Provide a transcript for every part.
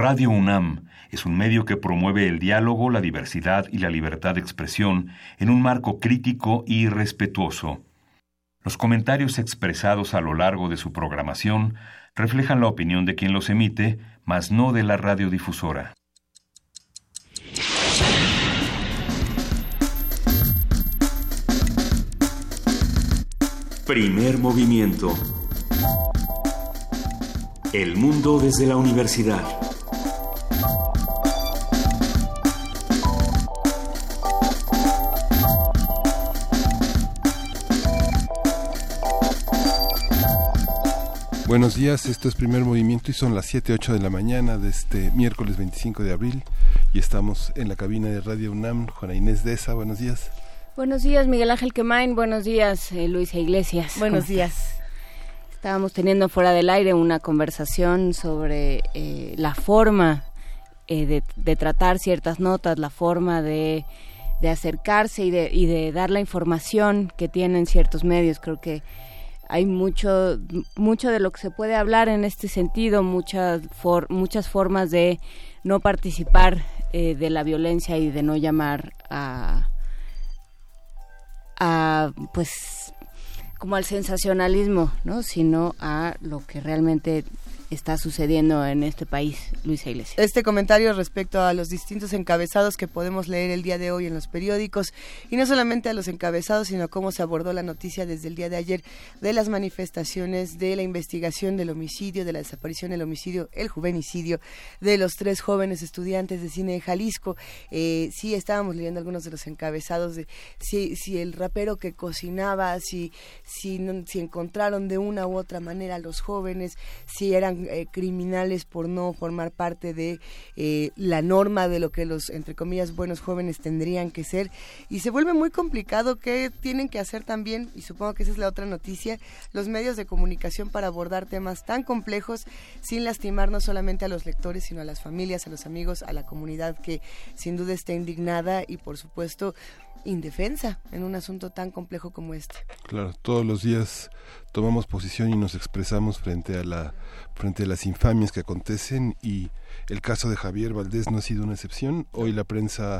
Radio UNAM es un medio que promueve el diálogo, la diversidad y la libertad de expresión en un marco crítico y respetuoso. Los comentarios expresados a lo largo de su programación reflejan la opinión de quien los emite, mas no de la radiodifusora. Primer movimiento. El mundo desde la universidad. Buenos días, esto es Primer Movimiento y son las 7:08 de la mañana de este miércoles 25 de abril y estamos en la cabina de Radio UNAM. Juana Inés de ESA, buenos días. Buenos días, Miguel Ángel Quemain, buenos días, Luisa Iglesias. Buenos días. Estábamos teniendo fuera del aire una conversación sobre la forma de tratar ciertas notas, la forma de acercarse y de dar la información que tienen ciertos medios. Creo que hay mucho de lo que se puede hablar en este sentido, muchas formas de no participar de la violencia y de no llamar a pues como al sensacionalismo, ¿no? Sino a lo que realmente está sucediendo en este país, Luisa Iglesias. Este comentario respecto a los distintos encabezados que podemos leer el día de hoy en los periódicos, y no solamente a los encabezados, sino cómo se abordó la noticia desde el día de ayer de las manifestaciones, de la investigación del homicidio, de la desaparición del homicidio, el juvenicidio de los 3 jóvenes estudiantes de cine de Jalisco. Sí, estábamos leyendo algunos de los encabezados de si el rapero que cocinaba, si encontraron de una u otra manera a los jóvenes, si eran criminales por no formar parte de la norma de lo que los, entre comillas, buenos jóvenes tendrían que ser, y se vuelve muy complicado qué tienen que hacer también, y supongo que esa es la otra noticia, los medios de comunicación para abordar temas tan complejos sin lastimar no solamente a los lectores, sino a las familias, a los amigos, a la comunidad que sin duda está indignada y por supuesto indefensa en un asunto tan complejo como este. Claro, todos los días tomamos posición y nos expresamos frente a las infamias que acontecen, y el caso de Javier Valdés no ha sido una excepción. Hoy la prensa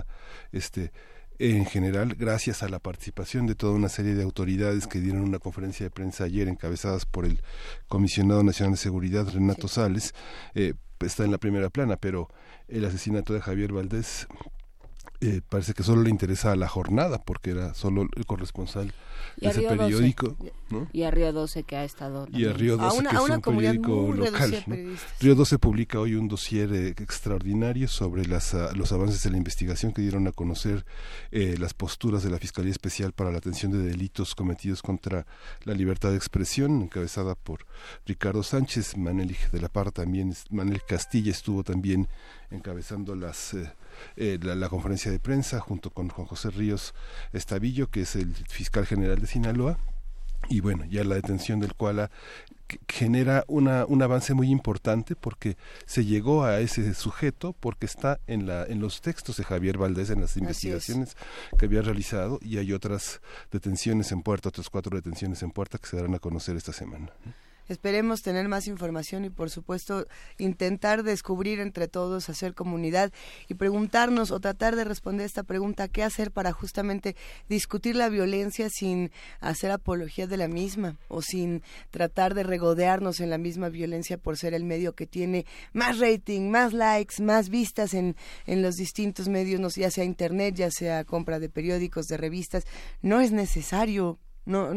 en general, gracias a la participación de toda una serie de autoridades que dieron una conferencia de prensa ayer encabezadas por el Comisionado Nacional de Seguridad, Renato Sales, está en la primera plana, pero el asesinato de Javier Valdés parece que solo le interesa a La Jornada, porque era solo el corresponsal de ese periódico, 12, ¿no? Y a Río 12, que ha estado también. Y a Río 12, que es un periódico local, ¿no? Río 12 publica hoy un dossier extraordinario sobre los avances de la investigación que dieron a conocer las posturas de la Fiscalía Especial para la Atención de Delitos Cometidos contra la Libertad de Expresión, encabezada por Ricardo Sánchez. Maneli de la Parra también, Manel Castilla estuvo también encabezando la conferencia de prensa junto con Juan José Ríos Estavillo, que es el fiscal general de Sinaloa, y bueno, ya la detención del Koala genera un avance muy importante, porque se llegó a ese sujeto porque está en los textos de Javier Valdés, en las investigaciones que había realizado, y hay otras detenciones en puerta, otras 4 detenciones en puerta que se darán a conocer esta semana. Esperemos tener más información y, por supuesto, intentar descubrir entre todos, hacer comunidad y preguntarnos o tratar de responder esta pregunta: ¿qué hacer para justamente discutir la violencia sin hacer apología de la misma o sin tratar de regodearnos en la misma violencia por ser el medio que tiene más rating, más likes, más vistas en los distintos medios, ya sea internet, ya sea compra de periódicos, de revistas? No es necesario. No,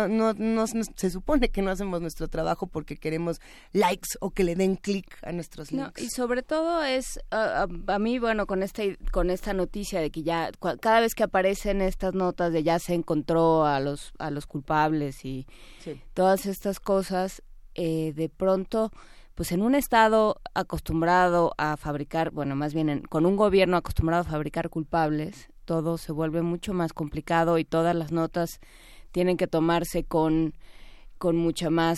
se supone que no hacemos nuestro trabajo porque queremos likes o que le den clic a nuestros links. No, y sobre todo es, a mí, bueno, con esta noticia de que ya, cada vez que aparecen estas notas de ya se encontró a los culpables y todas estas cosas, de pronto, pues en un estado acostumbrado a fabricar, bueno, más bien con un gobierno acostumbrado a fabricar culpables, todo se vuelve mucho más complicado y todas las notas tienen que tomarse con mucha más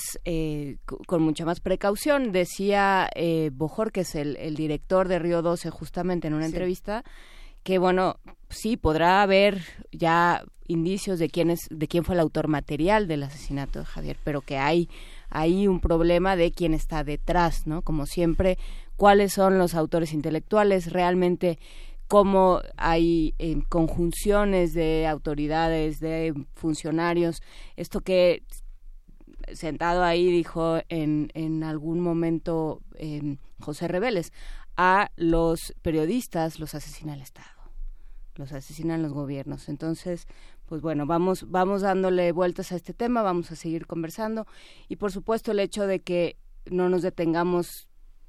precaución. Decía Bojor, que es el director de Río 12, justamente en una entrevista, que bueno, sí podrá haber ya indicios de quién fue el autor material del asesinato de Javier, pero que hay un problema de quién está detrás, ¿no? Como siempre, cuáles son los autores intelectuales, realmente cómo hay conjunciones de autoridades, de funcionarios, esto que sentado ahí dijo en algún momento José Reveles, a los periodistas los asesina el Estado, los asesinan los gobiernos. Entonces, pues bueno, vamos dándole vueltas a este tema, vamos a seguir conversando y por supuesto el hecho de que no nos detengamos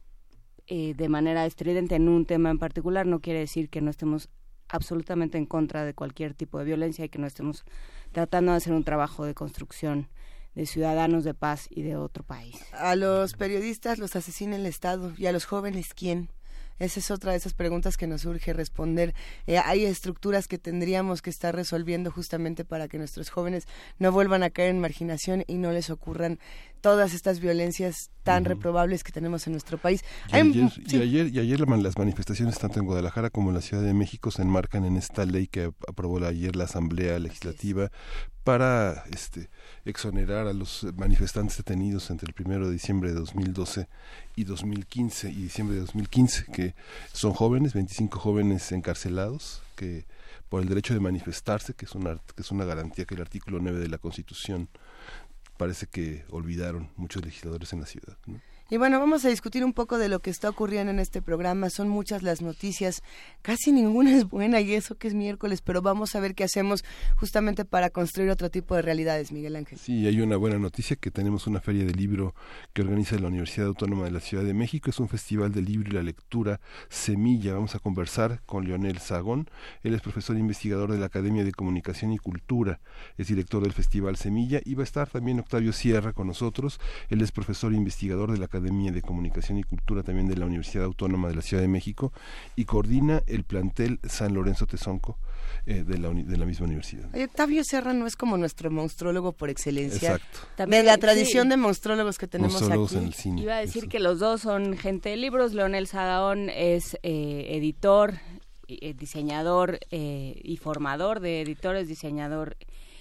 de manera estridente en un tema en particular no quiere decir que no estemos absolutamente en contra de cualquier tipo de violencia y que no estemos tratando de hacer un trabajo de construcción de ciudadanos de paz y de otro país. A los periodistas los asesina el Estado y a los jóvenes, ¿quién? Esa es otra de esas preguntas que nos urge responder. Hay estructuras que tendríamos que estar resolviendo justamente para que nuestros jóvenes no vuelvan a caer en marginación y no les ocurran todas estas violencias tan reprobables que tenemos en nuestro país. Y ayer las manifestaciones tanto en Guadalajara como en la Ciudad de México se enmarcan en esta ley que aprobó ayer la Asamblea Legislativa para exonerar a los manifestantes detenidos entre el 1 de diciembre de 2012 y 2015 y diciembre de 2015, que son jóvenes, 25 jóvenes encarcelados, que por el derecho de manifestarse, que es una garantía que el artículo 9 de la Constitución parece que olvidaron muchos legisladores en la ciudad, ¿no? Y bueno, vamos a discutir un poco de lo que está ocurriendo en este programa. Son muchas las noticias, casi ninguna es buena y eso que es miércoles, pero vamos a ver qué hacemos justamente para construir otro tipo de realidades, Miguel Ángel. Sí, hay una buena noticia, que tenemos una feria de libro que organiza la Universidad Autónoma de la Ciudad de México. Es un festival del libro y la lectura Semilla. Vamos a conversar con Leonel Sagón. Él es profesor e investigador de la Academia de Comunicación y Cultura, es director del Festival Semilla, y va a estar también Octavio Sierra con nosotros. Él es profesor e investigador de la Academia de Comunicación y Cultura también de la Universidad Autónoma de la Ciudad de México y coordina el plantel San Lorenzo Tezonco de la misma universidad. Octavio Sierra no es como nuestro monstrólogo por excelencia. Exacto. También, de la tradición de monstrólogos que tenemos monstrólogos aquí. En el cine. Iba a decir que los dos son gente de libros. Leonel Sagón es editor, diseñador y formador de editores, diseñador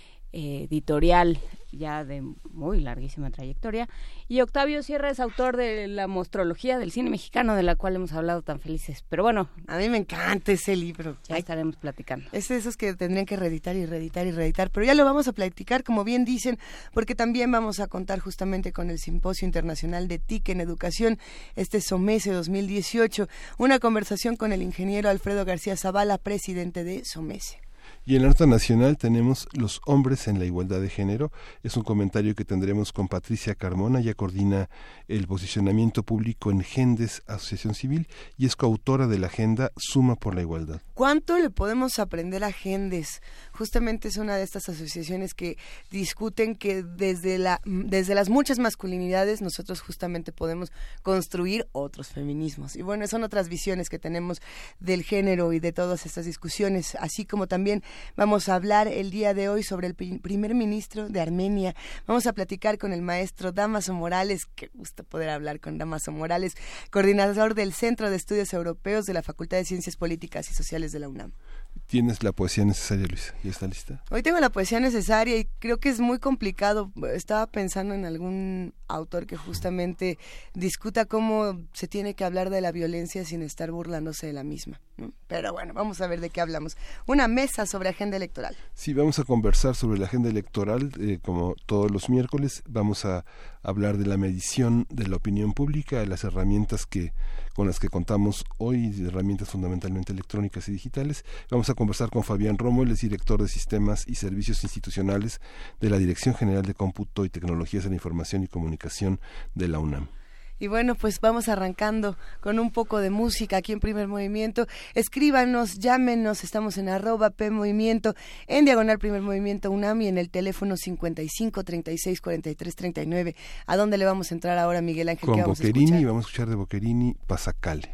editorial ya de muy larguísima trayectoria, y Octavio Sierra es autor de la Monstrología del cine mexicano, de la cual hemos hablado tan felices. Pero bueno, a mí me encanta ese libro. Ya estaremos platicando. Es de esos que tendrían que reeditar, pero ya lo vamos a platicar, como bien dicen, porque también vamos a contar justamente con el Simposio Internacional de TIC en Educación, SOMECE 2018, una conversación con el ingeniero Alfredo García Zavala, presidente de SOMECE. Y en la nota nacional tenemos Los hombres en la igualdad de género. Es un comentario que tendremos con Patricia Carmona. Ella coordina el posicionamiento público en Gendes, Asociación Civil, y es coautora de la agenda Suma por la Igualdad. ¿Cuánto le podemos aprender a Gendes? Justamente es una de estas asociaciones que discuten que desde las muchas masculinidades nosotros justamente podemos construir otros feminismos. Y bueno, son otras visiones que tenemos del género y de todas estas discusiones, así como también vamos a hablar el día de hoy sobre el primer ministro de Armenia. Vamos a platicar con el maestro Dámaso Morales. Qué gusto poder hablar con Dámaso Morales, coordinador del Centro de Estudios Europeos de la Facultad de Ciencias Políticas y Sociales de la UNAM. ¿Tienes la poesía necesaria, Luisa? ¿Ya está lista? Hoy tengo la poesía necesaria y creo que es muy complicado. Estaba pensando en algún autor que justamente discuta cómo se tiene que hablar de la violencia sin estar burlándose de la misma, ¿no? Pero bueno, vamos a ver de qué hablamos. Una mesa sobre agenda electoral. Sí, vamos a conversar sobre la agenda electoral, como todos los miércoles. Vamos a hablar de la medición de la opinión pública, de las herramientas con las que contamos hoy, herramientas fundamentalmente electrónicas y digitales. Vamos a conversar con Fabián Romo, él es director de Sistemas y Servicios Institucionales de la Dirección General de Cómputo y Tecnologías de la Información y Comunicación de la UNAM. Y bueno, pues vamos arrancando con un poco de música aquí en Primer Movimiento. Escríbanos, llámenos, estamos en @PMovimiento, en diagonal Primer Movimiento UNAM y en el teléfono 55 36 43 39. ¿A dónde le vamos a entrar ahora, Miguel Ángel? Con Boccherini, vamos a escuchar de Boccherini Passacale.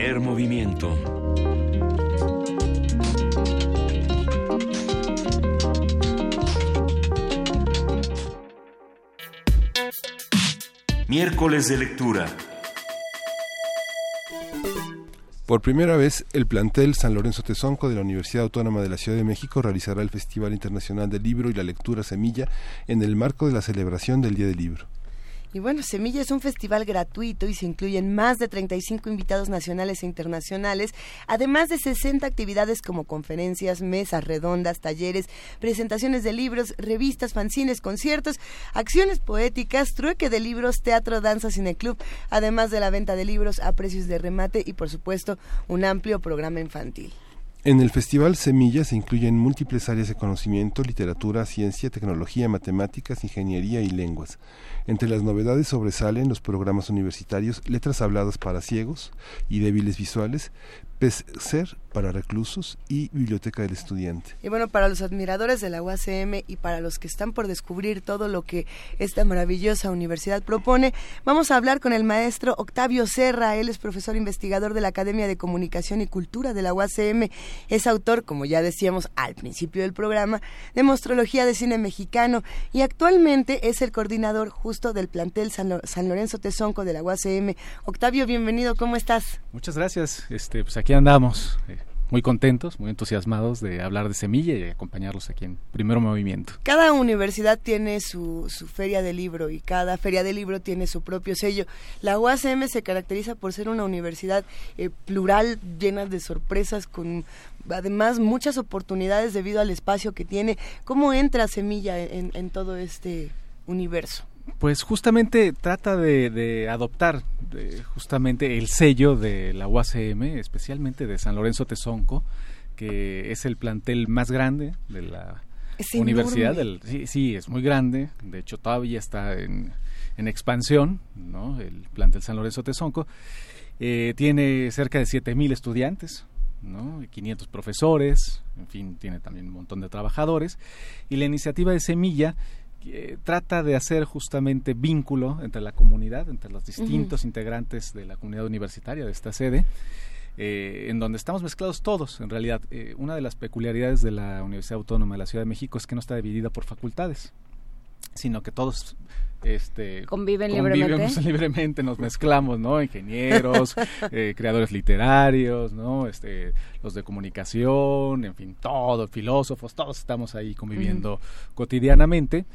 Primer movimiento. Miércoles de lectura. Por primera vez, el plantel San Lorenzo Tezonco de la Universidad Autónoma de la Ciudad de México realizará el Festival Internacional del Libro y la Lectura Semilla en el marco de la celebración del Día del Libro. Y bueno, Semilla es un festival gratuito y se incluyen más de 35 invitados nacionales e internacionales, además de 60 actividades como conferencias, mesas redondas, talleres, presentaciones de libros, revistas, fanzines, conciertos, acciones poéticas, trueque de libros, teatro, danza, cineclub, además de la venta de libros a precios de remate y, por supuesto, un amplio programa infantil. En el Festival Semilla se incluyen múltiples áreas de conocimiento, literatura, ciencia, tecnología, matemáticas, ingeniería y lenguas. Entre las novedades sobresalen los programas universitarios Letras Habladas para Ciegos y Débiles Visuales, PESCER para reclusos y Biblioteca del Estudiante. Y bueno, para los admiradores de la UACM y para los que están por descubrir todo lo que esta maravillosa universidad propone, vamos a hablar con el maestro Octavio Serra. Él es profesor investigador de la Academia de Comunicación y Cultura de la UACM. Es autor, como ya decíamos al principio del programa, de Mostrología de Cine Mexicano y actualmente es el coordinador justo del plantel San Lorenzo Tezonco de la UACM. Octavio, bienvenido, ¿cómo estás? Muchas gracias, pues aquí andamos, muy contentos, muy entusiasmados de hablar de Semilla y acompañarlos aquí en Primer Movimiento. Cada universidad tiene su feria de libro y cada feria de libro tiene su propio sello. La UACM se caracteriza por ser una universidad plural, llena de sorpresas, con además muchas oportunidades debido al espacio que tiene. ¿Cómo entra Semilla en todo este universo? Pues justamente trata de adoptar justamente el sello de la UACM, especialmente de San Lorenzo Tezonco, que es el plantel más grande de la universidad. Sí, es muy grande, de hecho todavía está en expansión, ¿no? El plantel San Lorenzo Tezonco tiene cerca de 7,000 estudiantes, ¿no? 500 profesores, en fin, tiene también un montón de trabajadores, y la iniciativa de Semilla trata de hacer justamente vínculo entre la comunidad, entre los distintos integrantes de la comunidad universitaria de esta sede, en donde estamos mezclados todos. En realidad, una de las peculiaridades de la Universidad Autónoma de la Ciudad de México es que no está dividida por facultades, sino que todos conviven libremente, nos mezclamos, ¿no? Ingenieros, creadores literarios, ¿no? Los de comunicación, en fin, todos, filósofos, todos estamos ahí conviviendo cotidianamente,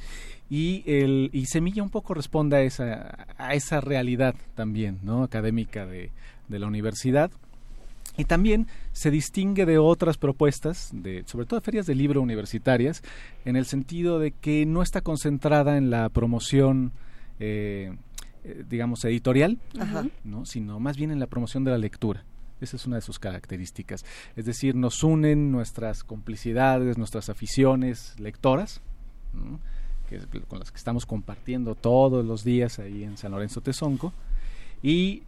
y Semilla un poco responde a esa realidad también, ¿no? Académica de la universidad. Y también se distingue de otras propuestas, sobre todo de ferias de libro universitarias, en el sentido de que no está concentrada en la promoción, digamos, editorial, ¿no? Sino más bien en la promoción de la lectura. Esa es una de sus características. Es decir, nos unen nuestras complicidades, nuestras aficiones lectoras, ¿no? Con las que estamos compartiendo todos los días ahí en San Lorenzo Tezonco, y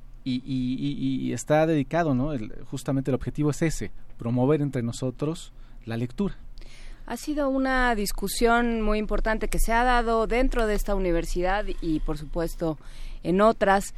está dedicado, ¿no? Justamente el objetivo es ese, promover entre nosotros la lectura. Ha sido una discusión muy importante que se ha dado dentro de esta universidad y, por supuesto, en otras.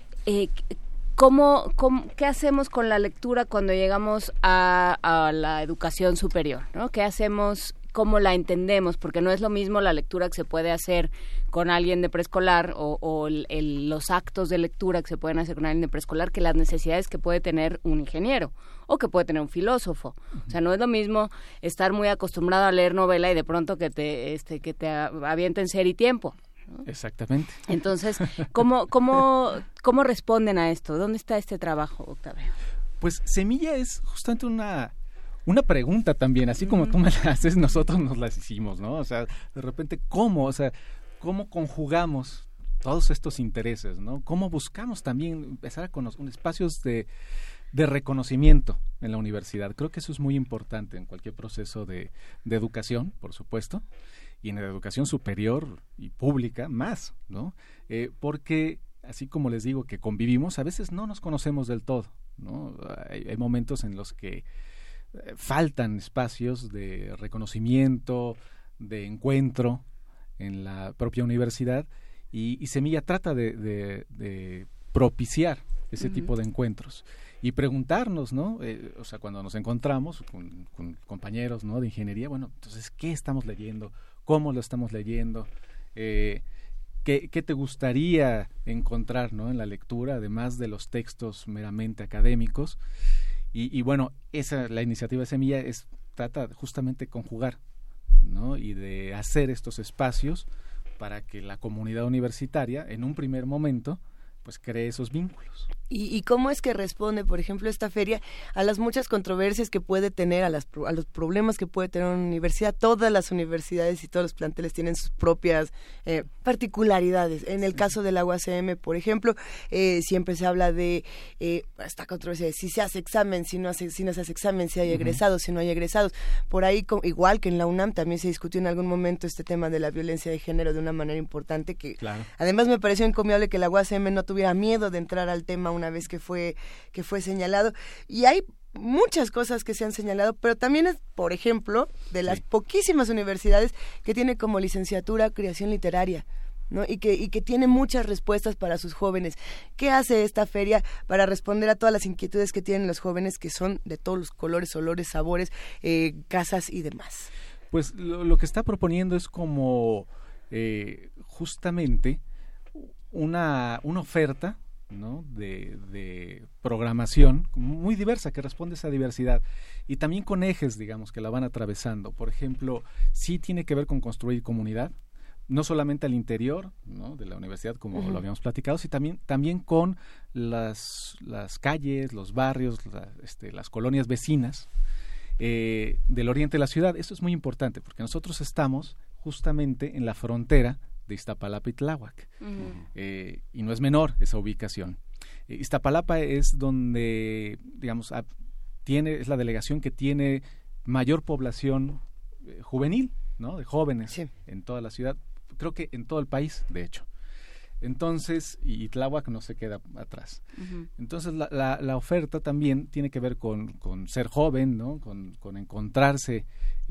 ¿Qué hacemos con la lectura cuando llegamos a la educación superior, ¿no? ¿Qué hacemos? ¿Cómo la entendemos? Porque no es lo mismo la lectura que se puede hacer con alguien de preescolar o los actos de lectura que se pueden hacer con alguien de preescolar que las necesidades que puede tener un ingeniero o que puede tener un filósofo. O sea, no es lo mismo estar muy acostumbrado a leer novela y de pronto que te avienten Ser y Tiempo, ¿no? Exactamente. Entonces, ¿cómo responden a esto? ¿Dónde está este trabajo, Octavio? Pues Semilla es justamente una pregunta también, así como tú me la haces, nosotros nos las hicimos, ¿no? O sea, de repente, ¿cómo conjugamos todos estos intereses, ¿no? ¿Cómo buscamos también empezar a conocer espacios de reconocimiento en la universidad? Creo que eso es muy importante en cualquier proceso de educación, por supuesto, y en la educación superior y pública más, ¿no? Porque, así como les digo que convivimos, a veces no nos conocemos del todo, ¿no? Hay momentos en los que faltan espacios de reconocimiento, de encuentro en la propia universidad, y Semilla trata de propiciar ese tipo de encuentros. y preguntarnos, ¿no? O sea, cuando nos encontramos con compañeros, ¿no?, de ingeniería, bueno, entonces, ¿qué estamos leyendo? ¿Cómo lo estamos leyendo? ¿Qué te gustaría encontrar, ¿no?, en la lectura, además de los textos meramente académicos? Y bueno, la iniciativa de Semilla trata justamente de conjugar, ¿no?, y de hacer estos espacios para que la comunidad universitaria, en un primer momento, pues cree esos vínculos. ¿Y cómo es que responde, por ejemplo, esta feria a las muchas controversias que puede tener, a los problemas que puede tener una universidad? Todas las universidades y todos los planteles tienen sus propias particularidades. En el caso de la UACM, por ejemplo, siempre se habla de esta controversia de si se hace examen, si no se hace examen, si hay egresados, si no hay egresados. Por ahí, igual que en la UNAM, también se discutió en algún momento este tema de la violencia de género de una manera importante, que claro. Además me pareció encomiable que la UACM no tuviera miedo de entrar al tema una vez que fue señalado, y hay muchas cosas que se han señalado, pero también es, por ejemplo, de las poquísimas universidades que tiene como licenciatura creación literaria, ¿no? Y que tiene muchas respuestas para sus jóvenes. ¿Qué hace esta feria para responder a todas las inquietudes que tienen los jóvenes, que son de todos los colores, olores, sabores, casas y demás? Pues lo que está proponiendo es como justamente una oferta, ¿no?, de programación muy diversa, que responde a esa diversidad, y también con ejes, digamos, que la van atravesando. Por ejemplo, sí tiene que ver con construir comunidad, no solamente al interior, ¿no?, de la universidad, como lo habíamos platicado, sino también con las calles, los barrios, las colonias vecinas del oriente de la ciudad. Esto es muy importante, porque nosotros estamos justamente en la frontera de Iztapalapa y Tláhuac, y no es menor esa ubicación. Iztapalapa es donde, digamos, es la delegación que tiene mayor población juvenil, ¿no?, de jóvenes en toda la ciudad, creo que en todo el país, de hecho. Entonces, y Tláhuac no se queda atrás. Entonces, la oferta también tiene que ver con ser joven, ¿no?, con encontrarse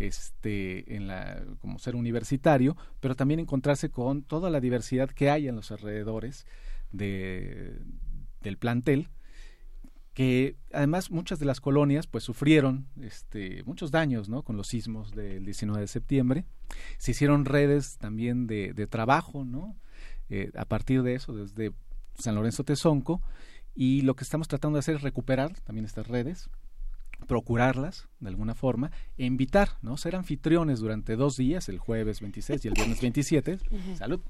como ser universitario, pero también encontrarse con toda la diversidad que hay en los alrededores del plantel, que además muchas de las colonias pues sufrieron muchos daños, ¿no?, con los sismos del 19 de septiembre. Se hicieron redes también de trabajo, ¿no?, a partir de eso, desde San Lorenzo Tezonco, y lo que estamos tratando de hacer es recuperar también estas redes, procurarlas de alguna forma, e invitar, ¿no?, ser anfitriones durante 2 días, el jueves 26 y el viernes 27, salud,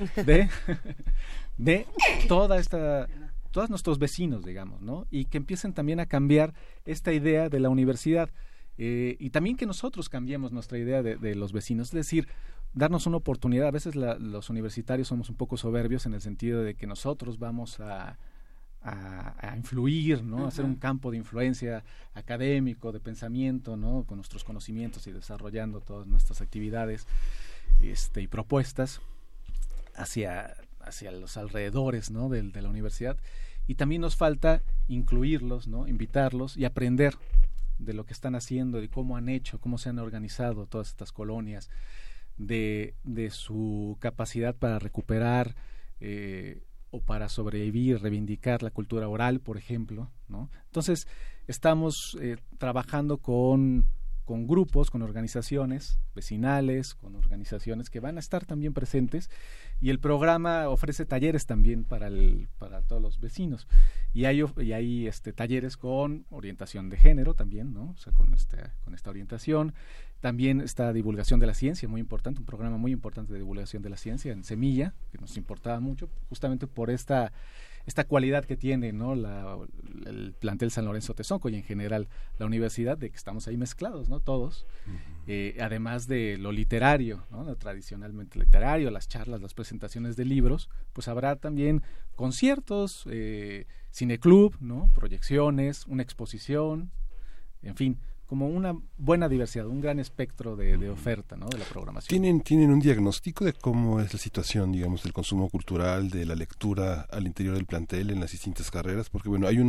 de todos nuestros vecinos, digamos, ¿no?, y que empiecen también a cambiar esta idea de la universidad, y también que nosotros cambiemos nuestra idea de los vecinos, es decir, darnos una oportunidad. A veces los universitarios somos un poco soberbios en el sentido de que nosotros vamos a influir, ¿no?, a hacer un campo de influencia académico, de pensamiento, ¿no?, con nuestros conocimientos y desarrollando todas nuestras actividades y propuestas hacia los alrededores, ¿no?, de la universidad, y también nos falta incluirlos, ¿no?, invitarlos y aprender de lo que están haciendo, de cómo han hecho, cómo se han organizado todas estas colonias, de su capacidad para recuperar o para sobrevivir, reivindicar la cultura oral, por ejemplo, ¿no? Entonces, estamos trabajando con grupos, con organizaciones vecinales, con organizaciones que van a estar también presentes, y el programa ofrece talleres también para todos los vecinos, y hay talleres con orientación de género también, ¿no? O sea, con esta orientación. También esta divulgación de la ciencia, muy importante, un programa muy importante de divulgación de la ciencia en Semilla, que nos importaba mucho, justamente por esta cualidad que tiene, ¿no?, el plantel San Lorenzo Tezonco y en general la universidad, de que estamos ahí mezclados, ¿no?, todos, además de lo literario, ¿no?, lo tradicionalmente literario, las charlas, las presentaciones de libros, pues habrá también conciertos, cineclub, ¿no?, proyecciones, una exposición, en fin, como una buena diversidad, un gran espectro de oferta, ¿no?, de la programación. ¿Tienen un diagnóstico de cómo es la situación, digamos, del consumo cultural, de la lectura al interior del plantel en las distintas carreras? Porque bueno, hay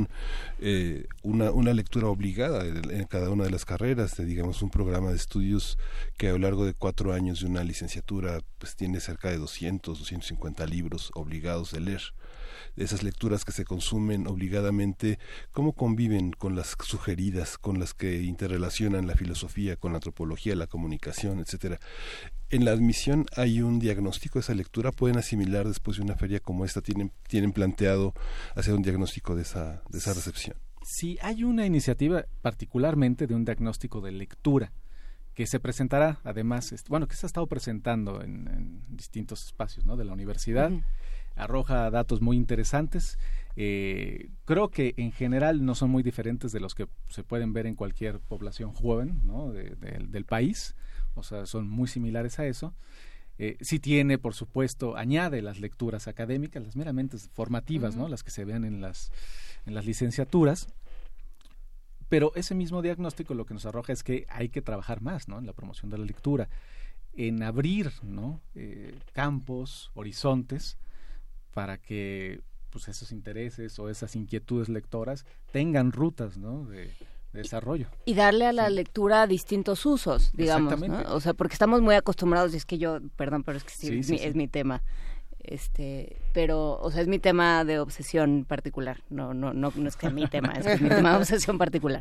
una lectura obligada en cada una de las carreras, digamos, un programa de estudios que a lo largo de 4 años de una licenciatura pues tiene cerca de 250 libros obligados de leer. esas lecturas que se consumen obligadamente, ¿cómo conviven con las sugeridas, con las que interrelacionan la filosofía con la antropología, la comunicación, etcétera? En la admisión hay un diagnóstico de esa lectura. ¿Pueden asimilar después de una feria como esta? ¿Tienen planteado hacer un diagnóstico de esa recepción? Sí, hay una iniciativa particularmente de un diagnóstico de lectura que se presentará, además, que se ha estado presentando en distintos espacios, ¿no?, de la universidad. Uh-huh. Arroja datos muy interesantes. Creo que en general no son muy diferentes de los que se pueden ver en cualquier población joven, ¿no?, del país. O sea, son muy similares a eso. Sí tiene, por supuesto, añade las lecturas académicas, las meramente formativas, uh-huh, ¿no?, las que se vean en las licenciaturas. Pero ese mismo diagnóstico lo que nos arroja es que hay que trabajar más, ¿no?, en la promoción de la lectura, en abrir, ¿no?, campos, horizontes, para que pues esos intereses o esas inquietudes lectoras tengan rutas, ¿no?, de desarrollo. Y darle a la lectura distintos usos, digamos, ¿no? O sea, porque estamos muy acostumbrados, y es que yo, perdón, pero es que sí, es mi tema. Pero, o sea, es mi tema de obsesión particular. No es que es mi tema, es mi tema de obsesión particular.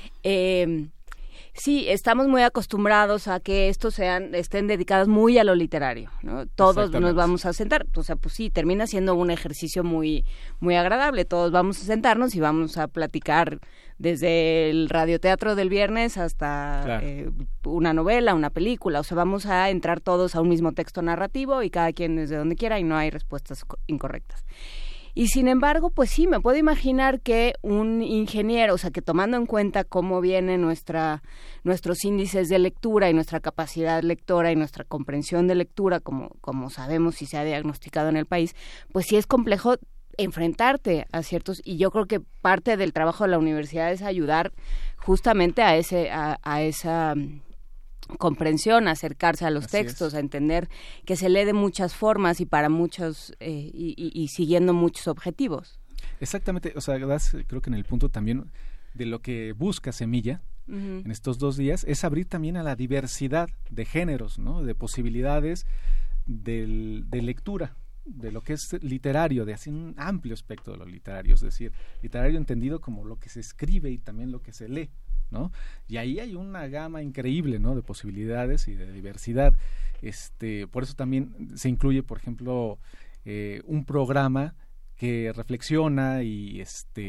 Sí, estamos muy acostumbrados a que estos estén dedicados muy a lo literario, ¿no? Todos nos vamos a sentar, o sea, pues sí, termina siendo un ejercicio muy, muy agradable. Todos vamos a sentarnos y vamos a platicar desde el radioteatro del viernes hasta claro, una novela, una película. O sea, vamos a entrar todos a un mismo texto narrativo y cada quien desde donde quiera y no hay respuestas incorrectas. Y sin embargo, pues sí, me puedo imaginar que un ingeniero, o sea, que tomando en cuenta cómo vienen nuestros índices de lectura y nuestra capacidad lectora y nuestra comprensión de lectura, como sabemos y se ha diagnosticado en el país, pues sí es complejo enfrentarte a ciertos, y yo creo que parte del trabajo de la universidad es ayudar justamente a esa comprensión, acercarse a los textos, a entender que se lee de muchas formas y para muchos y siguiendo muchos objetivos. Exactamente, o sea, creo que en el punto también de lo que busca Semilla uh-huh, en estos 2 días es abrir también a la diversidad de géneros, ¿no?, de posibilidades de lectura, de lo que es literario, de así un amplio espectro de lo literario, es decir, literario entendido como lo que se escribe y también lo que se lee, ¿no? Y ahí hay una gama increíble, ¿no?, de posibilidades y de diversidad. Por eso también se incluye, por ejemplo, un programa que reflexiona y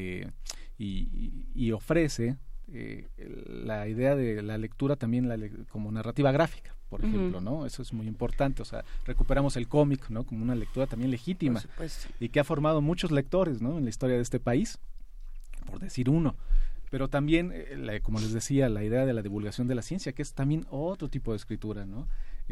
ofrece la idea de la lectura también como narrativa gráfica, por ejemplo, uh-huh, ¿no? Eso es muy importante. O sea, recuperamos el cómic, ¿no?, como una lectura también legítima y que ha formado muchos lectores, ¿no?, en la historia de este país, por decir uno. Pero también, como les decía, la idea de la divulgación de la ciencia, que es también otro tipo de escritura, ¿no?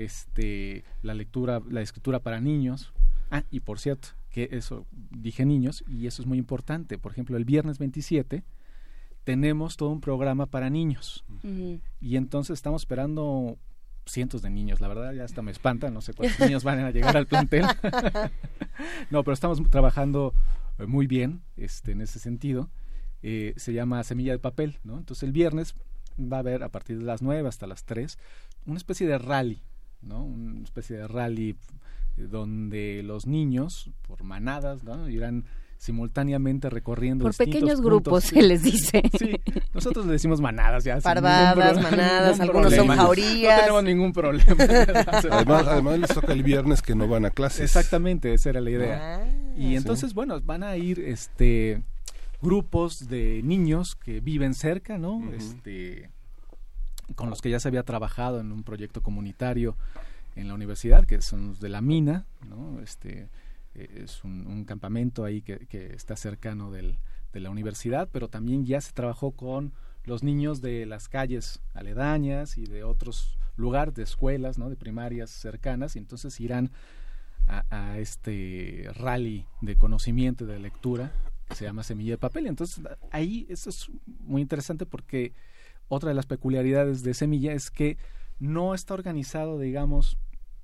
La escritura para niños. Y por cierto, que eso, dije niños, y eso es muy importante. Por ejemplo, el viernes 27 tenemos todo un programa para niños. Uh-huh. Y entonces estamos esperando cientos de niños. La verdad, ya hasta me espanta, no sé cuántos niños van a llegar al plantel. No, pero estamos trabajando muy bien en ese sentido. Se llama Semilla de Papel, ¿no? Entonces el viernes va a haber a partir de las 9 hasta las 3 una especie de rally, ¿no? Una especie de rally donde los niños, por manadas, ¿no?, irán simultáneamente recorriendo por pequeños puntos. Grupos, se les dice. Sí, nosotros le decimos manadas ya. Parvadas, manadas, algunos son jaurías. No tenemos ningún problema. Además les toca el viernes que no van a clases. Exactamente, esa era la idea. Y entonces, bueno, van a ir grupos de niños que viven cerca, ¿no? Uh-huh. Con los que ya se había trabajado en un proyecto comunitario en la universidad, que son los de la mina, ¿no? Es un campamento ahí que está cercano de la universidad, pero también ya se trabajó con los niños de las calles aledañas y de otros lugares, de escuelas, ¿no?, de primarias cercanas, y entonces irán a este rally de conocimiento y de lectura que se llama Semilla de Papel. Entonces ahí eso es muy interesante porque otra de las peculiaridades de Semilla es que no está organizado, digamos,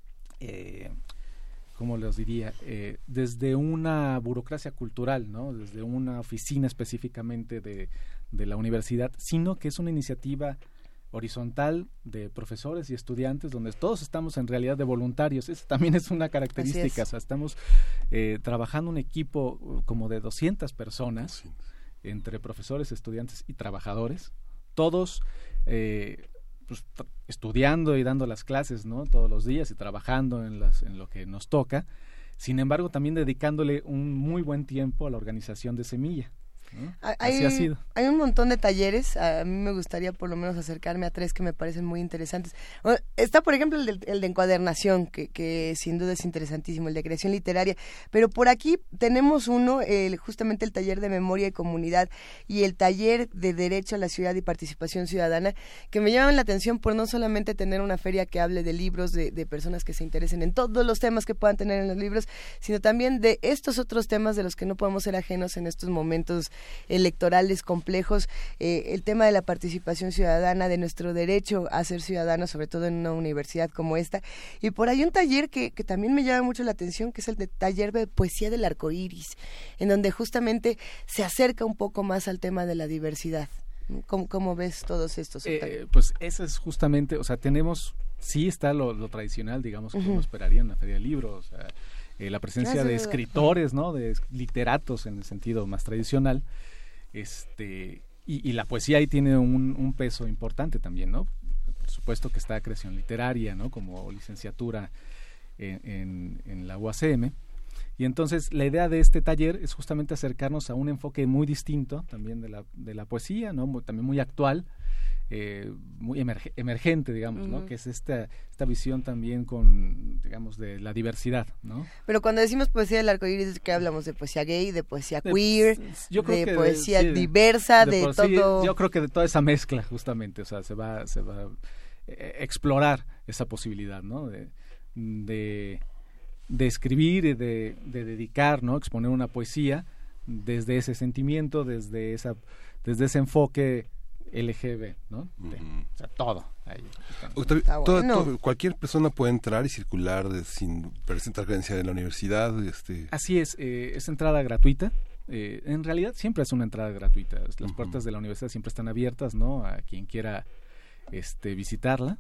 ¿cómo les diría? Desde una burocracia cultural, ¿no?, desde una oficina específicamente de la universidad, sino que es una iniciativa horizontal de profesores y estudiantes, donde todos estamos en realidad de voluntarios. Esa también es una característica. O sea, estamos trabajando un equipo como de 200 personas, entre profesores, estudiantes y trabajadores, todos pues, estudiando y dando las clases, ¿no? Todos los días y trabajando en lo que nos toca. Sin embargo, también dedicándole un muy buen tiempo a la organización de Semilla. ¿No? Así ha sido. Hay un montón de talleres. A mí me gustaría por lo menos acercarme a 3 que me parecen muy interesantes. Bueno, está, por ejemplo, el de encuadernación, que sin duda es interesantísimo, el de creación literaria. Pero por aquí tenemos uno, justamente el taller de memoria y comunidad y el taller de derecho a la ciudad y participación ciudadana, que me llaman la atención por no solamente tener una feria que hable de libros, de personas que se interesen en todos los temas que puedan tener en los libros, sino también de estos otros temas de los que no podemos ser ajenos en estos momentos electorales complejos, el tema de la participación ciudadana, de nuestro derecho a ser ciudadanos, sobre todo en una universidad como esta. Y por ahí un taller que también me llama mucho la atención, que es el de taller de poesía del arco iris, en donde justamente se acerca un poco más al tema de la diversidad. ¿Cómo ves todos estos? Pues eso es justamente, o sea, tenemos, sí está lo tradicional, digamos, que uno esperaría en una feria de libros, o sea, la presencia de escritores, ¿no? De literatos en el sentido más tradicional, y la poesía ahí tiene un peso importante también, ¿no? Por supuesto que está creación literaria, ¿no? Como licenciatura en la UACM. Y entonces la idea de este taller es justamente acercarnos a un enfoque muy distinto también de la poesía, ¿no? También muy actual, muy emergente, digamos, ¿no? Que es esta visión también con, digamos, de la diversidad, ¿no? Pero cuando decimos poesía del arcoíris, ¿qué hablamos? ¿De poesía gay, de poesía queer, de poesía diversa, de todo? Yo creo que de toda esa mezcla, justamente, o sea, se va a explorar esa posibilidad, ¿no? De escribir y de dedicar, ¿no? Exponer una poesía desde ese sentimiento, desde ese enfoque LGB, ¿no? O sea, todo. Ahí cualquier persona puede entrar y circular sin presentar credencial en la universidad. Así es entrada gratuita. En realidad siempre es una entrada gratuita. Las puertas de la universidad siempre están abiertas, ¿no? A quien quiera visitarla.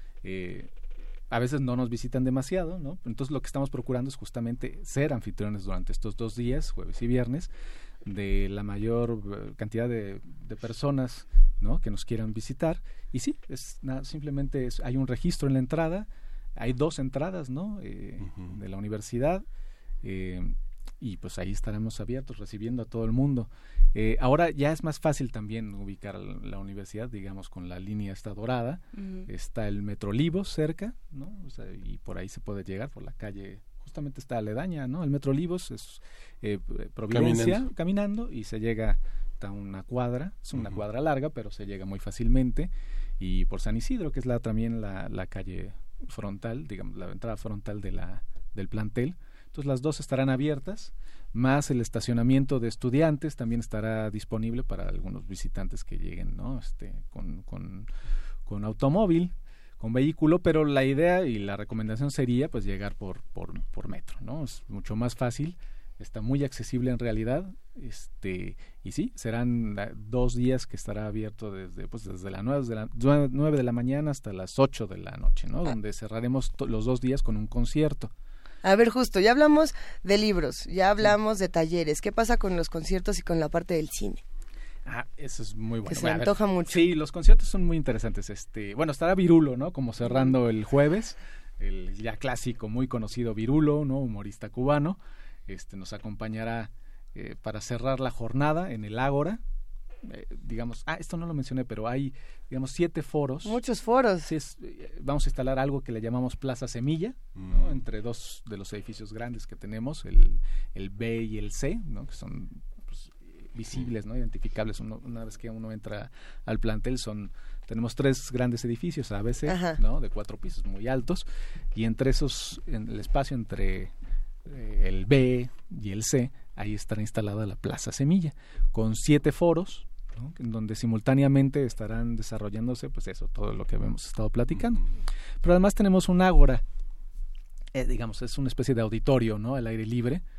A veces no nos visitan demasiado, ¿no? Entonces lo que estamos procurando es justamente ser anfitriones durante estos 2 días, jueves y viernes, de la mayor cantidad de personas, ¿no? Que nos quieran visitar. Y sí, simplemente hay un registro en la entrada, hay 2 entradas, ¿no? De la universidad, y pues ahí estaremos abiertos recibiendo a todo el mundo. Ahora ya es más fácil también ubicar la universidad, digamos, con la línea esta dorada. Está el Metro Olivos cerca, ¿no? O sea, y por ahí se puede llegar por la calle, justamente está aledaña, ¿no? El Metro Olivos es Providencia, caminando, y se llega hasta una cuadra, es una cuadra larga, pero se llega muy fácilmente. Y por San Isidro, que es también la calle frontal, digamos, la entrada frontal del plantel. Entonces las 2 estarán abiertas, más el estacionamiento de estudiantes también estará disponible para algunos visitantes que lleguen, ¿no? Con automóvil, con vehículo, pero la idea y la recomendación sería pues llegar por metro, ¿no? Es mucho más fácil, está muy accesible en realidad, y sí, serán 2 días que estará abierto desde las 9 de la mañana hasta las 8 de la noche, ¿no? Donde cerraremos los 2 días con un concierto. A ver, justo, ya hablamos de libros, ya hablamos de talleres. ¿Qué pasa con los conciertos y con la parte del cine? Eso es muy bueno. Que se antoja mucho. Sí, los conciertos son muy interesantes. Bueno, estará Virulo, ¿no? Como cerrando el jueves, el ya clásico, muy conocido Virulo, ¿no? Humorista cubano. Nos acompañará para cerrar la jornada en el Ágora. Digamos, esto no lo mencioné, pero hay, digamos, 7 foros. Muchos foros. Sí, vamos a instalar algo que le llamamos Plaza Semilla, ¿no? Entre 2 de los edificios grandes que tenemos, el B y el C, ¿no? Que son pues, visibles, ¿no? Identificables. Una vez que uno entra al plantel, tenemos 3 grandes edificios ABC, ¿no? De 4 pisos muy altos, y entre esos, en el espacio entre el B y el C, ahí estará instalada la Plaza Semilla, con 7 foros, ¿no? En donde simultáneamente estarán desarrollándose, pues eso, todo lo que hemos estado platicando. Pero además tenemos un ágora, digamos, es una especie de auditorio, ¿no? Al aire libre,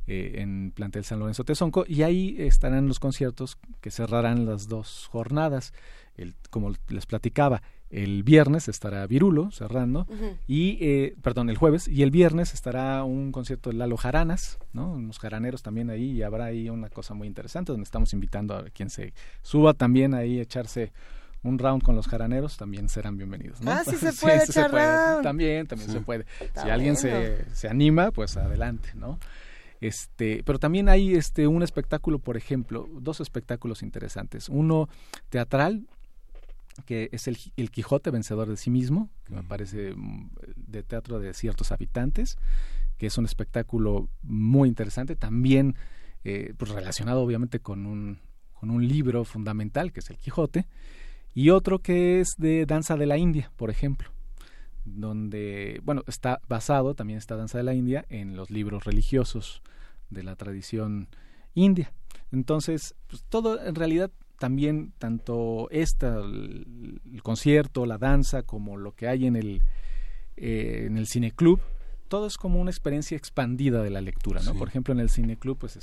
en plantel San Lorenzo Tezonco, y ahí estarán los conciertos que cerrarán las 2 jornadas. Como les platicaba, el viernes estará Virulo cerrando, el jueves, y el viernes estará un concierto de Lalo Jaranas, ¿no? Unos jaraneros también ahí, y habrá ahí una cosa muy interesante donde estamos invitando a quien se suba también ahí a echarse un round con los jaraneros, también serán bienvenidos, ¿no? Sí se puede echar round. También se puede. Si alguien se anima, pues adelante, ¿no? Pero también hay un espectáculo, por ejemplo, 2 espectáculos interesantes. Uno teatral, que es el Quijote vencedor de sí mismo, que me parece de teatro de ciertos habitantes, que es un espectáculo muy interesante, también pues relacionado obviamente con un libro fundamental, que es el Quijote, y otro que es de danza de la India, por ejemplo, donde, está basado, también esta danza de la India, en los libros religiosos de la tradición india. Entonces, pues todo en realidad también, tanto el concierto, la danza, como lo que hay en el cineclub, todo es como una experiencia expandida de la lectura, ¿no? Sí. Por ejemplo, en el cineclub pues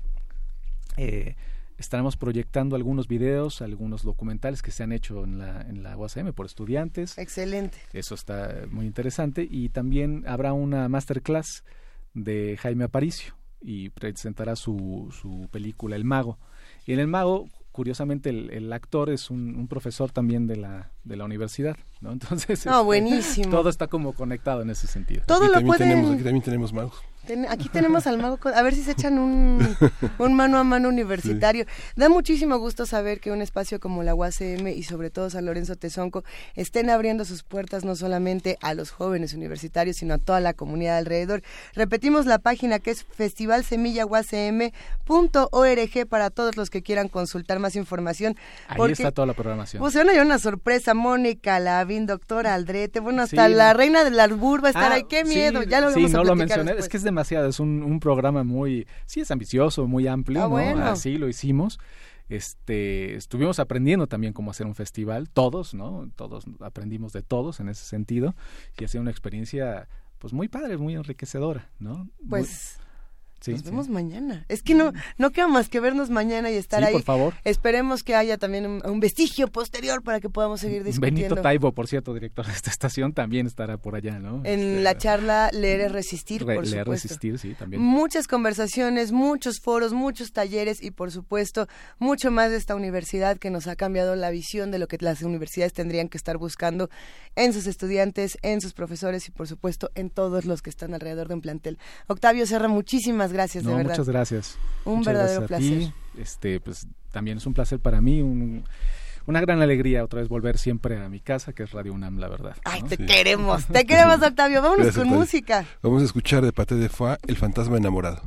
estaremos proyectando algunos videos, algunos documentales que se han hecho en la UACM por estudiantes. Excelente. Eso está muy interesante. Y también habrá una masterclass de Jaime Aparicio, y presentará su película El Mago. Y en El Mago, curiosamente, el actor es un profesor también de la universidad, ¿no? Entonces, buenísimo. Todo está como conectado en ese sentido. Todo aquí lo pueden... Aquí también tenemos magos. Aquí tenemos al mago, a ver si se echan un mano a mano universitario. Sí. Da muchísimo gusto saber que un espacio como la UACM y sobre todo San Lorenzo Tezonco estén abriendo sus puertas no solamente a los jóvenes universitarios, sino a toda la comunidad alrededor. Repetimos la página, que es festivalsemillauacm.org, para todos los que quieran consultar más información. Ahí está toda la programación. Pues se van a llevar una sorpresa, Mónica Lavín, doctora Aldrete, hasta la reina de la albur va a estar ahí. ¡Qué miedo! Ya lo vamos a lo mencioné, después. Es que es demasiado, es un programa es ambicioso, muy amplio, ¿no? Bueno. Así lo hicimos. Estuvimos aprendiendo también cómo hacer un festival, todos, ¿no? Todos aprendimos de todos en ese sentido, y ha sido una experiencia pues muy padre, muy enriquecedora, ¿no? Nos vemos mañana. Es que no queda más que vernos mañana y estar ahí. Por favor. Esperemos que haya también un vestigio posterior para que podamos seguir discutiendo. Benito Taibo, por cierto, director de esta estación, también estará por allá, ¿no? En la charla Leer es Resistir, por supuesto. Leer Resistir, sí, también. Muchas conversaciones, muchos foros, muchos talleres y, por supuesto, mucho más de esta universidad que nos ha cambiado la visión de lo que las universidades tendrían que estar buscando en sus estudiantes, en sus profesores y, por supuesto, en todos los que están alrededor de un plantel. Octavio Serra, muchísimas gracias, de verdad. Muchas gracias. Muchas verdadero placer. Pues también es un placer para mí, una gran alegría otra vez volver siempre a mi casa, que es Radio UNAM, la verdad, ¿no? Ay, te queremos, Octavio. Vámonos gracias, con música. Vamos a escuchar de Paté de Foix, El fantasma enamorado.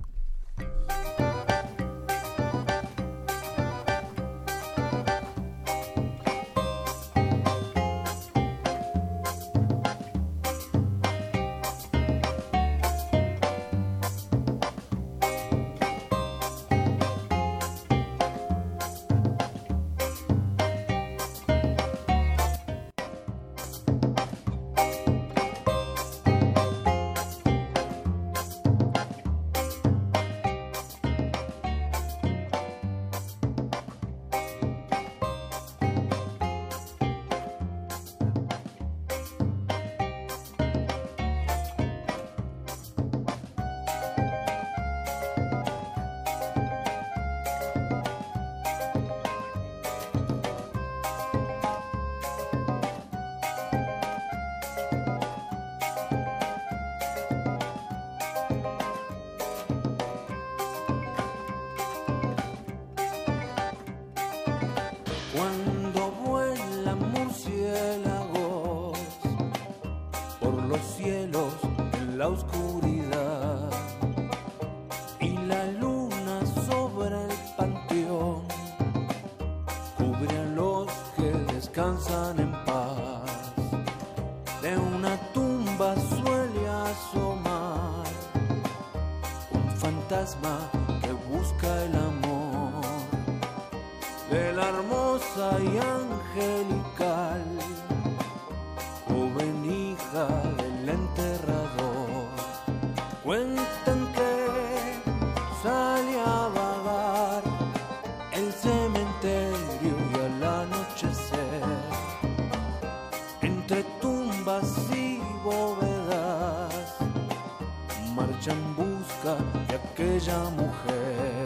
tumbas y bóvedas marcha en busca de aquella mujer.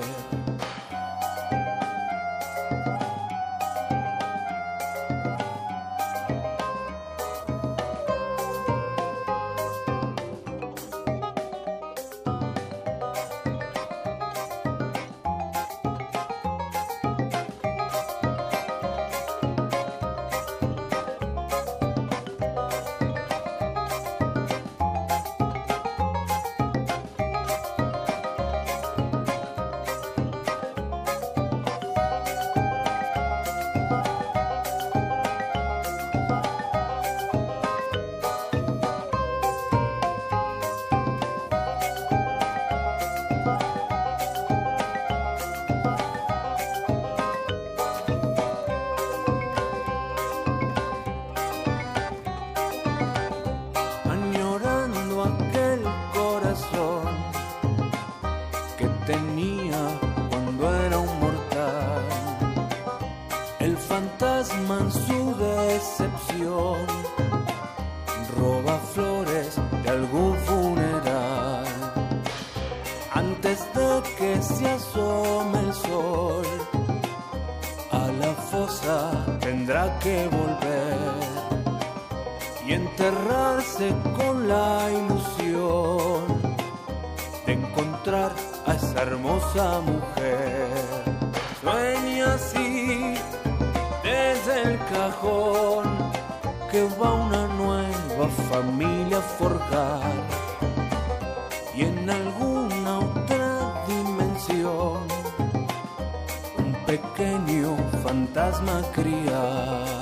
Que volver y enterrarse con la ilusión de encontrar a esa hermosa mujer. Sueña así desde el cajón que va una nueva familia a forjar y en alguna otra dimensión un pequeño fantasma criar.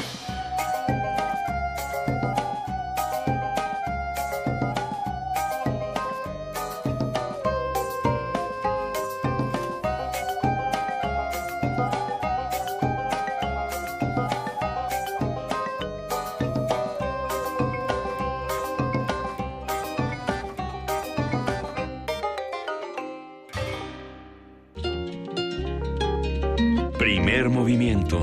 Primer movimiento.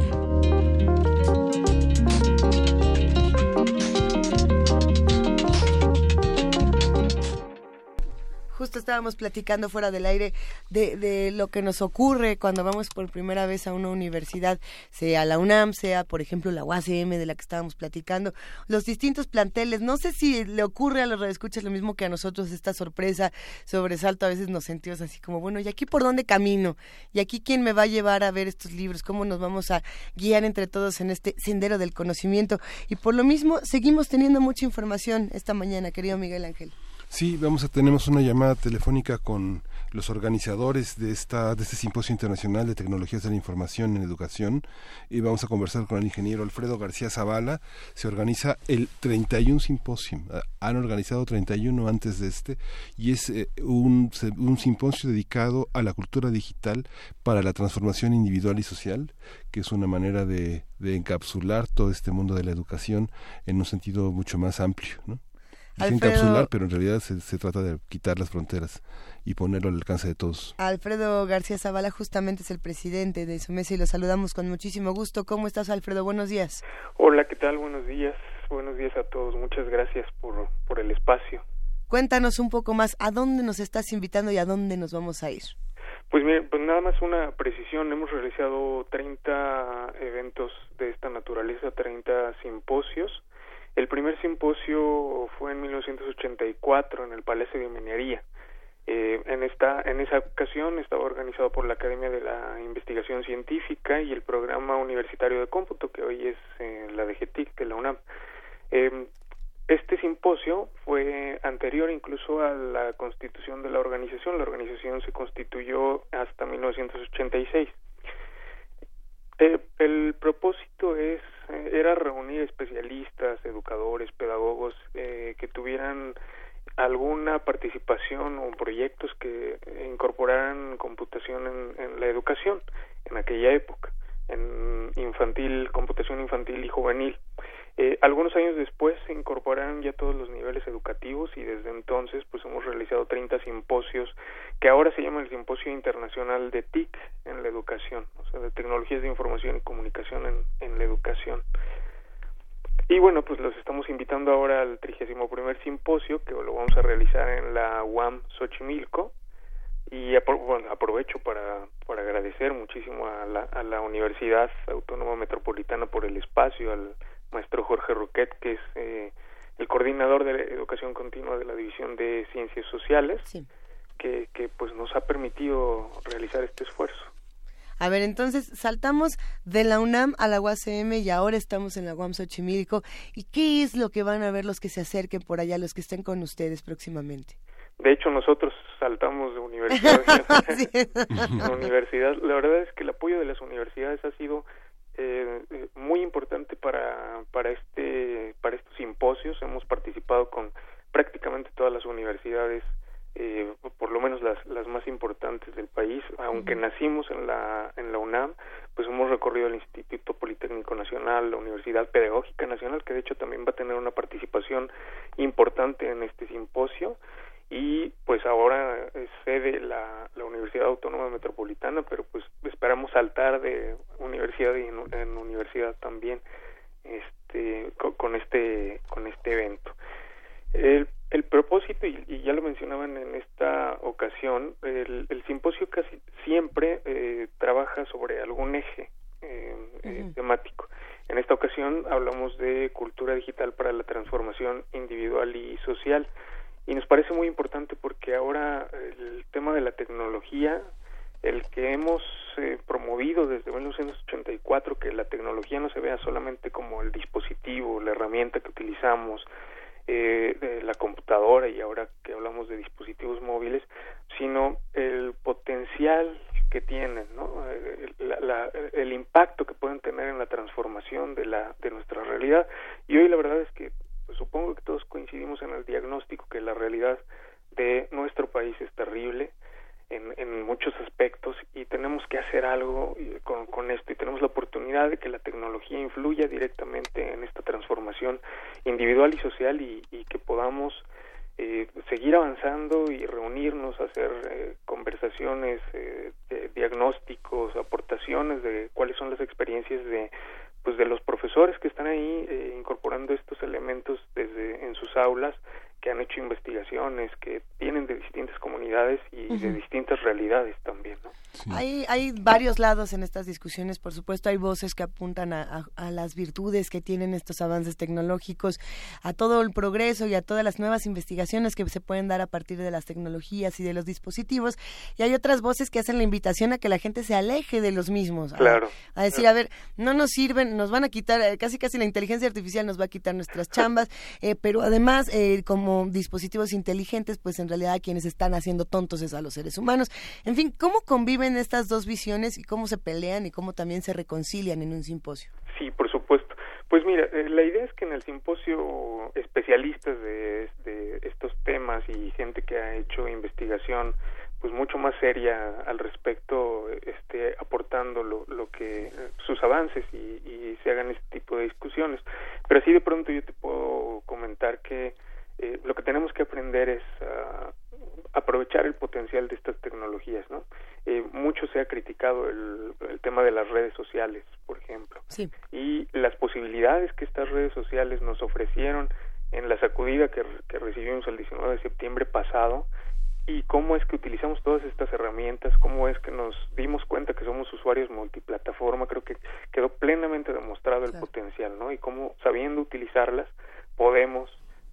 Justo estábamos platicando fuera del aire de lo que nos ocurre cuando vamos por primera vez a una universidad, sea la UNAM, sea por ejemplo la UACM de la que estábamos platicando, los distintos planteles. No sé si le ocurre a los radioescuchas lo mismo que a nosotros, esta sorpresa, sobresalto. A veces nos sentimos así como, bueno, ¿y aquí por dónde camino? ¿Y aquí quién me va a llevar a ver estos libros? ¿Cómo nos vamos a guiar entre todos en este sendero del conocimiento? Y por lo mismo seguimos teniendo mucha información esta mañana, querido Miguel Ángel. Sí, tenemos una llamada telefónica con los organizadores de este Simposio Internacional de Tecnologías de la Información en Educación, y vamos a conversar con el ingeniero Alfredo García Zavala. Se organiza el 31 simposio, han organizado 31 antes de este, y es un simposio dedicado a la cultura digital para la transformación individual y social, que es una manera de encapsular todo este mundo de la educación en un sentido mucho más amplio, ¿no? Encapsular, pero en realidad se trata de quitar las fronteras y ponerlo al alcance de todos. Alfredo García Zavala justamente es el presidente de SUMESA y lo saludamos con muchísimo gusto. ¿Cómo estás, Alfredo? Buenos días. Hola, ¿qué tal? Buenos días a todos. Muchas gracias por el espacio. Cuéntanos un poco más, ¿a dónde nos estás invitando y a dónde nos vamos a ir? Pues miren, pues nada más una precisión. Hemos realizado 30 eventos de esta naturaleza, 30 simposios. El primer simposio fue en 1984 en el Palacio de Minería. En esa ocasión estaba organizado por la Academia de la Investigación Científica y el Programa Universitario de Cómputo, que hoy es la DGTIC de la UNAM. Este simposio fue anterior incluso a la constitución de la organización. La organización se constituyó hasta 1986. El propósito era reunir especialistas, educadores, pedagogos que tuvieran alguna participación o proyectos que incorporaran computación en la educación en aquella época, en computación infantil y juvenil. Algunos años después se incorporaron ya todos los niveles educativos y desde entonces pues hemos realizado 30 simposios que ahora se llama el Simposio Internacional de TIC en la educación, o sea, de Tecnologías de Información y Comunicación en la educación. Y bueno, pues los estamos invitando ahora al 31º simposio, que lo vamos a realizar en la UAM Xochimilco. Y aprovecho para agradecer muchísimo a la Universidad Autónoma Metropolitana por el espacio, al maestro Jorge Roquet, que es el coordinador de educación continua de la División de Ciencias Sociales, sí, que pues nos ha permitido realizar este esfuerzo. A ver, entonces saltamos de la UNAM a la UACM y ahora estamos en la UAM Xochimilco. ¿Y qué es lo que van a ver los que se acerquen por allá, los que estén con ustedes próximamente? De hecho, nosotros saltamos de universidad a universidad. La verdad es que el apoyo de las universidades ha sido muy importante para estos simposios. Hemos participado con prácticamente todas las universidades, por lo menos las más importantes del país. Aunque nacimos en la UNAM, pues hemos recorrido el Instituto Politécnico Nacional, la Universidad Pedagógica Nacional, que de hecho también va a tener una participación importante en este simposio. Y pues ahora es sede la Universidad Autónoma Metropolitana, pero pues esperamos saltar de universidad en universidad también con este evento. El propósito, y ya lo mencionaban en esta ocasión, el simposio casi siempre trabaja sobre algún eje temático. En esta ocasión hablamos de cultura digital para la transformación individual y social. Y nos parece muy importante porque ahora el tema de la tecnología, el que hemos promovido desde 1984, que la tecnología no se vea solamente como el dispositivo, la herramienta que utilizamos, de la computadora, y ahora que hablamos de dispositivos móviles, sino el potencial que tienen, ¿no? El impacto que pueden tener en la transformación de nuestra realidad. Y hoy la verdad es que pues supongo que todos coincidimos en el diagnóstico que la realidad de nuestro país es terrible en muchos aspectos, y tenemos que hacer algo con esto, y tenemos la oportunidad de que la tecnología influya directamente en esta transformación individual y social, y que podamos seguir avanzando y reunirnos, hacer conversaciones, diagnósticos, aportaciones de cuáles son las experiencias de los profesores que están ahí incorporando estos elementos en sus aulas, que han hecho investigaciones, que vienen de distintas comunidades y de distintas realidades también, ¿no? Sí. Hay varios lados en estas discusiones, por supuesto. Hay voces que apuntan a las virtudes que tienen estos avances tecnológicos, a todo el progreso y a todas las nuevas investigaciones que se pueden dar a partir de las tecnologías y de los dispositivos, y hay otras voces que hacen la invitación a que la gente se aleje de los mismos, a decir, a ver, no nos sirven, nos van a quitar, casi la inteligencia artificial nos va a quitar nuestras chambas, pero además como dispositivos inteligentes, pues en realidad quienes están haciendo tontos es a los seres humanos. En fin, ¿cómo conviven estas dos visiones y cómo se pelean y cómo también se reconcilian en un simposio? Sí, por supuesto. Pues mira, la idea es que en el simposio especialistas de estos temas y gente que ha hecho investigación pues mucho más seria al respecto, aportando lo que sus avances y se hagan este tipo de discusiones. Pero así de pronto yo te puedo comentar que lo que tenemos que aprender es aprovechar el potencial de estas tecnologías, ¿no? Mucho se ha criticado el tema de las redes sociales, por ejemplo, sí, y las posibilidades que estas redes sociales nos ofrecieron en la sacudida que recibimos el 19 de septiembre pasado, y cómo es que utilizamos todas estas herramientas, cómo es que nos dimos cuenta que somos usuarios multiplataforma. Creo que quedó plenamente demostrado el potencial, ¿no? Y cómo, sabiendo utilizarlas, podemos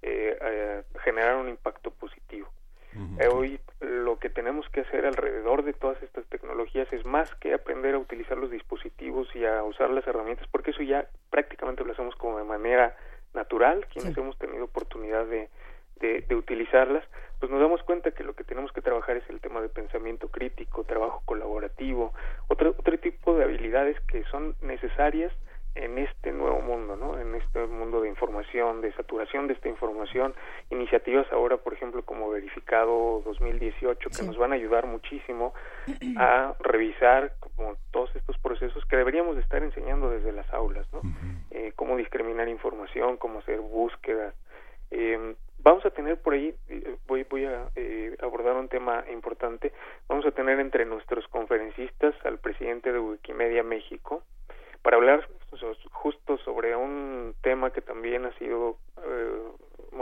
generar un impacto positivo. Hoy lo que tenemos que hacer alrededor de todas estas tecnologías es más que aprender a utilizar los dispositivos y a usar las herramientas, porque eso ya prácticamente lo hacemos como de manera natural, quienes hemos tenido oportunidad de utilizarlas, pues nos damos cuenta que lo que tenemos que trabajar es el tema de pensamiento crítico, trabajo colaborativo, otro tipo de habilidades que son necesarias en este nuevo mundo, ¿no? En este mundo de información, de saturación de esta información, iniciativas ahora, por ejemplo, como Verificado 2018, que nos van a ayudar muchísimo a revisar como todos estos procesos que deberíamos de estar enseñando desde las aulas, ¿no? Cómo discriminar información, cómo hacer búsquedas. Vamos a tener por ahí, voy a abordar un tema importante. Vamos a tener entre nuestros conferencistas al presidente de Wikimedia México, para hablar justo sobre un tema que también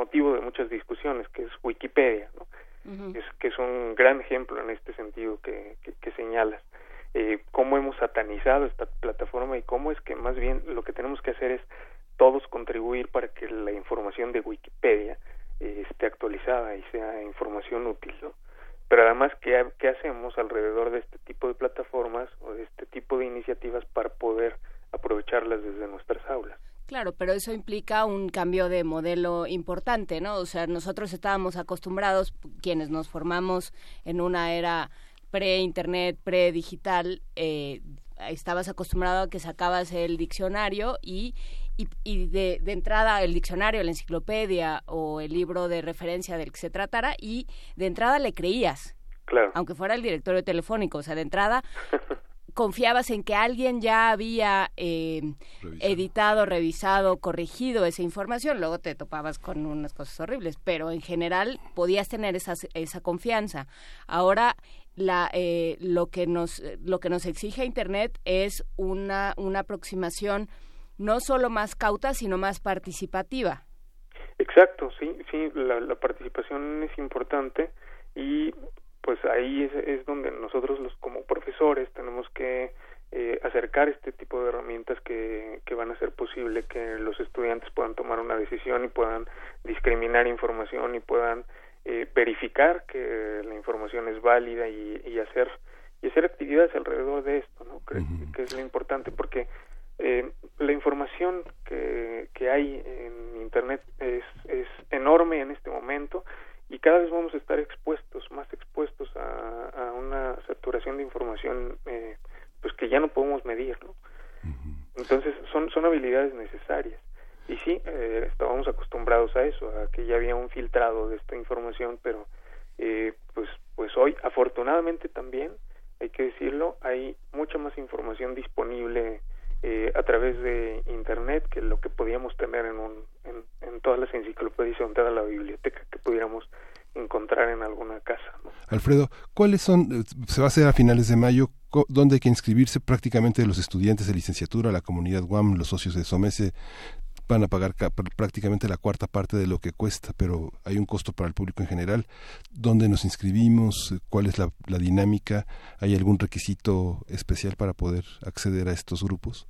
motivo de muchas discusiones, que es Wikipedia, ¿no? Que es un gran ejemplo en este sentido que señalas. Cómo hemos satanizado esta plataforma y cómo es que más bien lo que tenemos que hacer es todos contribuir para que la información de Wikipedia esté actualizada y sea información útil, ¿no? Pero además, ¿qué hacemos alrededor de este tipo de plataformas o de este tipo de iniciativas para poder aprovecharlas desde nuestras aulas? Claro, pero eso implica un cambio de modelo importante, ¿no? O sea, nosotros estábamos acostumbrados, quienes nos formamos en una era pre-internet, pre-digital, estabas acostumbrado a que sacabas el diccionario y de entrada el diccionario, la enciclopedia o el libro de referencia del que se tratara, y de entrada le creías. Claro. Aunque fuera el directorio telefónico, o sea, de entrada confiabas en que alguien ya había editado, revisado, corregido esa información. Luego te topabas con unas cosas horribles, pero en general podías tener esa confianza. Ahora lo que nos exige Internet es una aproximación no solo más cauta, sino más participativa. Exacto, sí, la participación es importante y pues ahí es donde nosotros como profesores tenemos que acercar este tipo de herramientas que van a hacer posible que los estudiantes puedan tomar una decisión y puedan discriminar información y puedan verificar que la información es válida y hacer actividades alrededor de esto, ¿no? Que es lo importante, porque la información que hay en Internet es enorme en este momento y cada vez vamos a estar más expuestos a una saturación de información pues que ya no podemos medir, ¿no? Entonces son habilidades necesarias. Y sí, estábamos acostumbrados a eso, a que ya había un filtrado de esta información, pero pues hoy, afortunadamente también, hay que decirlo, hay mucha más información disponible a través de Internet que lo que podíamos tener en todas las enciclopedias o en toda la biblioteca que pudiéramos encontrar en alguna casa, ¿no? Alfredo, ¿cuáles son? Se va a hacer a finales de mayo. ¿Dónde hay que inscribirse? Prácticamente los estudiantes de licenciatura, la comunidad UAM, los socios de SOMESE van a pagar prácticamente la cuarta parte de lo que cuesta, pero hay un costo para el público en general. ¿Dónde nos inscribimos? ¿Cuál es la dinámica? ¿Hay algún requisito especial para poder acceder a estos grupos?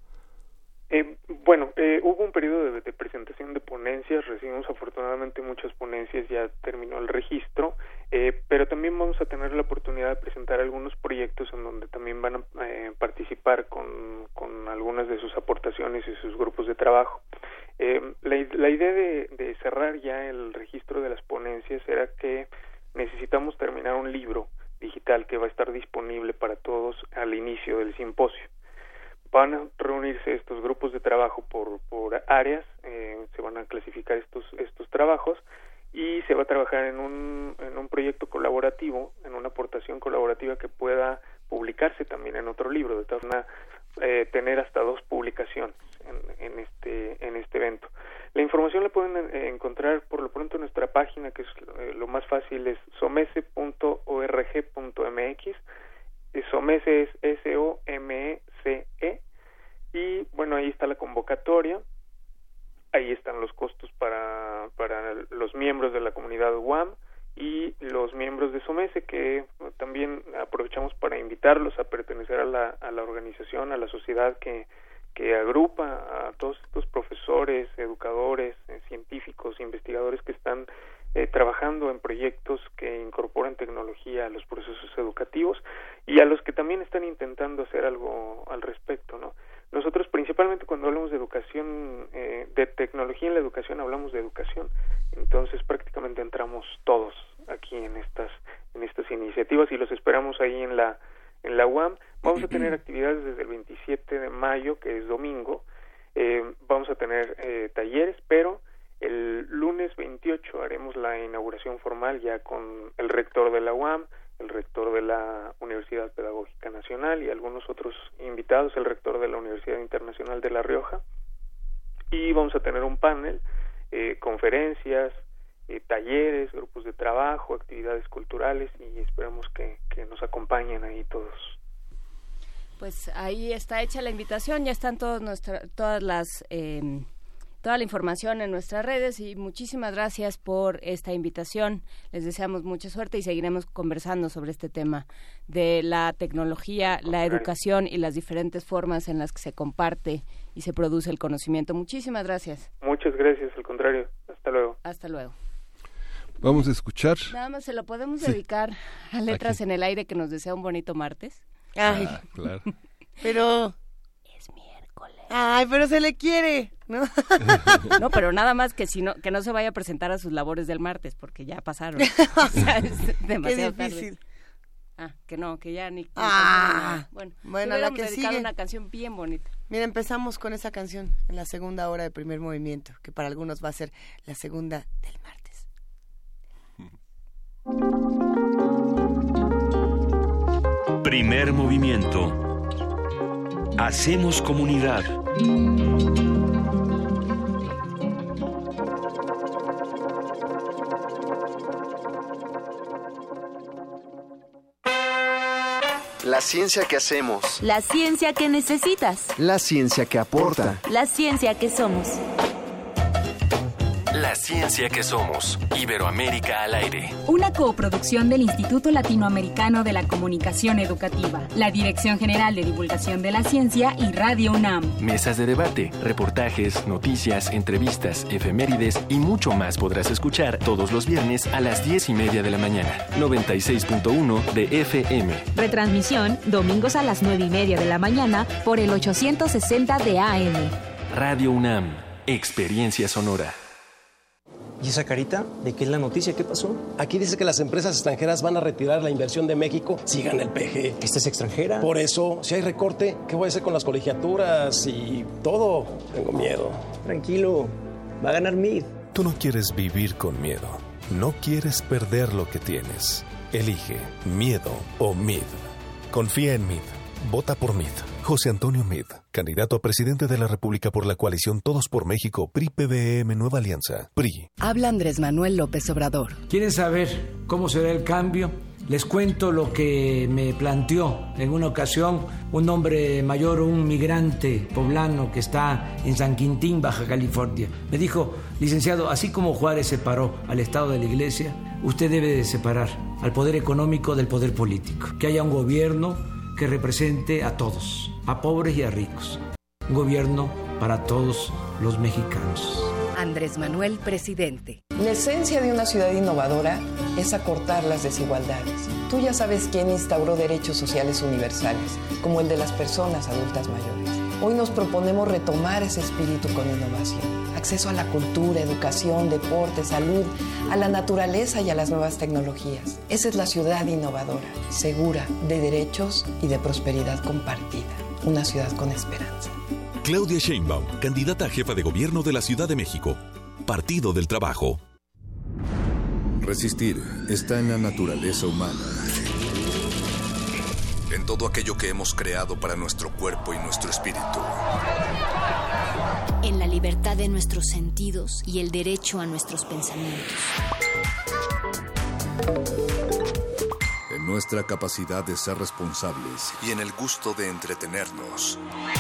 Hubo un periodo de presentación de ponencias, recibimos afortunadamente muchas ponencias, ya terminó el registro, pero también vamos a tener la oportunidad de presentar algunos proyectos en donde también van a participar con algunas de sus aportaciones y sus grupos de trabajo. La idea de cerrar ya el registro de las ponencias era que necesitamos terminar un libro digital que va a estar disponible para todos al inicio del simposio. Van a reunirse estos grupos de trabajo por áreas, se van a clasificar estos trabajos y se va a trabajar en un proyecto colaborativo, en una aportación colaborativa que pueda publicarse también en otro libro, de tal forma tener hasta 2 publicaciones en este evento. La información la pueden encontrar por lo pronto en nuestra página, que es lo más fácil, es somese.org.mx. SOMESE es SOMECE, y bueno, ahí está la convocatoria, ahí están los costos para los miembros de la comunidad UAM y los miembros de SOMESE, que también aprovechamos para invitarlos a pertenecer a la organización, a la sociedad que agrupa a todos estos profesores, educadores, científicos, investigadores que están trabajando en proyectos que incorporan tecnología a los procesos educativos y a los que también están intentando hacer algo al respecto, ¿no? Nosotros principalmente cuando hablamos de educación, de tecnología en la educación, hablamos de educación. Entonces prácticamente entramos todos aquí en estas iniciativas y los esperamos ahí en la UAM. Vamos a tener actividades desde el 27 de mayo, que es domingo. Vamos a tener talleres, pero el lunes 28 haremos la inauguración formal ya con el rector de la UAM, el rector de la Universidad Pedagógica Nacional y algunos otros invitados, el rector de la Universidad Internacional de La Rioja, y vamos a tener un panel, conferencias, talleres, grupos de trabajo, actividades culturales, y esperamos que nos acompañen ahí todos. Pues ahí está hecha la invitación, ya están todas las toda la información en nuestras redes y muchísimas gracias por esta invitación. Les deseamos mucha suerte y seguiremos conversando sobre este tema de la tecnología, la educación y las diferentes formas en las que se comparte y se produce el conocimiento. Muchísimas gracias. Muchas gracias, al contrario. Hasta luego. Hasta luego. Vamos a escuchar. Nada más se lo podemos dedicar a Letras en el Aire, que nos desea un bonito martes. Ay, claro. Pero es miércoles. Ay, pero se le quiere, ¿no? No, pero nada más que que no se vaya a presentar a sus labores del martes, porque ya pasaron. O sea, es demasiado Qué difícil. Tarde. Que no, que ya ni. Bueno, la que sigue. Una canción bien bonita. Mira, empezamos con esa canción en la segunda hora de Primer Movimiento, que para algunos va a ser la segunda del martes. Primer movimiento. Hacemos comunidad. La ciencia que hacemos. La ciencia que necesitas. La ciencia que aporta. La ciencia que somos. La ciencia que somos. Iberoamérica al aire. Una coproducción del Instituto Latinoamericano de la Comunicación Educativa, la Dirección General de Divulgación de la Ciencia y Radio UNAM. Mesas de debate, reportajes, noticias, entrevistas, efemérides y mucho más podrás escuchar todos los viernes a las 10:30 de la mañana. 96.1 de FM. Retransmisión domingos a las 9:30 de la mañana por el 860 de AM. Radio UNAM. Experiencia sonora. ¿Y esa carita? ¿De qué es la noticia? ¿Qué pasó? Aquí dice que las empresas extranjeras van a retirar la inversión de México si gana el PG. ¿Esta es extranjera? Por eso, si hay recorte, ¿qué voy a hacer con las colegiaturas y todo? Tengo miedo. Tranquilo, va a ganar MID. Tú no quieres vivir con miedo. No quieres perder lo que tienes. Elige miedo o MID. Confía en MID. Vota por MID. José Antonio Meade, candidato a presidente de la República por la coalición Todos por México, PRI-PBM Nueva Alianza, PRI. Habla Andrés Manuel López Obrador. ¿Quieren saber cómo será el cambio? Les cuento lo que me planteó en una ocasión un hombre mayor, un migrante poblano que está en San Quintín, Baja California. Me dijo, licenciado, así como Juárez separó al Estado de la Iglesia, usted debe de separar al poder económico del poder político. Que haya un gobierno que represente a todos, a pobres y a ricos. Un gobierno para todos los mexicanos. Andrés Manuel, presidente. La esencia de una ciudad innovadora es acortar las desigualdades. Tú ya sabes quién instauró derechos sociales universales, como el de las personas adultas mayores. Hoy nos proponemos retomar ese espíritu con innovación. Acceso a la cultura, educación, deporte, salud, a la naturaleza y a las nuevas tecnologías. Esa es la ciudad innovadora, segura, de derechos y de prosperidad compartida. Una ciudad con esperanza. Claudia Sheinbaum, candidata a jefa de gobierno de la Ciudad de México. Partido del Trabajo. Resistir está en la naturaleza humana. En todo aquello que hemos creado para nuestro cuerpo y nuestro espíritu. En la libertad de nuestros sentidos y el derecho a nuestros pensamientos. En nuestra capacidad de ser responsables y en el gusto de entretenernos.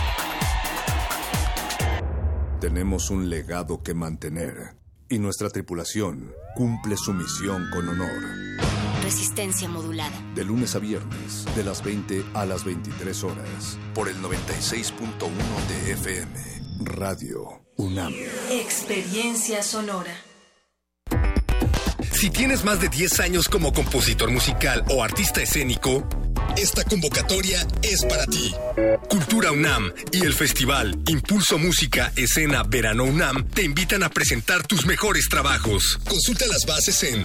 Tenemos un legado que mantener y nuestra tripulación cumple su misión con honor. Resistencia modulada. De lunes a viernes, de las 20 a las 23 horas, por el 96.1 de FM. Radio UNAM. Experiencia sonora. Si tienes más de 10 años como compositor musical o artista escénico, esta convocatoria es para ti. Cultura UNAM y el festival Impulso Música Escena Verano UNAM te invitan a presentar tus mejores trabajos. Consulta las bases en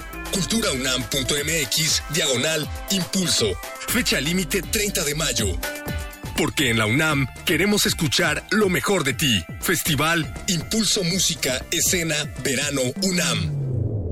culturaunam.mx/impulso. Fecha límite 30 de mayo. Porque en la UNAM queremos escuchar lo mejor de ti. Festival Impulso Música Escena Verano UNAM.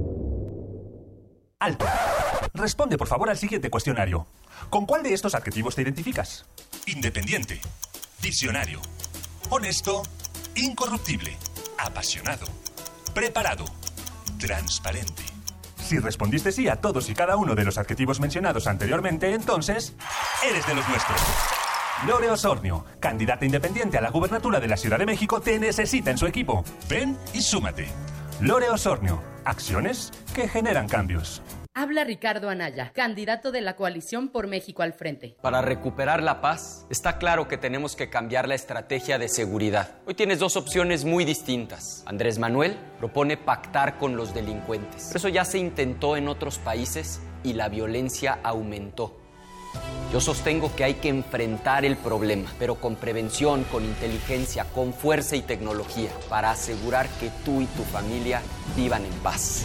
Alto. Responde por favor al siguiente cuestionario. ¿Con cuál de estos adjetivos te identificas? Independiente, visionario, honesto, incorruptible, apasionado, preparado, transparente. Si respondiste sí a todos y cada uno de los adjetivos mencionados anteriormente, entonces eres de los nuestros. Lore Osornio, candidata independiente a la gubernatura de la Ciudad de México, te necesita en su equipo. Ven y súmate. Lore Osornio, acciones que generan cambios. Habla Ricardo Anaya, candidato de la coalición por México al frente. Para recuperar la paz, está claro que tenemos que cambiar la estrategia de seguridad. Hoy tienes dos opciones muy distintas. Andrés Manuel propone pactar con los delincuentes. Pero eso ya se intentó en otros países y la violencia aumentó. Yo sostengo que hay que enfrentar el problema, pero con prevención, con inteligencia, con fuerza y tecnología, para asegurar que tú y tu familia vivan en paz.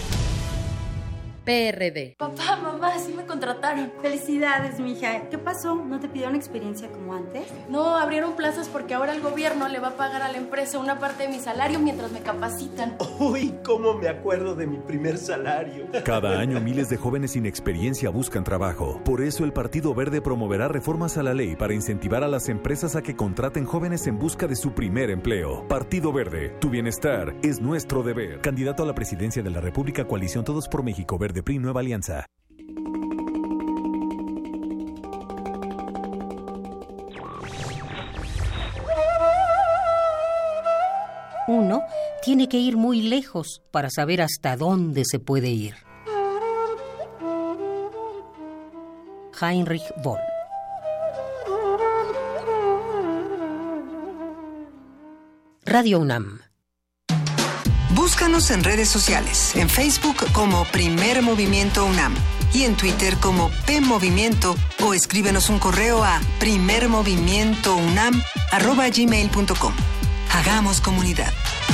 PRD. Papá, mamá, sí me contrataron. Felicidades, mija. ¿Qué pasó? ¿No te pidieron experiencia como antes? No, abrieron plazas porque ahora el gobierno le va a pagar a la empresa una parte de mi salario mientras me capacitan. Uy, cómo me acuerdo de mi primer salario. Cada año miles de jóvenes sin experiencia buscan trabajo. Por eso el Partido Verde promoverá reformas a la ley para incentivar a las empresas a que contraten jóvenes en busca de su primer empleo. Partido Verde, tu bienestar es nuestro deber. Candidato a la presidencia de la República, Coalición Todos por México, Verde PRI, Nueva Alianza. Uno tiene que ir muy lejos para saber hasta dónde se puede ir. Heinrich Böll. Radio UNAM. Búscanos en redes sociales, en Facebook como Primer Movimiento UNAM y en Twitter como PMovimiento, o escríbenos un correo a primermovimientounam@gmail.com. Hagamos comunidad.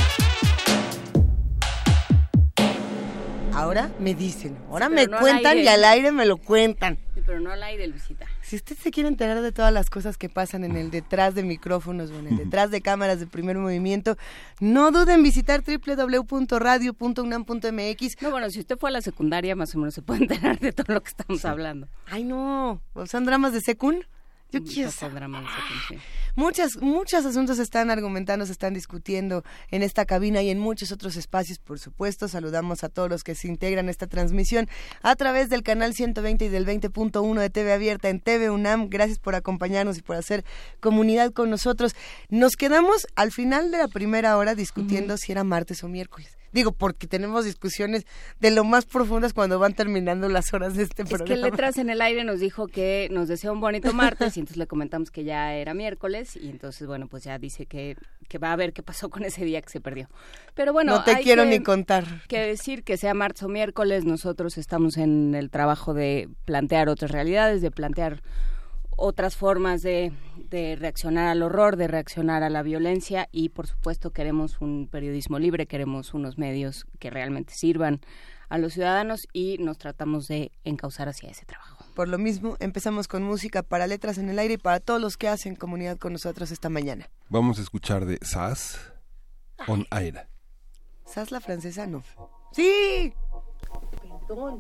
Ahora me dicen, ahora me cuentan y al aire me lo cuentan. Sí, pero no al aire, Luisita. Si usted se quiere enterar de todas las cosas que pasan en el detrás de micrófonos o en el detrás de cámaras de Primer Movimiento, no duden en visitar www.radio.unam.mx. No, bueno, si usted fue a la secundaria, más o menos se puede enterar de todo lo que estamos hablando. Ay, no, ¿son dramas de secund? Yo quiero saber. Muchos asuntos se están argumentando, se están discutiendo en esta cabina y en muchos otros espacios, por supuesto. Saludamos a todos los que se integran a esta transmisión a través del canal 120 y del 20.1 de TV Abierta en TV UNAM. Gracias por acompañarnos y por hacer comunidad con nosotros. Nos quedamos al final de la primera hora discutiendo si era martes o miércoles. Digo, porque tenemos discusiones de lo más profundas cuando van terminando las horas de este programa. Es que Letras en el Aire nos dijo que nos desea un bonito martes y entonces le comentamos que ya era miércoles y entonces, bueno, pues ya dice que va a ver qué pasó con ese día que se perdió. Pero bueno, no te quiero ni contar. Que decir que sea martes o miércoles, nosotros estamos en el trabajo de plantear otras realidades, de plantear otras formas de reaccionar al horror, de reaccionar a la violencia y por supuesto queremos un periodismo libre, queremos unos medios que realmente sirvan a los ciudadanos y nos tratamos de encauzar hacia ese trabajo. Por lo mismo, empezamos con música para Letras en el Aire y para todos los que hacen comunidad con nosotros esta mañana. Vamos a escuchar de Sass on Air. Sass la francesa, no. ¡Sí! Perdón.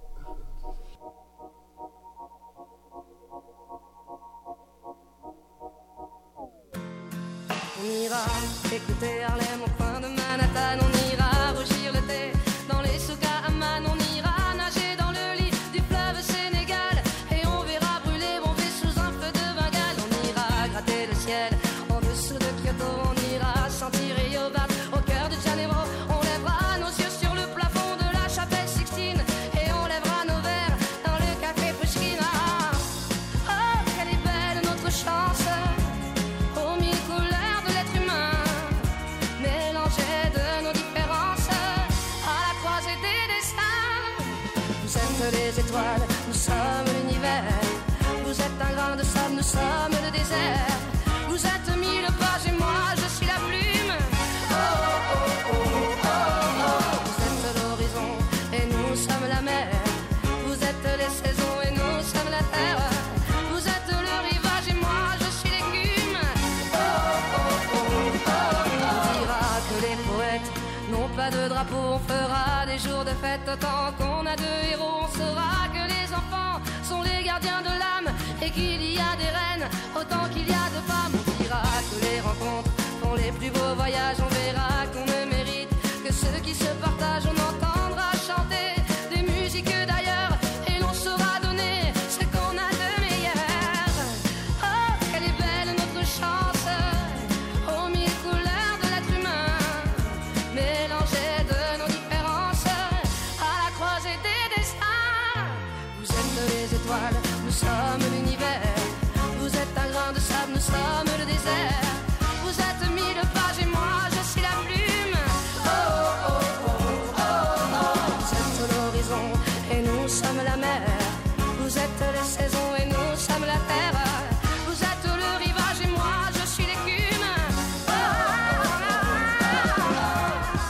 On ira écouter Harlem au coin de Manhattan, on ira rougir le thé dans les souks à Amman, on ira nager dans le lit du fleuve Sénégal et on verra brûler bomber sous un feu de Bengale. On ira gratter le ciel en dessous de Kyoto, on ira sentir Rio Bar au cœur de Janeiro, on lèvera nos yeux sur le plafond de la chapelle Sixtine et on lèvera nos verres dans le café Pushkin. Oh, quelle est belle notre chance. Les étoiles, nous sommes l'univers. Vous êtes un grain de sable, nous sommes le désert. Vous êtes mille pages et moi je suis la plume. Oh oh oh oh oh oh. Vous êtes l'horizon et nous sommes la mer. Vous êtes les saisons et nous sommes la terre. Vous êtes le rivage et moi je suis l'écume. Oh oh oh oh oh. On dira que les poètes n'ont pas de drapeau, on fera des jours de fête tant qu'on a deux héros. On saura que les enfants sont les gardiens de l'âme et qu'il y a des reines autant qu'il y a de femmes. On dira que les rencontres font les plus beaux voyages. On verra qu'on ne mérite que ceux qui se partagent. On entendra chanter des musiques d'ailleurs et l'on saura donner ce qu'on a de meilleur. Oh, quelle est belle sommes l'univers. Vous êtes un grain de sable, nous sommes le désert. Vous êtes 1000 pages et moi je suis la plume. Oh, oh, oh, oh, oh, oh. Vous êtes l'horizon et nous sommes la mer. Vous êtes les saisons et nous sommes la terre. Vous êtes le rivage et moi je suis l'écume. Oh, oh, oh, oh.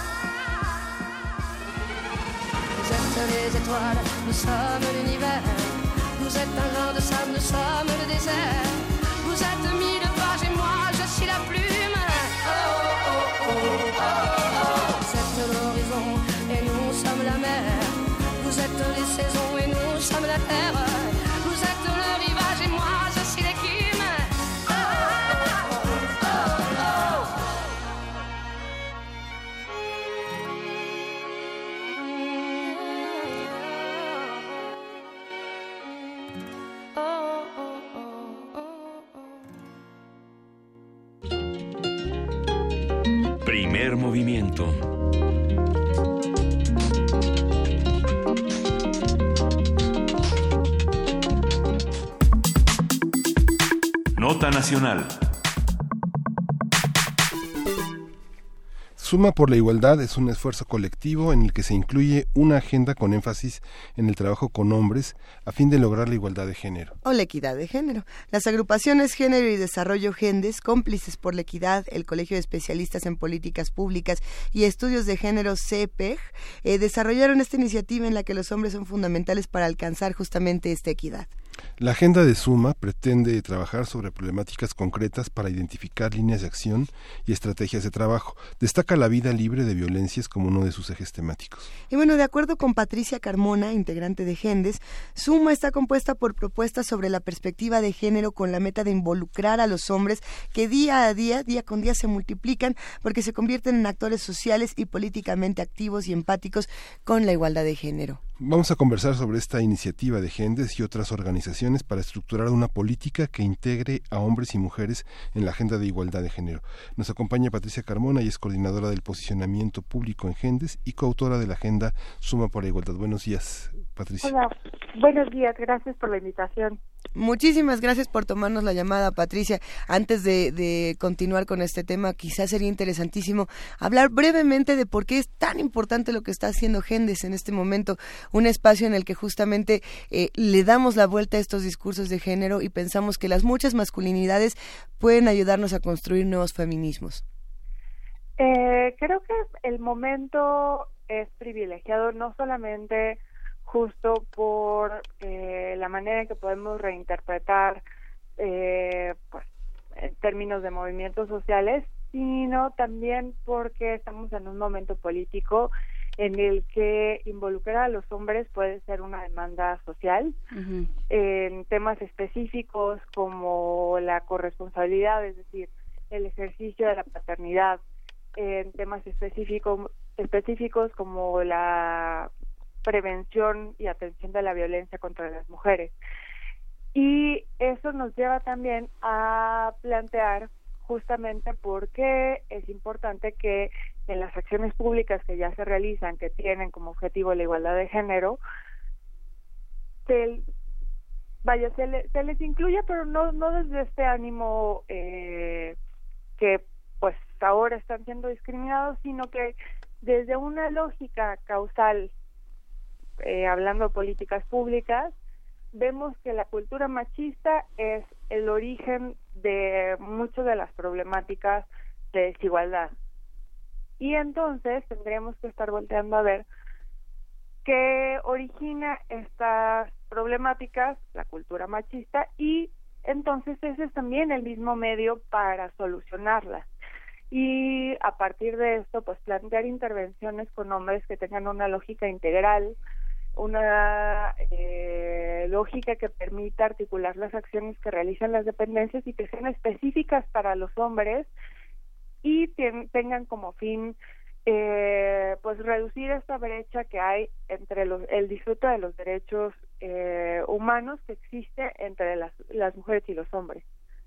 Vous êtes les étoiles, nous sommes l'univers. Vous êtes un grain de sable, nous sommes le désert. Vous êtes 1000 pages et moi je suis la plume. Oh, oh, oh, oh, oh. Vous êtes l'horizon et nous sommes la mer. Vous êtes les saisons et nous sommes la terre. Vous êtes le rivage et moi je suis l'écume. Oh, oh, oh, oh, oh. Primer movimiento. Nota nacional. Suma por la Igualdad es un esfuerzo colectivo en el que se incluye una agenda con énfasis en el trabajo con hombres a fin de lograr la igualdad de género. O la equidad de género. Las agrupaciones Género y Desarrollo Gendes, Cómplices por la Equidad, el Colegio de Especialistas en Políticas Públicas y Estudios de Género CEPEG, desarrollaron esta iniciativa en la que los hombres son fundamentales para alcanzar justamente esta equidad. La agenda de Suma pretende trabajar sobre problemáticas concretas para identificar líneas de acción y estrategias de trabajo. Destaca la vida libre de violencias como uno de sus ejes temáticos. Y bueno, de acuerdo con Patricia Carmona, integrante de Gendes, Suma está compuesta por propuestas sobre la perspectiva de género con la meta de involucrar a los hombres que día con día se multiplican porque se convierten en actores sociales y políticamente activos y empáticos con la igualdad de género. Vamos a conversar sobre esta iniciativa de Gendes y otras organizaciones para estructurar una política que integre a hombres y mujeres en la agenda de igualdad de género. Nos acompaña Patricia Carmona y es coordinadora del posicionamiento público en Gendes y coautora de la agenda Suma por la Igualdad. Buenos días, Patricia. Hola, buenos días, gracias por la invitación. Muchísimas gracias por tomarnos la llamada, Patricia. Antes de continuar con este tema, quizás sería interesantísimo hablar brevemente de por qué es tan importante lo que está haciendo Gendes en este momento, un espacio en el que justamente le damos la vuelta a estos discursos de género y pensamos que las muchas masculinidades pueden ayudarnos a construir nuevos feminismos. Creo que el momento es privilegiado, no solamente justo por la manera en que podemos reinterpretar pues en términos de movimientos sociales, sino también porque estamos en un momento político en el que involucrar a los hombres puede ser una demanda social, uh-huh, en temas específicos como la corresponsabilidad, es decir, el ejercicio de la paternidad, en temas específicos como la prevención y atención de la violencia contra las mujeres. Y eso nos lleva también a plantear justamente por qué es importante que en las acciones públicas que ya se realizan, que tienen como objetivo la igualdad de género, se les incluya, pero no desde este ánimo que pues ahora están siendo discriminados, sino que desde una lógica causal, hablando de políticas públicas, vemos que la cultura machista es el origen de muchas de las problemáticas de desigualdad. Y entonces tendremos que estar volteando a ver qué origina estas problemáticas, la cultura machista, y entonces ese es también el mismo medio para solucionarlas. Y a partir de esto, pues plantear intervenciones con hombres que tengan una lógica integral, una lógica que permita articular las acciones que realizan las dependencias y que sean específicas para los hombres y tengan como fin pues reducir esta brecha que hay entre el disfrute de los derechos humanos que existe entre las mujeres y los hombres.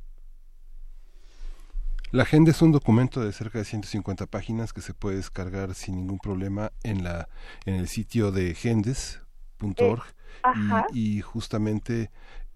La agenda es un documento de cerca de 150 páginas que se puede descargar sin ningún problema en el sitio de gendes.org y justamente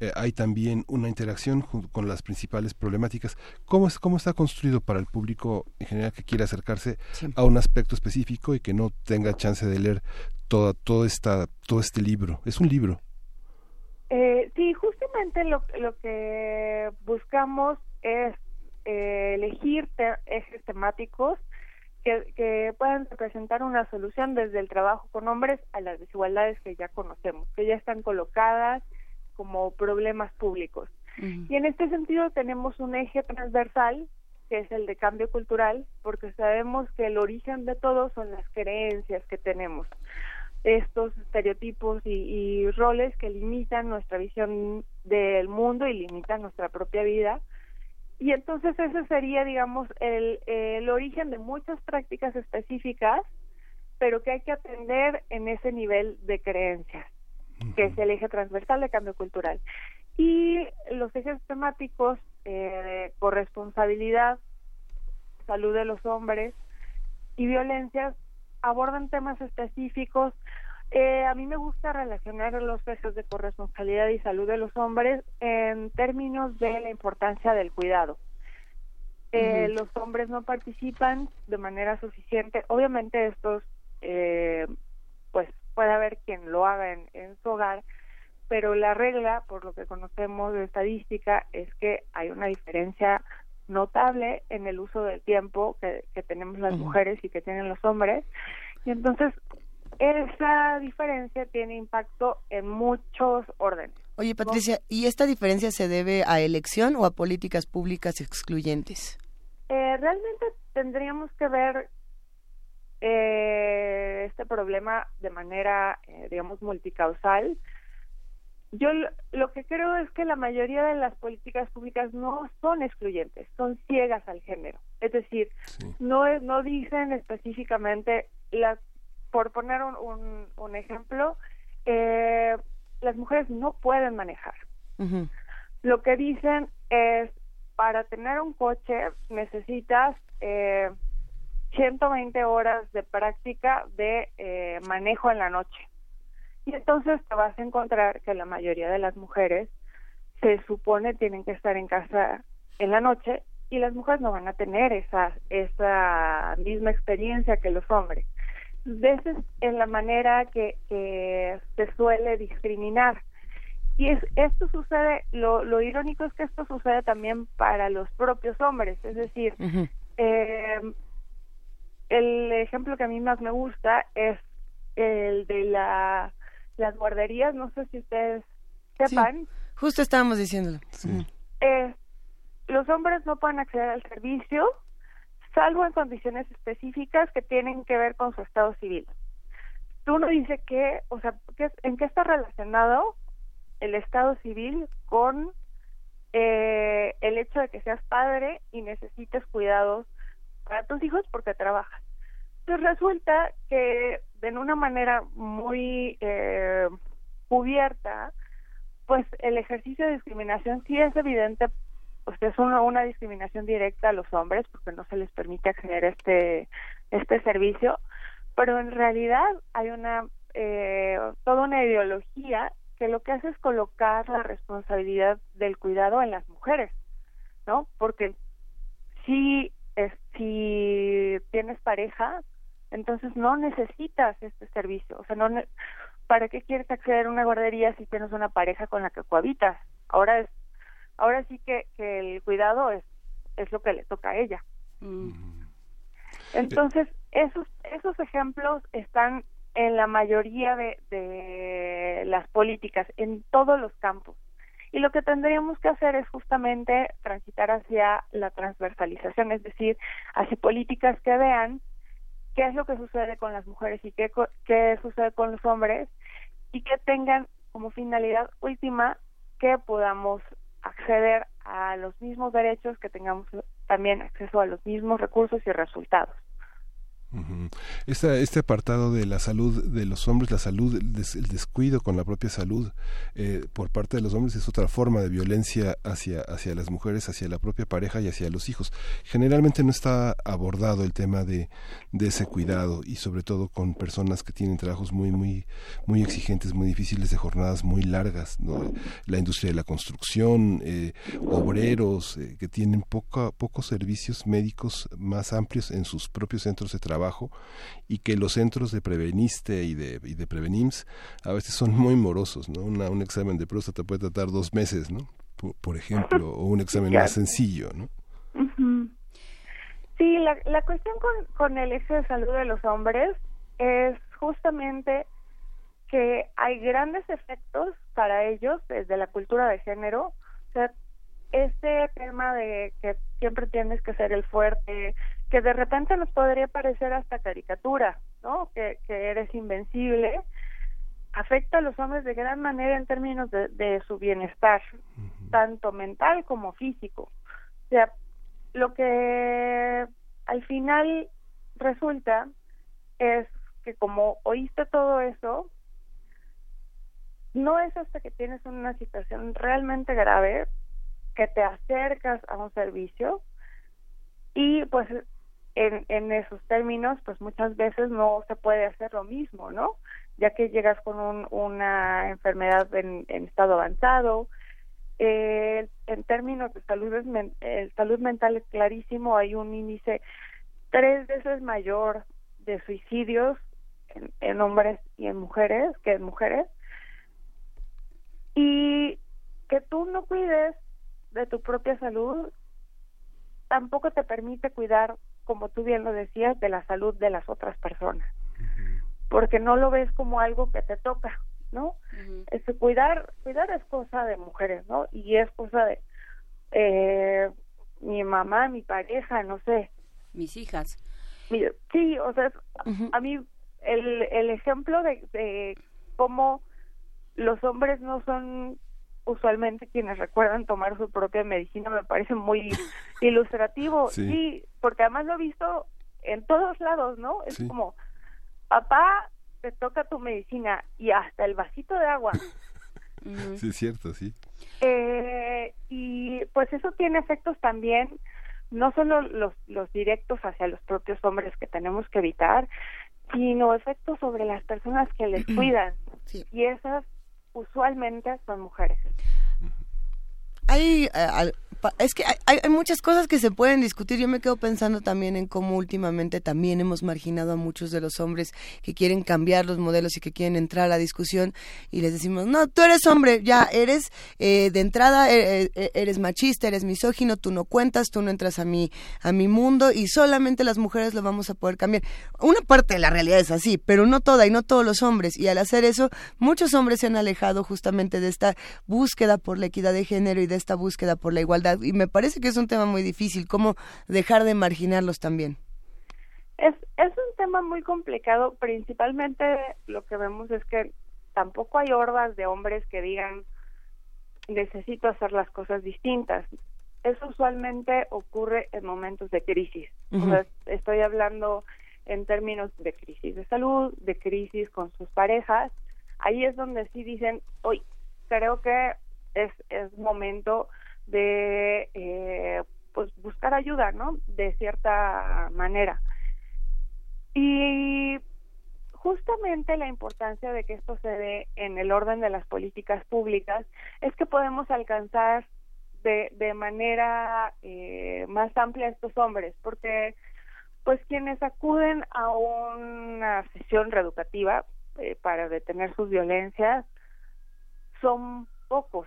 hay también una interacción con las principales problemáticas. ¿Cómo está construido para el público en general que quiere acercarse a un aspecto específico y que no tenga chance de leer todo este libro? Es un libro. Sí, justamente lo que buscamos es elegir ejes temáticos que puedan representar una solución desde el trabajo con hombres a las desigualdades que ya conocemos, que ya están colocadas como problemas públicos. Uh-huh. Y en este sentido tenemos un eje transversal, que es el de cambio cultural, porque sabemos que el origen de todo son las creencias que tenemos, estos estereotipos y roles que limitan nuestra visión del mundo y limitan nuestra propia vida. Y entonces ese sería, digamos, el origen de muchas prácticas específicas, pero que hay que atender en ese nivel de creencias, que es el eje transversal de cambio cultural. Y los ejes temáticos, corresponsabilidad, salud de los hombres y violencias, abordan temas específicos. A mí me gusta relacionar los ejes de corresponsabilidad y salud de los hombres en términos de la importancia del cuidado. Los hombres no participan de manera suficiente. Obviamente estos, pues puede haber quien lo haga en su hogar, pero la regla, por lo que conocemos de estadística, es que hay una diferencia notable en el uso del tiempo que tenemos las mujeres y que tienen los hombres. Y entonces esa diferencia tiene impacto en muchos órdenes. Oye, Patricia, ¿y esta diferencia se debe a elección o a políticas públicas excluyentes? Realmente tendríamos que ver este problema de manera, digamos, multicausal. Yo lo que creo es que la mayoría de las políticas públicas no son excluyentes, son ciegas al género. Es decir, no dicen específicamente, por poner un ejemplo, las mujeres no pueden manejar. Uh-huh. Lo que dicen es, para tener un coche necesitas 120 horas de práctica de manejo en la noche. Y entonces te vas a encontrar que la mayoría de las mujeres se supone tienen que estar en casa en la noche y las mujeres no van a tener esa misma experiencia que los hombres. Esa es la manera que se suele discriminar. Y esto sucede, lo irónico es que esto sucede también para los propios hombres, es decir, uh-huh. El ejemplo que a mí más me gusta es el de las guarderías, no sé si ustedes sepan. Sí, justo estábamos diciéndolo. Sí. Los hombres no pueden acceder al servicio, salvo en condiciones específicas que tienen que ver con su estado civil. Uno dice que, o sea, ¿en qué está relacionado el estado civil con el hecho de que seas padre y necesites cuidados para tus hijos porque trabajas? Entonces resulta que de una manera muy cubierta, pues el ejercicio de discriminación sí es evidente, pues es una discriminación directa a los hombres porque no se les permite acceder a este servicio, pero en realidad hay toda una ideología que lo que hace es colocar la responsabilidad del cuidado en las mujeres, ¿no? Porque si tienes pareja, entonces no necesitas este servicio. O sea, ¿para qué quieres acceder a una guardería si tienes una pareja con la que cohabitas? Ahora sí que el cuidado es lo que le toca a ella. Entonces, esos ejemplos están en la mayoría de las políticas, en todos los campos. Y lo que tendríamos que hacer es justamente transitar hacia la transversalización, es decir, hacia políticas que vean qué es lo que sucede con las mujeres y qué sucede con los hombres, y que tengan como finalidad última que podamos acceder a los mismos derechos, que tengamos también acceso a los mismos recursos y resultados. Este apartado de la salud de los hombres, la salud, el descuido con la propia salud por parte de los hombres es otra forma de violencia hacia las mujeres, hacia la propia pareja y hacia los hijos. Generalmente no está abordado el tema de ese cuidado, y sobre todo con personas que tienen trabajos muy exigentes, muy difíciles, de jornadas muy largas, ¿no? La industria de la construcción, obreros que tienen pocos servicios médicos más amplios en sus propios centros de trabajo, y que los centros de Preveniste y de Prevenims a veces son muy morosos, ¿no? Un examen de próstata puede tratar 2 meses, ¿no? Por ejemplo, o un examen más sencillo, ¿no? Sí, la cuestión con el eje de salud de los hombres es justamente que hay grandes efectos para ellos desde la cultura de género. O sea, este tema de que siempre tienes que ser el fuerte, que de repente nos podría parecer hasta caricatura, ¿no? Que eres invencible, afecta a los hombres de gran manera en términos de su bienestar, tanto mental como físico. O sea, lo que al final resulta es que como oíste todo eso, no es hasta que tienes una situación realmente grave que te acercas a un servicio, y pues en esos términos pues muchas veces no se puede hacer lo mismo, ¿no? Ya que llegas con una enfermedad en estado avanzado. En términos de salud mental es clarísimo, hay un índice 3 veces mayor de suicidios en hombres y en mujeres que en mujeres, y que tú no cuides de tu propia salud tampoco te permite cuidar, como tú bien lo decías, de la salud de las otras personas, porque no lo ves como algo que te toca, ¿no? Cuidar es cosa de mujeres, ¿no? Y es cosa de mi mamá, mi pareja, no sé, mis hijas. Sí, o sea, a mí el ejemplo de cómo los hombres no son usualmente quienes recuerdan tomar su propia medicina me parece muy ilustrativo. Sí, porque además lo he visto en todos lados, ¿no? Es como, papá, te toca tu medicina, y hasta el vasito de agua. Sí, es cierto, sí. Y pues eso tiene efectos también, no solo los directos hacia los propios hombres que tenemos que evitar, sino efectos sobre las personas que les cuidan. Sí. Y esas usualmente son mujeres. Es que hay muchas cosas que se pueden discutir. Yo me quedo pensando también en cómo últimamente también hemos marginado a muchos de los hombres que quieren cambiar los modelos y que quieren entrar a la discusión, y les decimos, no, tú eres hombre, ya eres de entrada, eres machista, eres misógino, tú no cuentas, tú no entras a mi mundo, y solamente las mujeres lo vamos a poder cambiar. Una parte de la realidad es así, pero no toda, y no todos los hombres, y al hacer eso muchos hombres se han alejado justamente de esta búsqueda por la equidad de género y de esta búsqueda por la igualdad, y me parece que es un tema muy difícil, cómo dejar de marginarlos también. Es un tema muy complicado. Principalmente lo que vemos es que tampoco hay hordas de hombres que digan necesito hacer las cosas distintas. Eso usualmente ocurre en momentos de crisis. O sea, estoy hablando en términos de crisis de salud, de crisis con sus parejas. Ahí es donde sí dicen, hoy creo que es momento de pues buscar ayuda, ¿no? De cierta manera. Y justamente la importancia de que esto se dé en el orden de las políticas públicas es que podemos alcanzar de manera más amplia a estos hombres, porque pues quienes acuden a una sesión reeducativa para detener sus violencias son pocos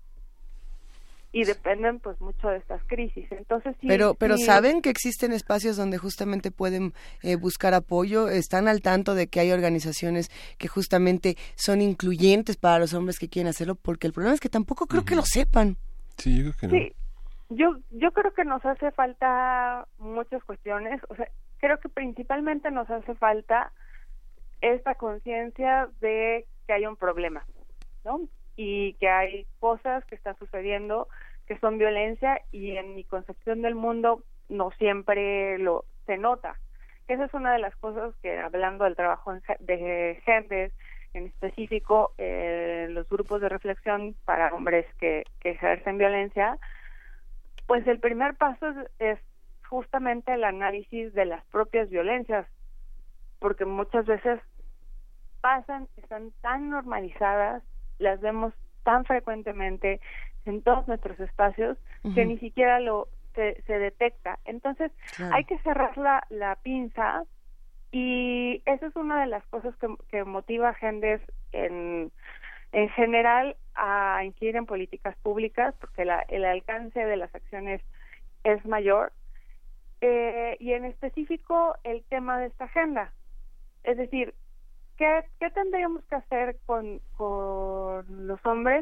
y dependen pues mucho de estas crisis. Entonces sí, pero saben que existen espacios donde justamente pueden buscar apoyo, están al tanto de que hay organizaciones que justamente son incluyentes para los hombres que quieren hacerlo, porque el problema es que tampoco creo que lo sepan. Sí, yo creo que no. Sí, yo creo que nos hace falta muchas cuestiones. O sea, creo que principalmente nos hace falta esta conciencia de que hay un problema, ¿no? Y que hay cosas que están sucediendo que son violencia, y en mi concepción del mundo no siempre se nota. esa es una de las cosas que, hablando del trabajo de Gendes, en específico, los grupos de reflexión para hombres que ejercen violencia, pues el primer paso es justamente el análisis de las propias violencias, porque muchas veces están tan normalizadas, las vemos tan frecuentemente en todos nuestros espacios, que ni siquiera se detecta. Entonces, hay que cerrar la pinza, y esa es una de las cosas que motiva a Gendes en general a incidir en políticas públicas, porque el alcance de las acciones es mayor, y en específico el tema de esta agenda. Es decir, ¿qué tendríamos que hacer con los hombres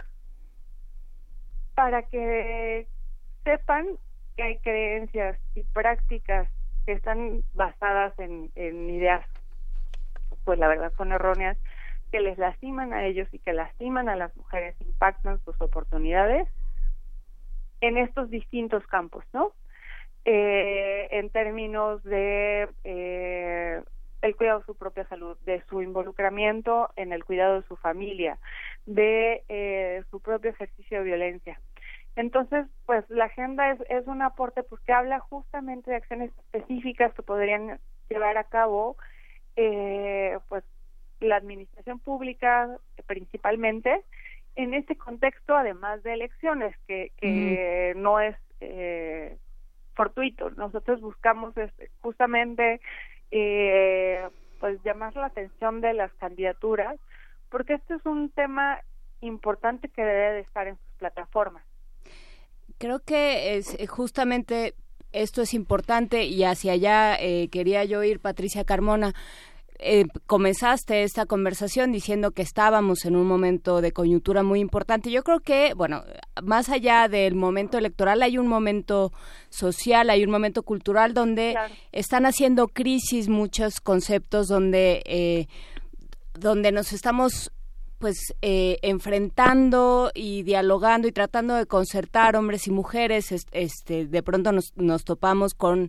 para que sepan que hay creencias y prácticas que están basadas en ideas, pues la verdad son erróneas, que les lastiman a ellos y que lastiman a las mujeres, impactan sus oportunidades en estos distintos campos, ¿no? En términos de el cuidado de su propia salud, de su involucramiento en el cuidado de su familia, de su propio ejercicio de violencia. Entonces, pues la agenda es un aporte porque habla justamente de acciones específicas que podrían llevar a cabo pues la administración pública principalmente en este contexto, además de elecciones, que no es fortuito. Nosotros buscamos justamente pues llamar la atención de las candidaturas, porque este es un tema importante que debe de estar en sus plataformas. Creo que es justamente esto es importante, y hacia allá quería yo ir, Patricia Carmona. Comenzaste esta conversación diciendo que estábamos en un momento de coyuntura muy importante. Yo creo que, bueno, más allá del momento electoral, hay un momento social, hay un momento cultural donde están haciendo crisis muchos conceptos, donde nos estamos pues enfrentando y dialogando y tratando de concertar hombres y mujeres. De pronto nos topamos con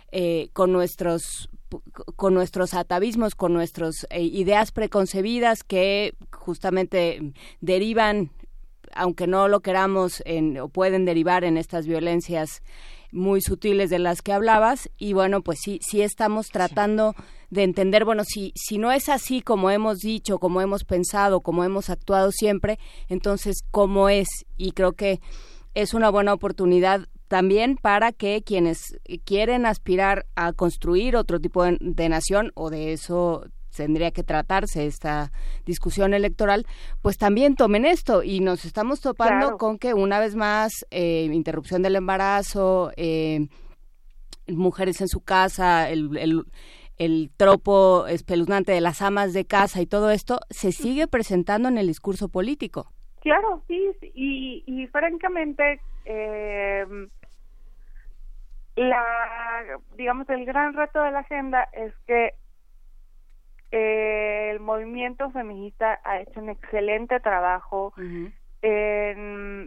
nuestros atavismos, con nuestras ideas preconcebidas que justamente derivan, aunque no lo queramos, o pueden derivar en estas violencias muy sutiles de las que hablabas. Y bueno, pues sí estamos tratando de entender, bueno, si no es así como hemos dicho, como hemos pensado, como hemos actuado siempre, entonces ¿cómo es? Y creo que es una buena oportunidad también para que quienes quieren aspirar a construir otro tipo de nación, o de eso tendría que tratarse esta discusión electoral, pues también tomen esto. Y nos estamos topando con que una vez más interrupción del embarazo, mujeres en su casa, el tropo espeluznante de las amas de casa y todo esto se sigue presentando en el discurso político. Claro, sí, y francamente digamos el gran reto de la agenda es que el movimiento feminista ha hecho un excelente trabajo en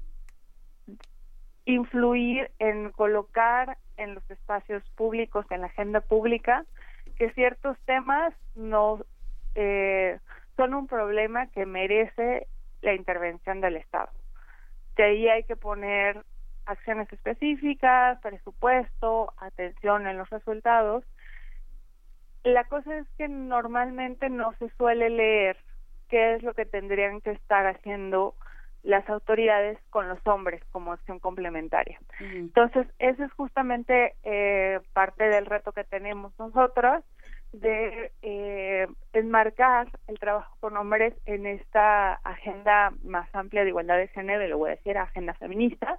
influir, en colocar en los espacios públicos, en la agenda pública, que ciertos temas no son un problema que merece la intervención del Estado. De ahí hay que poner acciones específicas, presupuesto, atención en los resultados. La cosa es que normalmente no se suele leer qué es lo que tendrían que estar haciendo las autoridades con los hombres como acción complementaria. Entonces, ese es justamente parte del reto que tenemos nosotros, de enmarcar el trabajo con hombres en esta agenda más amplia de igualdad de género, lo voy a decir, agenda feminista,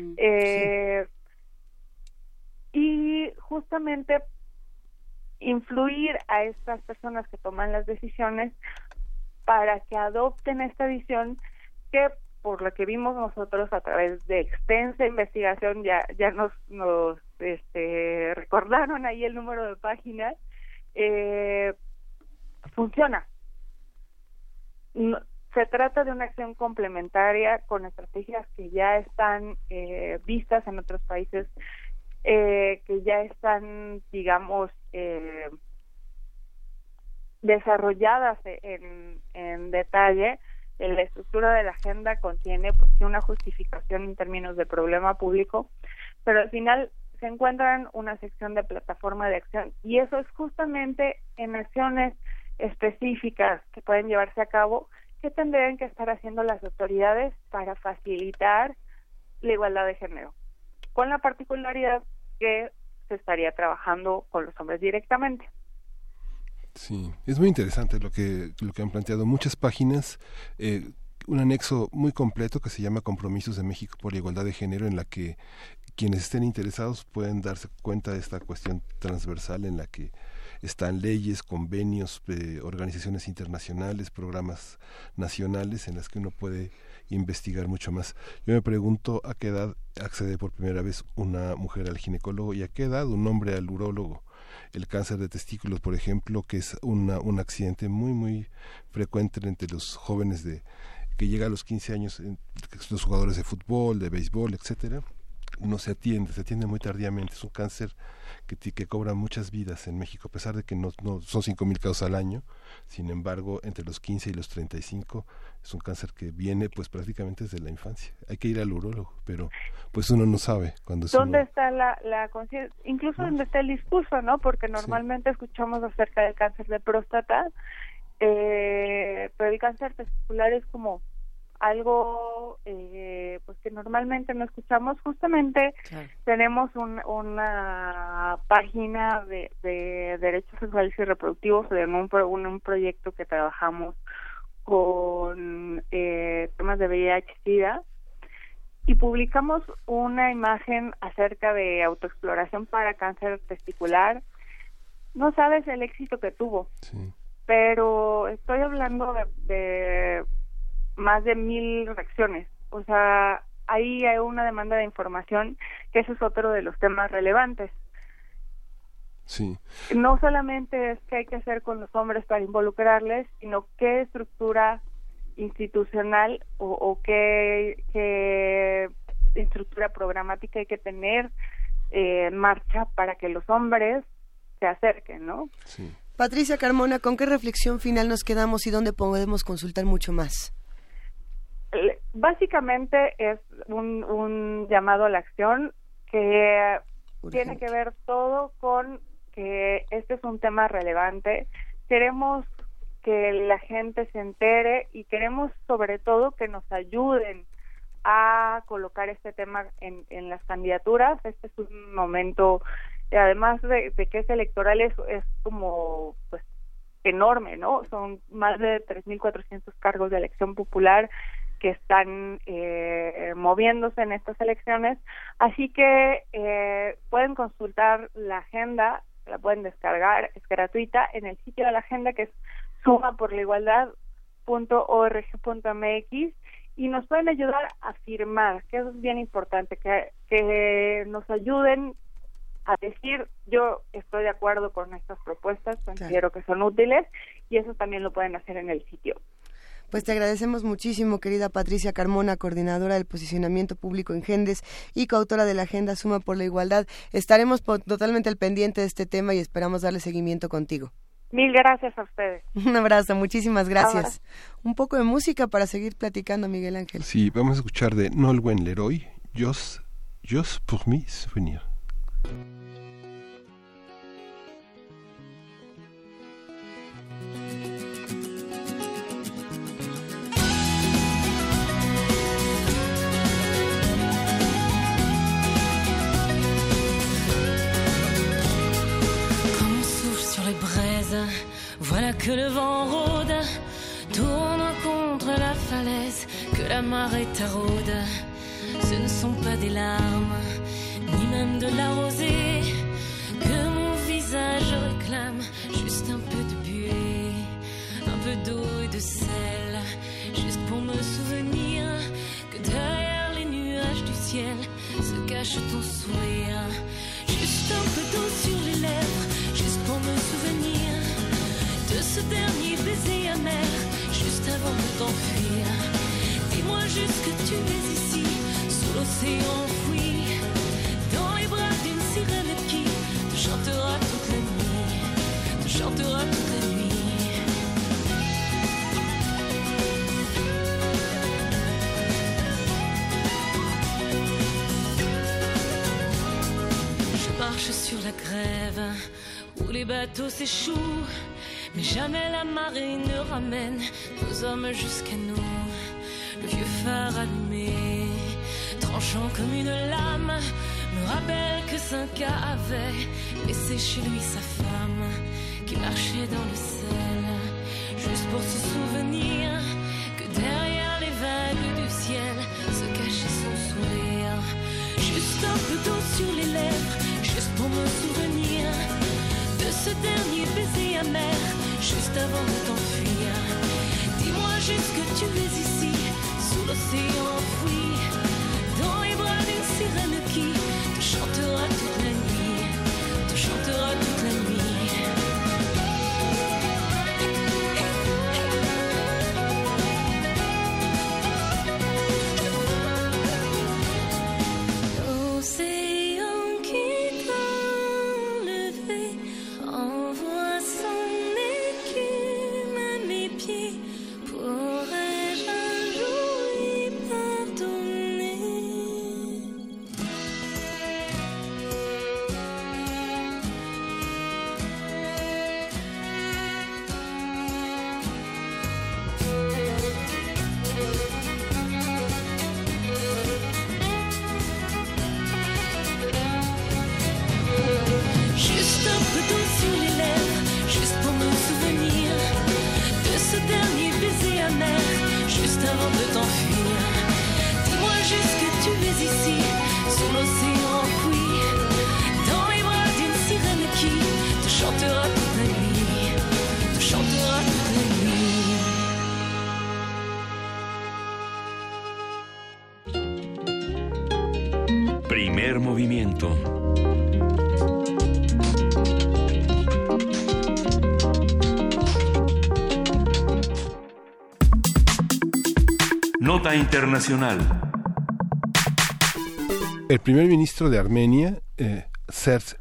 y justamente influir a estas personas que toman las decisiones para que adopten esta visión que, por lo que vimos nosotros a través de extensa investigación, ya nos recordaron ahí el número de páginas, funciona. No, se trata de una acción complementaria con estrategias que ya están vistas en otros países que ya están, digamos, desarrolladas en detalle. La estructura de la agenda contiene pues sí una justificación en términos de problema público, pero al final se encuentran una sección de plataforma de acción, y eso es justamente en acciones específicas que pueden llevarse a cabo, que tendrían que estar haciendo las autoridades para facilitar la igualdad de género, con la particularidad que se estaría trabajando con los hombres directamente. Sí, es muy interesante lo que han planteado muchas páginas, un anexo muy completo que se llama Compromisos de México por la Igualdad de Género, en la que quienes estén interesados pueden darse cuenta de esta cuestión transversal en la que están leyes, convenios, organizaciones internacionales, programas nacionales en las que uno puede investigar mucho más. Yo me pregunto a qué edad accede por primera vez una mujer al ginecólogo y a qué edad un hombre al urólogo. El cáncer de testículos, por ejemplo, que es un accidente muy, muy frecuente entre los jóvenes que llega a los 15 años, los jugadores de fútbol, de béisbol, etcétera. No se atiende muy tardíamente. Es un cáncer que cobra muchas vidas en México, a pesar de que no son 5,000 casos al año. Sin embargo, entre los 15 y los 35 es un cáncer que viene pues prácticamente desde la infancia. Hay que ir al urólogo, pero pues uno no sabe cuándo es. ¿Dónde está la conciencia? Incluso donde está el discurso, ¿no? Porque normalmente escuchamos acerca del cáncer de próstata, pero el cáncer testicular es como algo pues que normalmente no escuchamos. Justamente tenemos una página de derechos sexuales y reproductivos en un proyecto que trabajamos con temas de VIH-Sida, y publicamos una imagen acerca de autoexploración para cáncer testicular. No sabes el éxito que tuvo, pero estoy hablando de más de 1,000 reacciones. O sea, ahí hay una demanda de información, que eso es otro de los temas relevantes. Sí. No solamente es qué hay que hacer con los hombres para involucrarles, sino qué estructura institucional o qué estructura programática hay que tener en marcha para que los hombres se acerquen, ¿no? Sí. Patricia Carmona, ¿con qué reflexión final nos quedamos y dónde podemos consultar mucho más? Básicamente es un llamado a la acción que tiene que ver todo con que este es un tema relevante. Queremos que la gente se entere y queremos sobre todo que nos ayuden a colocar este tema en las candidaturas. Este es un momento, además de que es electoral, es como pues enorme, ¿no? Son más de 3,400 cargos de elección popular que están moviéndose en estas elecciones, así que pueden consultar la agenda, la pueden descargar, es gratuita en el sitio de la agenda, que es sumaporlaigualdad.org.mx, y nos pueden ayudar a firmar, que eso es bien importante, que nos ayuden a decir: yo estoy de acuerdo con estas propuestas, considero que son útiles, y eso también lo pueden hacer en el sitio. Pues te agradecemos muchísimo, querida Patricia Carmona, coordinadora del posicionamiento público en Gendes y coautora de la Agenda Suma por la Igualdad. Estaremos totalmente al pendiente de este tema y esperamos darle seguimiento contigo. Mil gracias a ustedes. Un abrazo, muchísimas gracias. Un poco de música para seguir platicando, Miguel Ángel. Sí, vamos a escuchar de Nolwenn Leroy, Jos pour mes souvenirs. Voilà que le vent rôde, tourne contre la falaise, que la marée taraude. Ce ne sont pas des larmes, ni même de la rosée, que mon visage réclame, juste un peu de buée, un peu d'eau et de sel, juste pour me souvenir que derrière les nuages du ciel se cache ton sourire. Juste un peu d'eau sur les lèvres, juste pour me souvenir de ce dernier baiser amer, juste avant de t'enfuir. Dis-moi juste que tu es ici, sous l'océan enfoui, dans les bras d'une crève, où les bateaux s'échouent, mais jamais la marée ne ramène nos hommes jusqu'à nous. Le vieux phare allumé, tranchant comme une lame, me rappelle que Cinca avait laissé chez lui sa femme, qui marchait dans le sel, juste pour se souvenir que derrière les vagues du ciel se cachait son sourire. Juste un peu d'eau sur les lèvres, juste pour me souvenir de ce dernier baiser amer, juste avant de t'enfuir. Dis-moi juste que tu es ici, sous l'océan enfoui, dans les bras d'une sirène qui te chantera toute la nuit, te chantera toute la nuit. Avant de t'enfuir, dis-moi juste que tu es ici, sous l'océan enfoui, dans les bras d'une sirène qui te chantera toute la nuit, te chantera toute la nuit. Primer movimiento. Nota internacional. El primer ministro de Armenia, Serj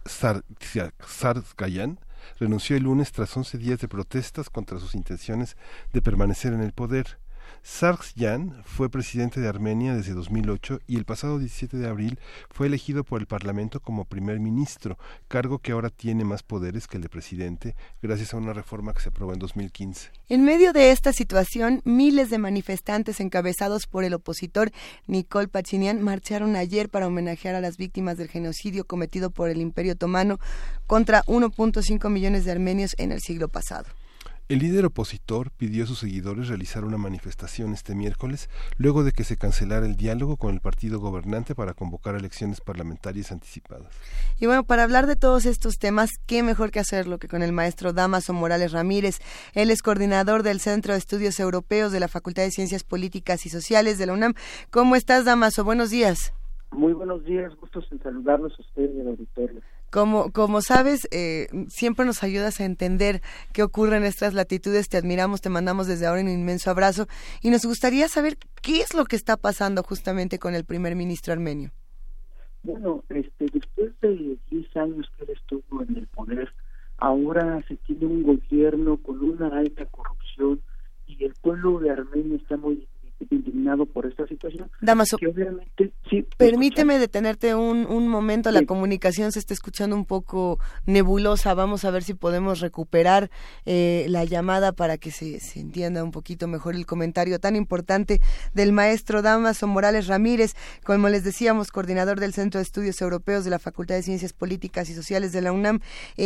Sargsyan, renunció el lunes tras 11 días de protestas contra sus intenciones de permanecer en el poder. Sargsyan fue presidente de Armenia desde 2008 y el pasado 17 de abril fue elegido por el Parlamento como primer ministro, cargo que ahora tiene más poderes que el de presidente gracias a una reforma que se aprobó en 2015. En medio de esta situación, miles de manifestantes encabezados por el opositor Nikol Pachinian marcharon ayer para homenajear a las víctimas del genocidio cometido por el Imperio Otomano contra 1.5 millones de armenios en el siglo pasado. El líder opositor pidió a sus seguidores realizar una manifestación este miércoles, luego de que se cancelara el diálogo con el partido gobernante para convocar elecciones parlamentarias anticipadas. Y bueno, para hablar de todos estos temas, qué mejor que hacerlo que con el maestro Dámaso Morales Ramírez. Él es coordinador del Centro de Estudios Europeos de la Facultad de Ciencias Políticas y Sociales de la UNAM. ¿Cómo estás, Dámaso? Buenos días. Muy buenos días, gustos en saludarlos a ustedes y al auditorio. Como sabes, siempre nos ayudas a entender qué ocurre en estas latitudes. Te admiramos, te mandamos desde ahora un inmenso abrazo y nos gustaría saber qué es lo que está pasando justamente con el primer ministro armenio. Bueno, después de 10 años que él estuvo en el poder, ahora se tiene un gobierno con una alta corrupción y el pueblo de Armenia está muy indignado por esta situación. Dámaso, que obviamente, sí, permíteme detenerte un momento, la comunicación se está escuchando un poco nebulosa, vamos a ver si podemos recuperar la llamada para que se entienda un poquito mejor el comentario tan importante del maestro Dámaso Morales Ramírez, como les decíamos, coordinador del Centro de Estudios Europeos de la Facultad de Ciencias Políticas y Sociales de la UNAM.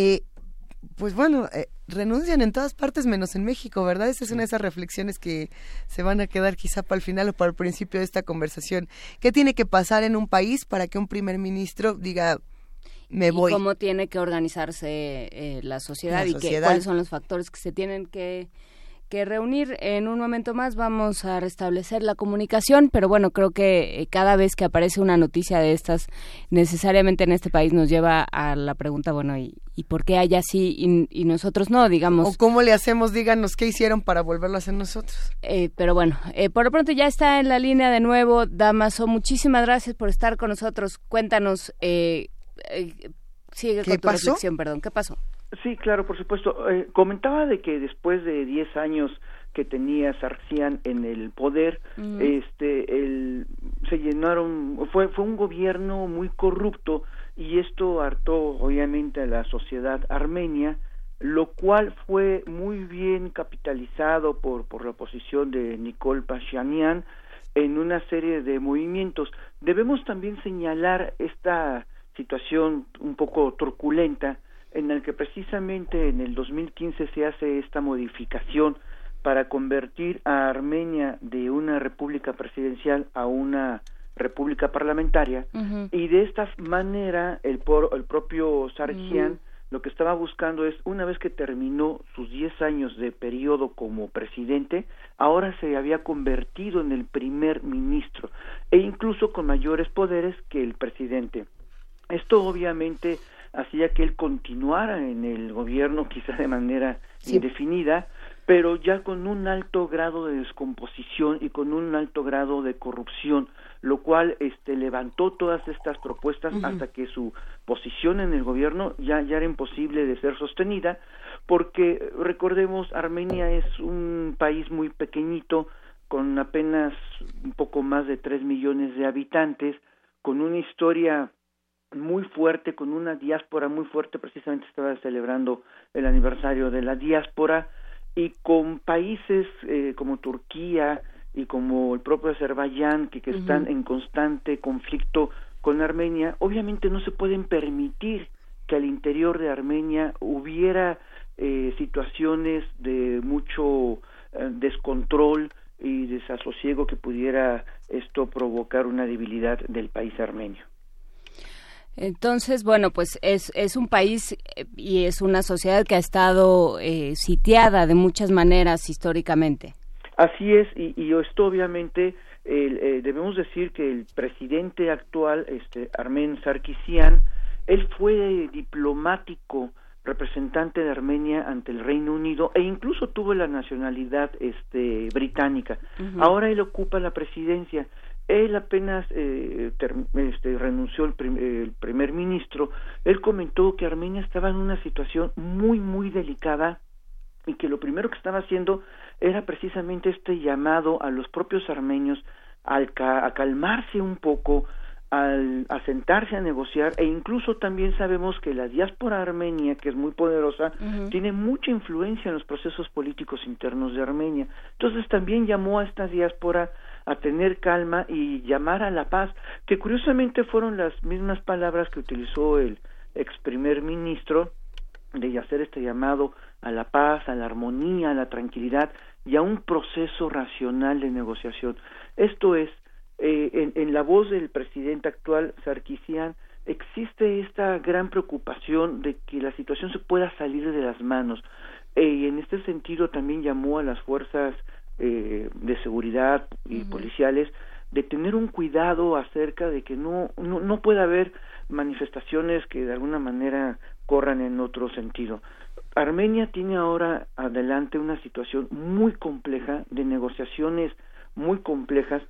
Pues bueno, renuncian en todas partes menos en México, ¿verdad? Esa es una de esas reflexiones que se van a quedar quizá para el final o para el principio de esta conversación. ¿Qué tiene que pasar en un país para que un primer ministro diga, me voy? ¿Y cómo tiene que organizarse la sociedad y cuáles son los factores que se tienen que reunir? En un momento más vamos a restablecer la comunicación, pero bueno, creo que cada vez que aparece una noticia de estas, necesariamente en este país nos lleva a la pregunta, bueno, ¿y por qué hay así y nosotros no, digamos? ¿O cómo le hacemos? Díganos qué hicieron para volverlo a hacer nosotros. Pero bueno, por lo pronto ya está en la línea de nuevo, Dámaso, muchísimas gracias por estar con nosotros. Cuéntanos, sigue con tu reflexión, perdón, ¿qué pasó? Sí, claro, por supuesto. Comentaba de que después de 10 años que tenía Sargsyan en el poder, se llenaron, fue un gobierno muy corrupto y esto hartó obviamente a la sociedad armenia, lo cual fue muy bien capitalizado por la oposición de Nikol Pashinyan en una serie de movimientos. Debemos también señalar esta situación un poco truculenta en la que precisamente en el 2015 se hace esta modificación para convertir a Armenia de una república presidencial a una república parlamentaria, y de esta manera el propio Sargsyan lo que estaba buscando es, una vez que terminó sus 10 años de periodo como presidente, ahora se había convertido en el primer ministro, e incluso con mayores poderes que el presidente. Esto obviamente hacía que él continuara en el gobierno, quizá de manera indefinida, pero ya con un alto grado de descomposición y con un alto grado de corrupción, lo cual levantó todas estas propuestas hasta que su posición en el gobierno ya era imposible de ser sostenida, porque recordemos, Armenia es un país muy pequeñito, con apenas un poco más de 3 millones de habitantes, con una historia muy fuerte, con una diáspora muy fuerte. Precisamente estaba celebrando el aniversario de la diáspora, y con países como Turquía y como el propio Azerbaiyán que están en constante conflicto con Armenia. Obviamente no se pueden permitir que al interior de Armenia hubiera situaciones de mucho descontrol y desasosiego que pudiera esto provocar una debilidad del país armenio. Entonces, bueno, pues es un país y es una sociedad que ha estado sitiada de muchas maneras históricamente. Así es, y esto obviamente debemos decir que el presidente actual, Armen Sargsyan, él fue diplomático, representante de Armenia ante el Reino Unido, e incluso tuvo la nacionalidad británica. Ahora él ocupa la presidencia. Él apenas renunció el primer ministro. Él comentó que Armenia estaba en una situación muy, muy delicada, y que lo primero que estaba haciendo era precisamente este llamado a los propios armenios a calmarse un poco, a sentarse a negociar, e incluso también sabemos que la diáspora armenia, que es muy poderosa, tiene mucha influencia en los procesos políticos internos de Armenia. Entonces también llamó a esta diáspora a tener calma y llamar a la paz, que curiosamente fueron las mismas palabras que utilizó el ex primer ministro, de hacer este llamado a la paz, a la armonía, a la tranquilidad y a un proceso racional de negociación. Esto es, en la voz del presidente actual, Sargsyan, existe esta gran preocupación de que la situación se pueda salir de las manos, y en este sentido también llamó a las fuerzas de seguridad y policiales de tener un cuidado acerca de que no pueda haber manifestaciones que de alguna manera corran en otro sentido. Armenia tiene ahora adelante una situación muy compleja, de negociaciones muy complejas,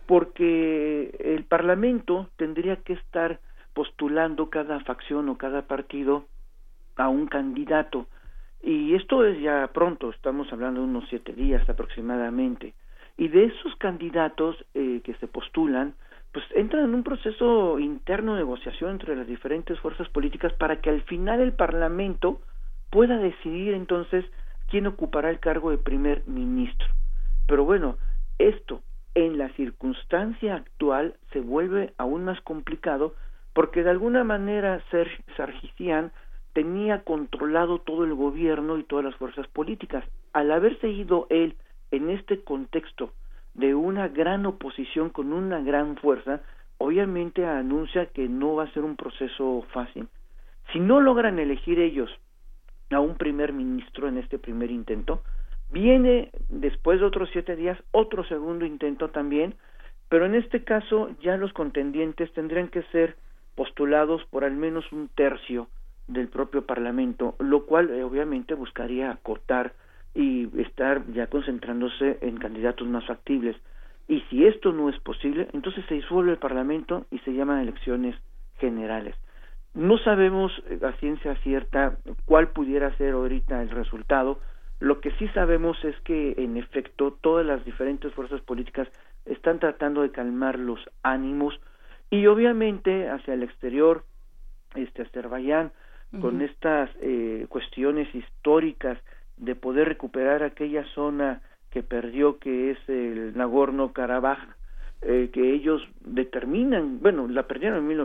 porque el Parlamento tendría que estar postulando cada facción o cada partido a un candidato, y esto es ya pronto, estamos hablando de unos 7 días aproximadamente, y de esos candidatos que se postulan, pues entran en un proceso interno de negociación entre las diferentes fuerzas políticas para que al final el Parlamento pueda decidir entonces quién ocupará el cargo de primer ministro. Pero bueno, esto en la circunstancia actual se vuelve aún más complicado, porque de alguna manera Sargsyan tenía controlado todo el gobierno y todas las fuerzas políticas. Al haberse ido él en este contexto de una gran oposición con una gran fuerza, obviamente anuncia que no va a ser un proceso fácil. Si no logran elegir ellos a un primer ministro en este primer intento, viene después de otros 7 días otro segundo intento también, pero en este caso ya los contendientes tendrían que ser postulados por al menos un tercio del propio Parlamento, lo cual obviamente buscaría acotar y estar ya concentrándose en candidatos más factibles. Y si esto no es posible, entonces se disuelve el Parlamento y se llaman elecciones generales. No sabemos a ciencia cierta cuál pudiera ser ahorita el resultado. Lo que sí sabemos es que, en efecto, todas las diferentes fuerzas políticas están tratando de calmar los ánimos, y obviamente hacia el exterior Azerbaiyán, con estas cuestiones históricas de poder recuperar aquella zona que perdió, que es el Nagorno-Karabaj, que ellos determinan, bueno, la perdieron en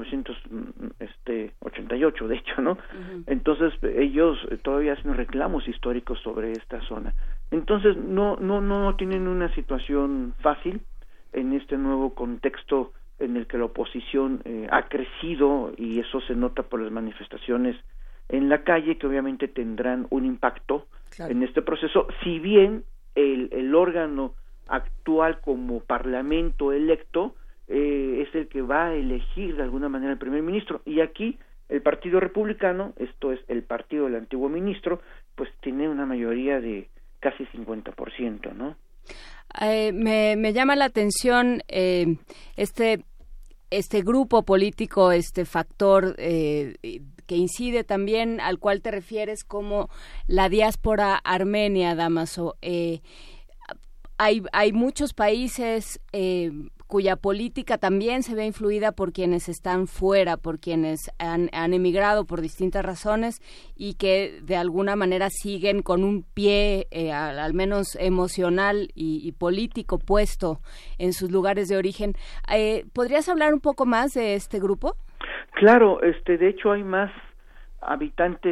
1988, de hecho, ¿no? Entonces ellos todavía hacen reclamos históricos sobre esta zona. Entonces no tienen una situación fácil en este nuevo contexto en el que la oposición ha crecido, y eso se nota por las manifestaciones en la calle, que obviamente tendrán un impacto en este proceso, si bien el órgano actual como parlamento electo es el que va a elegir de alguna manera el primer ministro, y aquí el Partido Republicano, esto es el partido del antiguo ministro, pues tiene una mayoría de casi 50%, ¿no? Me llama la atención este grupo político, este factor que incide también, al cual te refieres como la diáspora armenia, Dámaso. Hay muchos países cuya política también se ve influida por quienes están fuera, por quienes han emigrado por distintas razones y que de alguna manera siguen con un pie, al menos emocional y político, puesto en sus lugares de origen. ¿Podrías hablar un poco más de este grupo? Claro, de hecho hay más habitantes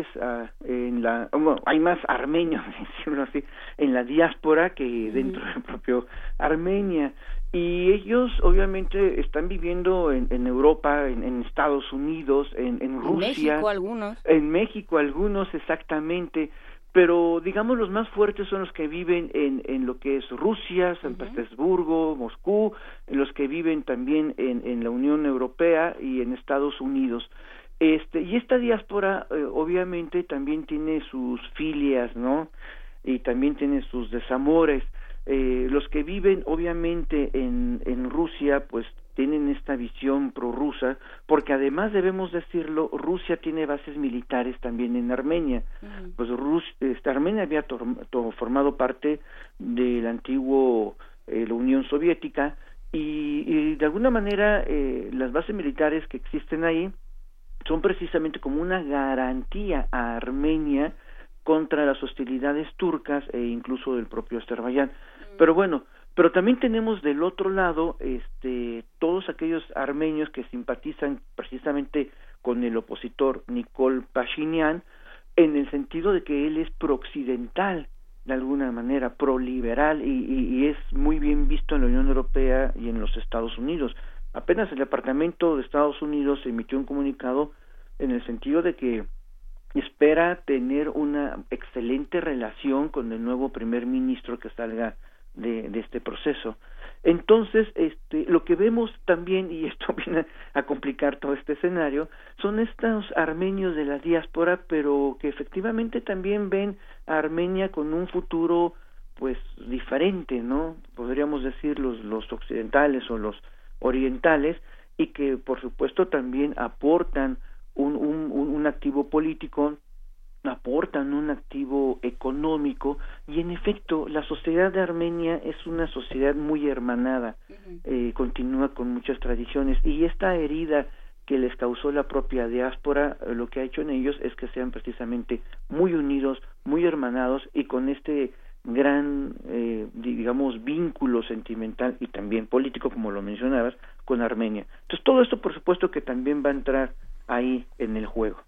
hay más armenios, decirlo así, en la diáspora que dentro del propio Armenia, y ellos obviamente están viviendo en Europa, en Estados Unidos, en Rusia, en México algunos exactamente, pero digamos los más fuertes son los que viven en lo que es Rusia, San Petersburgo, Moscú, los que viven también en la Unión Europea y en Estados Unidos. Y esta diáspora obviamente también tiene sus filias, ¿no? Y también tiene sus desamores. Los que viven obviamente en Rusia, pues tienen esta visión prorrusa, porque además debemos decirlo, Rusia tiene bases militares también en Armenia. Pues Armenia había formado parte del antiguo la Unión Soviética, y de alguna manera las bases militares que existen ahí son precisamente como una garantía a Armenia contra las hostilidades turcas e incluso del propio Azerbaiyán. Pero también tenemos del otro lado todos aquellos armenios que simpatizan precisamente con el opositor Nikol Pashinyan, en el sentido de que él es prooccidental, de alguna manera proliberal, y es muy bien visto en la Unión Europea y en los Estados Unidos. Apenas el Departamento de Estados Unidos emitió un comunicado en el sentido de que espera tener una excelente relación con el nuevo primer ministro que salga de este proceso. Entonces, lo que vemos también, y esto viene a complicar todo este escenario, son estos armenios de la diáspora, pero que efectivamente también ven a Armenia con un futuro pues diferente, ¿no? Podríamos decir los occidentales o los orientales, y que por supuesto también aportan un activo político, aportan un activo económico, y en efecto la sociedad de Armenia es una sociedad muy hermanada, continúa con muchas tradiciones, y esta herida que les causó la propia diáspora, lo que ha hecho en ellos es que sean precisamente muy unidos, muy hermanados, y con este gran digamos vínculo sentimental y también político, como lo mencionabas, con Armenia. Entonces todo esto por supuesto que también va a entrar ahí en el juego.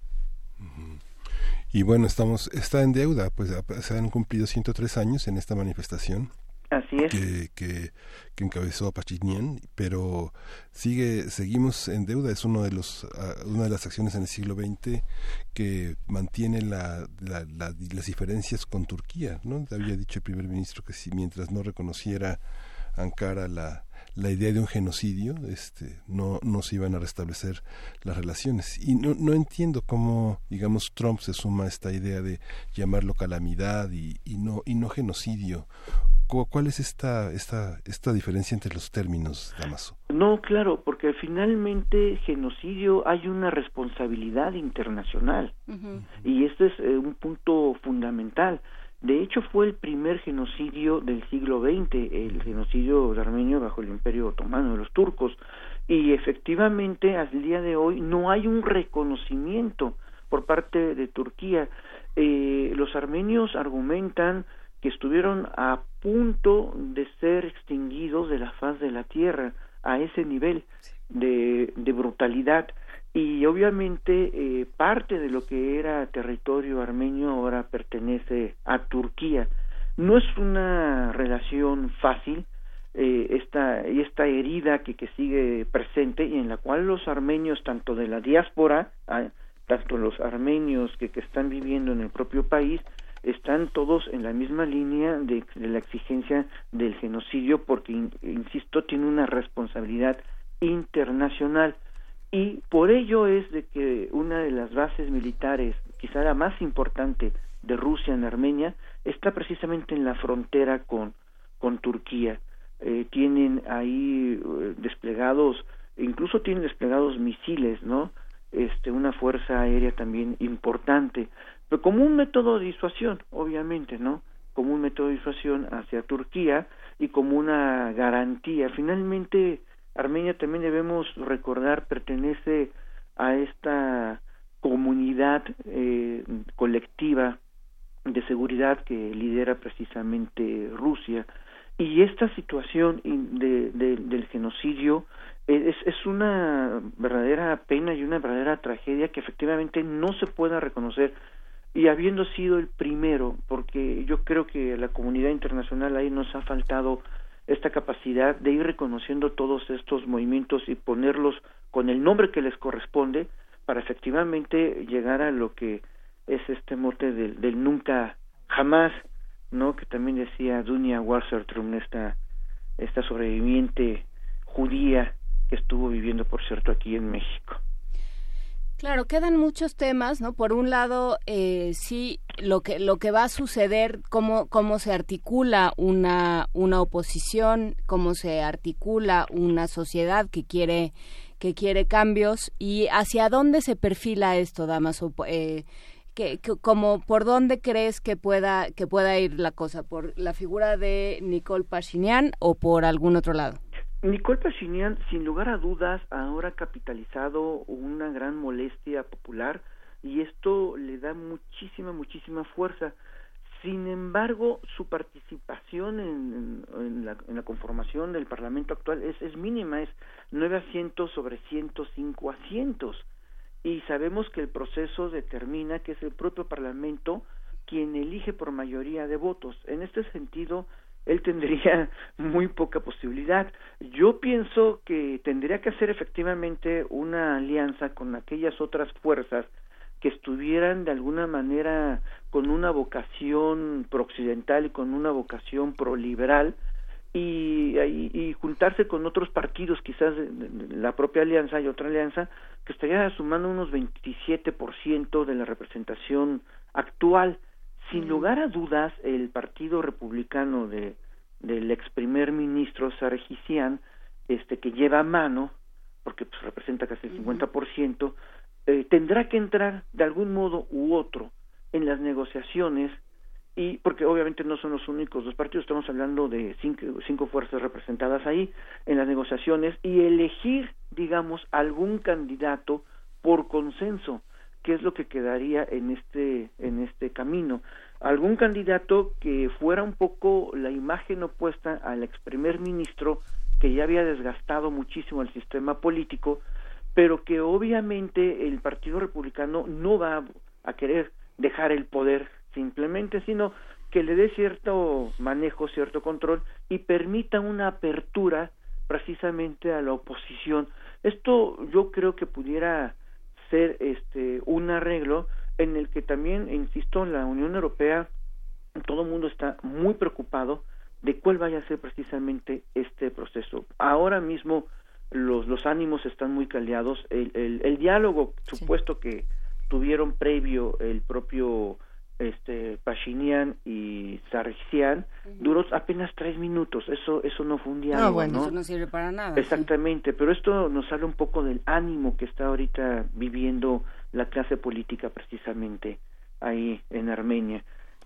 Y bueno, está en deuda, pues se han cumplido 103 años en esta manifestación. Así es. Que encabezó Pashinyan, pero seguimos en deuda. Es una de las acciones en el siglo XX que mantiene las diferencias con Turquía, ¿no? Había dicho el primer ministro que si mientras no reconociera Ankara la idea de un genocidio, no se iban a restablecer las relaciones. Y no entiendo cómo, digamos, Trump se suma a esta idea de llamarlo calamidad y no genocidio. ¿Cuál es esta diferencia entre los términos, Dámaso? No, claro, porque finalmente genocidio hay una responsabilidad internacional, y este es un punto fundamental. De hecho, fue el primer genocidio del siglo XX, el genocidio armenio bajo el Imperio Otomano de los turcos, y efectivamente al día de hoy no hay un reconocimiento por parte de Turquía. Los armenios argumentan que estuvieron a punto de ser extinguidos de la faz de la tierra a ese nivel de brutalidad, y obviamente parte de lo que era territorio armenio ahora pertenece a Turquía. No es una relación fácil, esta herida que sigue presente, y en la cual los armenios, tanto de la diáspora, tanto los armenios que están viviendo en el propio país, están todos en la misma línea de la exigencia del genocidio, porque, insisto, tiene una responsabilidad internacional. Y por ello es de que una de las bases militares, quizá la más importante de Rusia en Armenia, está precisamente en la frontera con Turquía. Tienen ahí desplegados, incluso tienen desplegados misiles, ¿no? Una fuerza aérea también importante, pero como un método de disuasión, obviamente, ¿no? Como un método de disuasión hacia Turquía y como una garantía. Finalmente, Armenia, también debemos recordar, pertenece a esta comunidad colectiva de seguridad que lidera precisamente Rusia, y esta situación del genocidio es una verdadera pena y una verdadera tragedia que efectivamente no se pueda reconocer, y habiendo sido el primero, porque yo creo que a la comunidad internacional ahí nos ha faltado esta capacidad de ir reconociendo todos estos movimientos y ponerlos con el nombre que les corresponde para efectivamente llegar a lo que es este mote del nunca jamás, ¿no? Que también decía Dunia Wassertrum, esta sobreviviente judía que estuvo viviendo, por cierto, aquí en México. Claro, quedan muchos temas, ¿no? Por un lado, sí, lo que va a suceder, cómo se articula una oposición, cómo se articula una sociedad que quiere cambios, y hacia dónde se perfila esto, Dámaso. Como por dónde crees que pueda ir la cosa, por la figura de Nikol Pashinyan o por algún otro lado. Nikol Pashinyan, sin lugar a dudas, ahora ha capitalizado una gran molestia popular, y esto le da muchísima fuerza. Sin embargo, su participación en la conformación del Parlamento actual es mínima, es 9 asientos sobre 105 asientos, y sabemos que el proceso determina que es el propio Parlamento quien elige por mayoría de votos. En este sentido, él tendría muy poca posibilidad. Yo pienso que tendría que hacer efectivamente una alianza con aquellas otras fuerzas que estuvieran de alguna manera con una vocación prooccidental y con una vocación proliberal, y juntarse con otros partidos, quizás de la propia alianza y otra alianza, que estaría sumando unos 27% de la representación actual. Sin lugar a dudas, el Partido Republicano del ex primer ministro Sargsyan, que lleva mano, porque pues representa casi el 50%, tendrá que entrar de algún modo u otro en las negociaciones, y porque obviamente no son los únicos dos partidos, estamos hablando de cinco fuerzas representadas ahí en las negociaciones, y elegir, digamos, algún candidato por consenso, que es lo que quedaría en este camino. Algún candidato que fuera un poco la imagen opuesta al ex primer ministro, que ya había desgastado muchísimo el sistema político, pero que obviamente el Partido Republicano no va a querer dejar el poder simplemente, sino que le dé cierto manejo, cierto control, y permita una apertura precisamente a la oposición. Esto yo creo que pudiera ser un arreglo en el que también, insisto, la Unión Europea, todo el mundo está muy preocupado de cuál vaya a ser precisamente este proceso. Ahora mismo los ánimos están muy caldeados. El diálogo supuesto que tuvieron previo el propio Pashinyan y Sargsyan duró apenas 3 minutos. Eso no fue un diálogo, ¿no? Eso no sirve para nada. Exactamente, pero esto nos habla un poco del ánimo que está ahorita viviendo la clase política precisamente ahí en Armenia.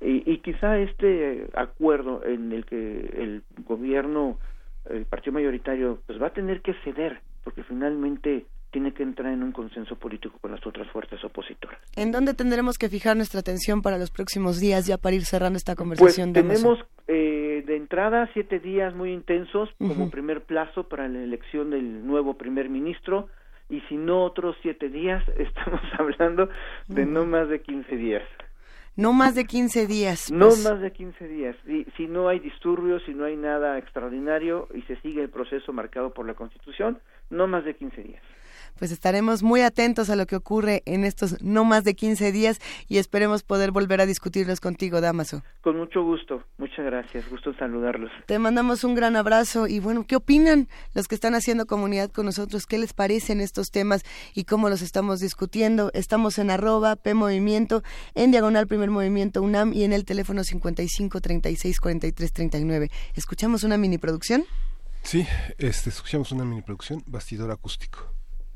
Y quizá este acuerdo en el que el gobierno, el partido mayoritario, pues va a tener que ceder, porque finalmente tiene que entrar en un consenso político con las otras fuerzas opositoras. ¿En dónde tendremos que fijar nuestra atención para los próximos días, ya para ir cerrando esta conversación? Pues tenemos de entrada 7 días muy intensos como primer plazo para la elección del nuevo primer ministro, y si no otros 7 días, estamos hablando de no más de 15 días. No más de 15 días. No más de 15 días. Si no hay disturbios, si no hay nada extraordinario y se sigue el proceso marcado por la Constitución, no más de 15 días. Pues estaremos muy atentos a lo que ocurre en estos no más de 15 días y esperemos poder volver a discutirlos contigo, Dámaso. Con mucho gusto, muchas gracias, gusto en saludarlos. Te mandamos un gran abrazo y bueno, ¿qué opinan los que están haciendo comunidad con nosotros? ¿Qué les parecen estos temas y cómo los estamos discutiendo? Estamos en @PMovimiento, en diagonal Primer Movimiento UNAM y en el teléfono 55 36 43 39. ¿Escuchamos una mini producción? Sí, escuchamos una mini producción, Bastidor Acústico.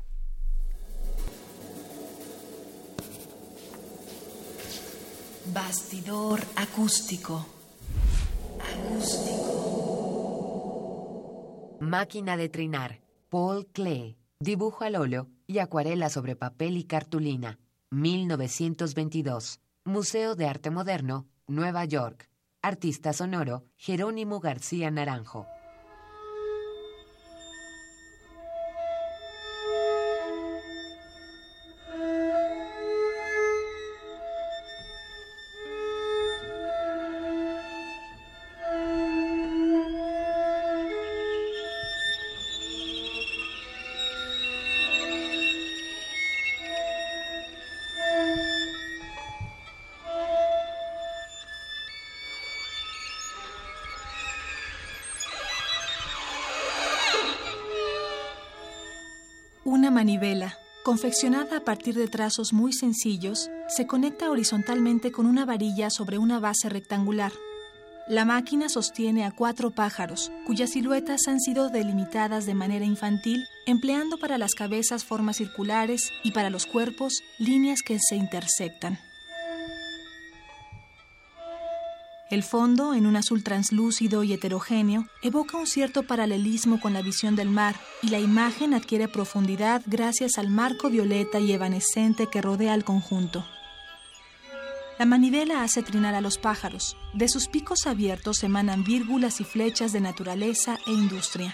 Bastidor acústico. Máquina de trinar. Paul Klee. Dibujo al óleo y acuarela sobre papel y cartulina. 1922. Museo de Arte Moderno, Nueva York. Artista sonoro, Jerónimo García Naranjo. Una manivela, confeccionada a partir de trazos muy sencillos, se conecta horizontalmente con una varilla sobre una base rectangular. La máquina sostiene a 4 pájaros, cuyas siluetas han sido delimitadas de manera infantil, empleando para las cabezas formas circulares y para los cuerpos líneas que se intersectan. El fondo, en un azul translúcido y heterogéneo, evoca un cierto paralelismo con la visión del mar, y la imagen adquiere profundidad gracias al marco violeta y evanescente que rodea al conjunto. La manivela hace trinar a los pájaros. De sus picos abiertos emanan vírgulas y flechas de naturaleza e industria.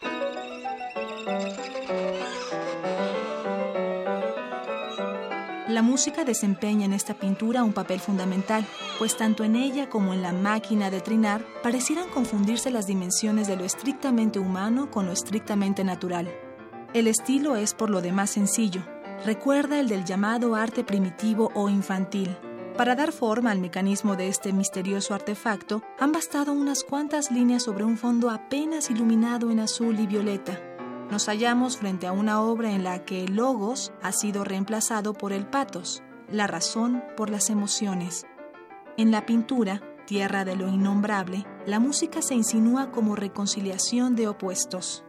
La música desempeña en esta pintura un papel fundamental, pues tanto en ella como en la máquina de trinar parecieran confundirse las dimensiones de lo estrictamente humano con lo estrictamente natural. El estilo es por lo demás sencillo, recuerda el del llamado arte primitivo o infantil. Para dar forma al mecanismo de este misterioso artefacto, han bastado unas cuantas líneas sobre un fondo apenas iluminado en azul y violeta. Nos hallamos frente a una obra en la que el logos ha sido reemplazado por el pathos, la razón por las emociones. En la pintura, Tierra de lo Innombrable, la música se insinúa como reconciliación de opuestos.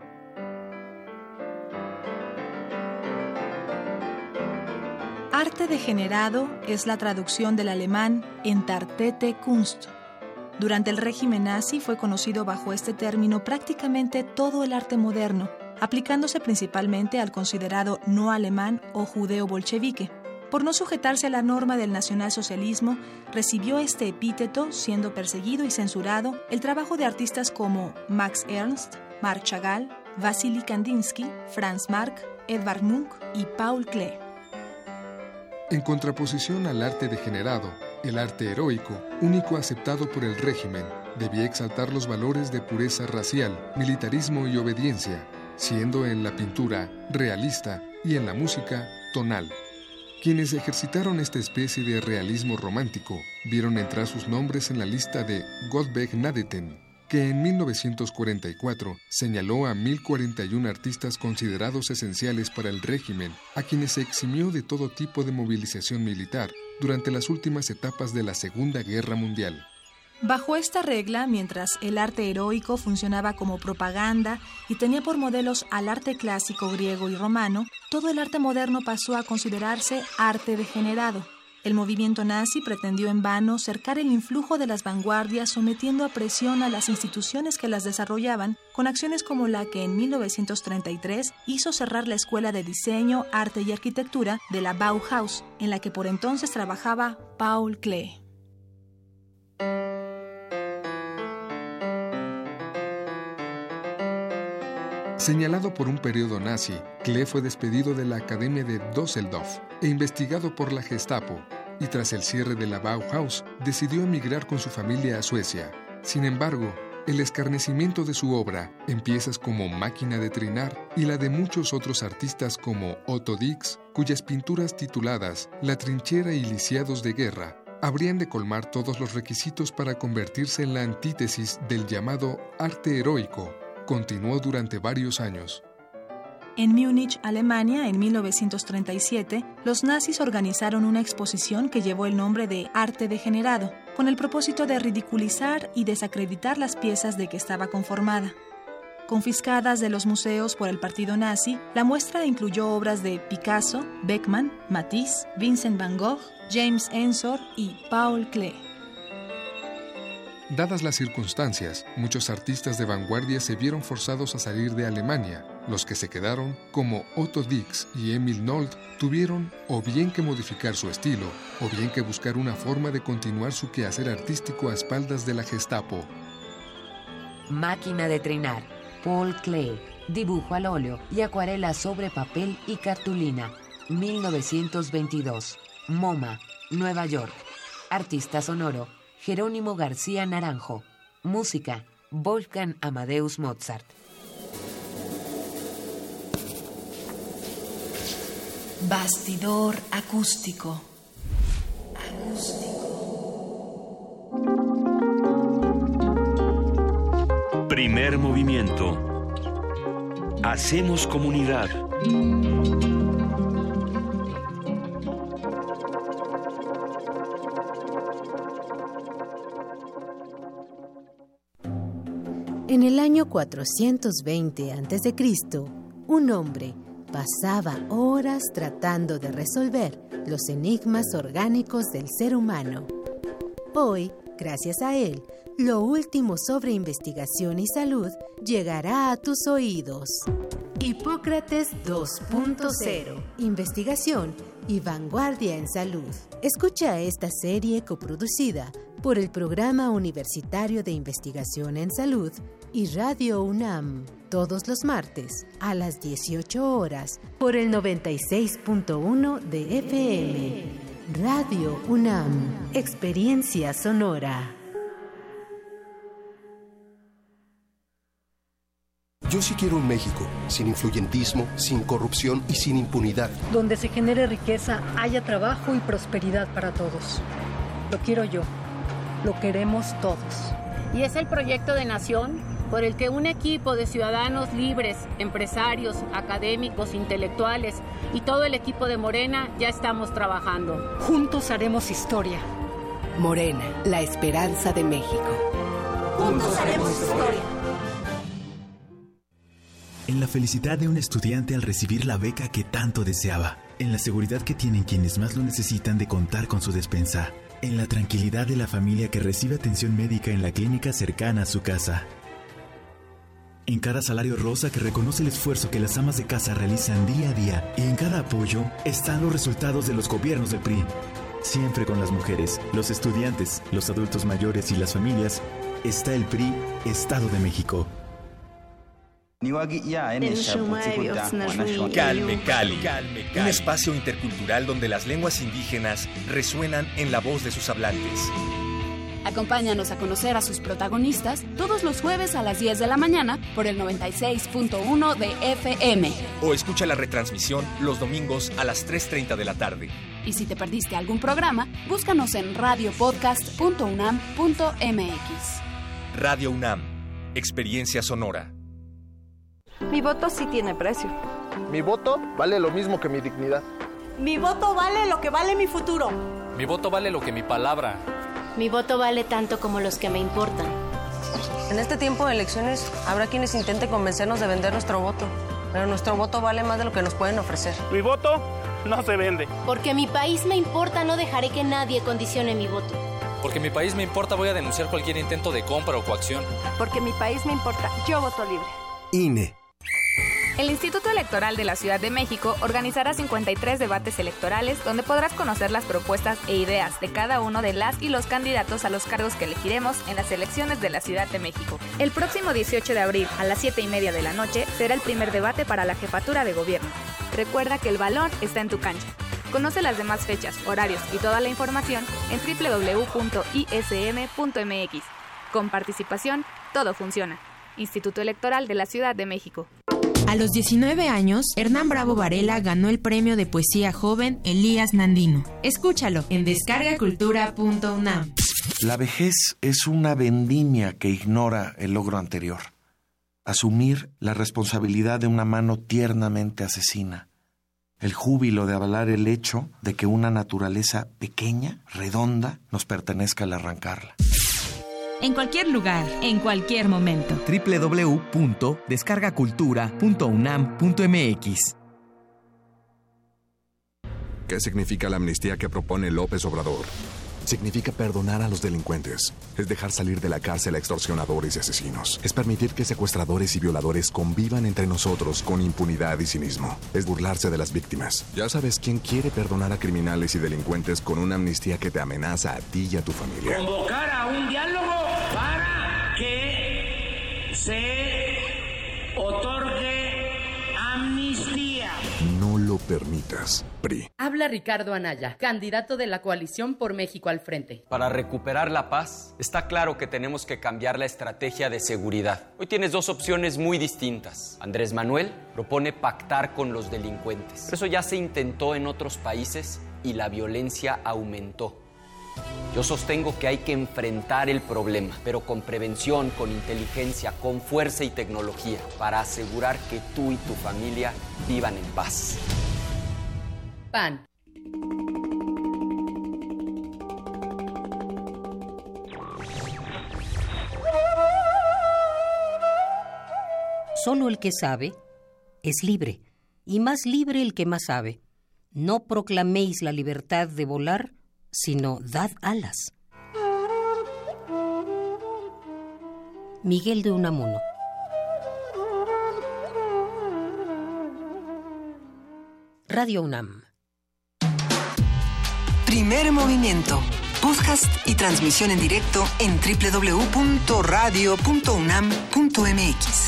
Arte degenerado es la traducción del alemán Entartete Kunst. Durante el régimen nazi fue conocido bajo este término prácticamente todo el arte moderno, aplicándose principalmente al considerado no alemán o judeo bolchevique. Por no sujetarse a la norma del nacionalsocialismo, recibió este epíteto, siendo perseguido y censurado, el trabajo de artistas como Max Ernst, Marc Chagall, Wassily Kandinsky, Franz Marc, Edvard Munch y Paul Klee. En contraposición al arte degenerado, el arte heroico, único aceptado por el régimen, debía exaltar los valores de pureza racial, militarismo y obediencia, siendo en la pintura realista y en la música tonal. Quienes ejercitaron esta especie de realismo romántico vieron entrar sus nombres en la lista de Gottweg Nadeten, que en 1944 señaló a 1041 artistas considerados esenciales para el régimen, a quienes se eximió de todo tipo de movilización militar durante las últimas etapas de la Segunda Guerra Mundial. Bajo esta regla, mientras el arte heroico funcionaba como propaganda y tenía por modelos al arte clásico griego y romano, todo el arte moderno pasó a considerarse arte degenerado. El movimiento nazi pretendió en vano cercar el influjo de las vanguardias, sometiendo a presión a las instituciones que las desarrollaban, con acciones como la que en 1933 hizo cerrar la Escuela de Diseño, Arte y Arquitectura de la Bauhaus, en la que por entonces trabajaba Paul Klee. Señalado por un periodo nazi, Klee fue despedido de la Academia de Düsseldorf e investigado por la Gestapo, y tras el cierre de la Bauhaus, decidió emigrar con su familia a Suecia. Sin embargo, el escarnecimiento de su obra, en piezas como Máquina de Trinar y la de muchos otros artistas como Otto Dix, cuyas pinturas tituladas La trinchera y lisiados de guerra, habrían de colmar todos los requisitos para convertirse en la antítesis del llamado arte heroico, continuó durante varios años. En Múnich, Alemania, en 1937, los nazis organizaron una exposición que llevó el nombre de Arte Degenerado, con el propósito de ridiculizar y desacreditar las piezas de que estaba conformada. Confiscadas de los museos por el partido nazi, la muestra incluyó obras de Picasso, Beckmann, Matisse, Vincent van Gogh, James Ensor y Paul Klee. Dadas las circunstancias, muchos artistas de vanguardia se vieron forzados a salir de Alemania. Los que se quedaron, como Otto Dix y Emil Nold, tuvieron o bien que modificar su estilo, o bien que buscar una forma de continuar su quehacer artístico a espaldas de la Gestapo. Máquina de Trinar, Paul Klee, dibujo al óleo y acuarela sobre papel y cartulina, 1922, MoMA, Nueva York. Artista sonoro, Jerónimo García Naranjo. Música, Wolfgang Amadeus Mozart. Bastidor acústico. Primer movimiento. Hacemos comunidad. En el año 420 a.C., un hombre pasaba horas tratando de resolver los enigmas orgánicos del ser humano. Hoy, gracias a él, lo último sobre investigación y salud llegará a tus oídos. Hipócrates 2.0. Investigación y vanguardia en salud. Escucha esta serie coproducida por el Programa Universitario de Investigación en Salud y Radio UNAM, todos los martes a las 18 horas por el 96.1 de FM. Radio UNAM, experiencia sonora. Yo sí quiero un México sin influyentismo, sin corrupción y sin impunidad. Donde se genere riqueza, haya trabajo y prosperidad para todos. Lo quiero yo. Lo queremos todos. Y es el proyecto de nación por el que un equipo de ciudadanos libres, empresarios, académicos, intelectuales y todo el equipo de Morena ya estamos trabajando. Juntos haremos historia. Morena, la esperanza de México. Juntos haremos historia. En la felicidad de un estudiante al recibir la beca que tanto deseaba. En la seguridad que tienen quienes más lo necesitan de contar con su despensa. En la tranquilidad de la familia que recibe atención médica en la clínica cercana a su casa. En cada salario rosa que reconoce el esfuerzo que las amas de casa realizan día a día. Y en cada apoyo están los resultados de los gobiernos del PRI. Siempre con las mujeres, los estudiantes, los adultos mayores y las familias, está el PRI, Estado de México. Calme Cali, un espacio intercultural donde las lenguas indígenas resuenan en la voz de sus hablantes. Acompáñanos a conocer a sus protagonistas todos los jueves a las 10 de la mañana por el 96.1 de FM. O escucha la retransmisión los domingos a las 3:30 de la tarde. Y si te perdiste algún programa, búscanos en radiopodcast.unam.mx. Radio UNAM, experiencia sonora. Mi voto sí tiene precio. Mi voto vale lo mismo que mi dignidad. Mi voto vale lo que vale mi futuro. Mi voto vale lo que mi palabra. Mi voto vale tanto como los que me importan. En este tiempo de elecciones habrá quienes intenten convencernos de vender nuestro voto, pero nuestro voto vale más de lo que nos pueden ofrecer. Mi voto no se vende. Porque mi país me importa, no dejaré que nadie condicione mi voto. Porque mi país me importa, voy a denunciar cualquier intento de compra o coacción. Porque mi país me importa, yo voto libre. INE. El Instituto Electoral de la Ciudad de México organizará 53 debates electorales donde podrás conocer las propuestas e ideas de cada uno de las y los candidatos a los cargos que elegiremos en las elecciones de la Ciudad de México. El próximo 18 de abril a las 7:30 de la noche será el primer debate para la jefatura de gobierno. Recuerda que el balón está en tu cancha. Conoce las demás fechas, horarios y toda la información en www.ism.mx. Con participación, todo funciona. Instituto Electoral de la Ciudad de México. A los 19 años, Hernán Bravo Varela ganó el premio de poesía joven Elías Nandino. Escúchalo en descargacultura.unam. La vejez es una vendimia que ignora el logro anterior. Asumir la responsabilidad de una mano tiernamente asesina. El júbilo de avalar el hecho de que una naturaleza pequeña, redonda, nos pertenezca al arrancarla. En cualquier lugar, en cualquier momento. www.descargacultura.unam.mx. ¿Qué significa la amnistía que propone López Obrador? Significa perdonar a los delincuentes. Es dejar salir de la cárcel a extorsionadores y asesinos. Es permitir que secuestradores y violadores convivan entre nosotros con impunidad y cinismo. Es burlarse de las víctimas. Ya sabes quién quiere perdonar a criminales y delincuentes con una amnistía que te amenaza a ti y a tu familia. Convocar a un diálogo para que se otorgue amnistía. No lo permitas, PRI. Habla Ricardo Anaya, candidato de la Coalición por México al Frente. Para recuperar la paz, está claro que tenemos que cambiar la estrategia de seguridad. Hoy tienes dos opciones muy distintas. Andrés Manuel propone pactar con los delincuentes. Pero eso ya se intentó en otros países y la violencia aumentó. Yo sostengo que hay que enfrentar el problema, pero con prevención, con inteligencia, con fuerza y tecnología, para asegurar que tú y tu familia vivan en paz. PAN. Solo el que sabe es libre, y más libre el que más sabe. No proclaméis la libertad de volar, sino dad alas. Miguel de Unamuno. Radio UNAM. Primer movimiento. Podcast y transmisión en directo en www.radio.unam.mx.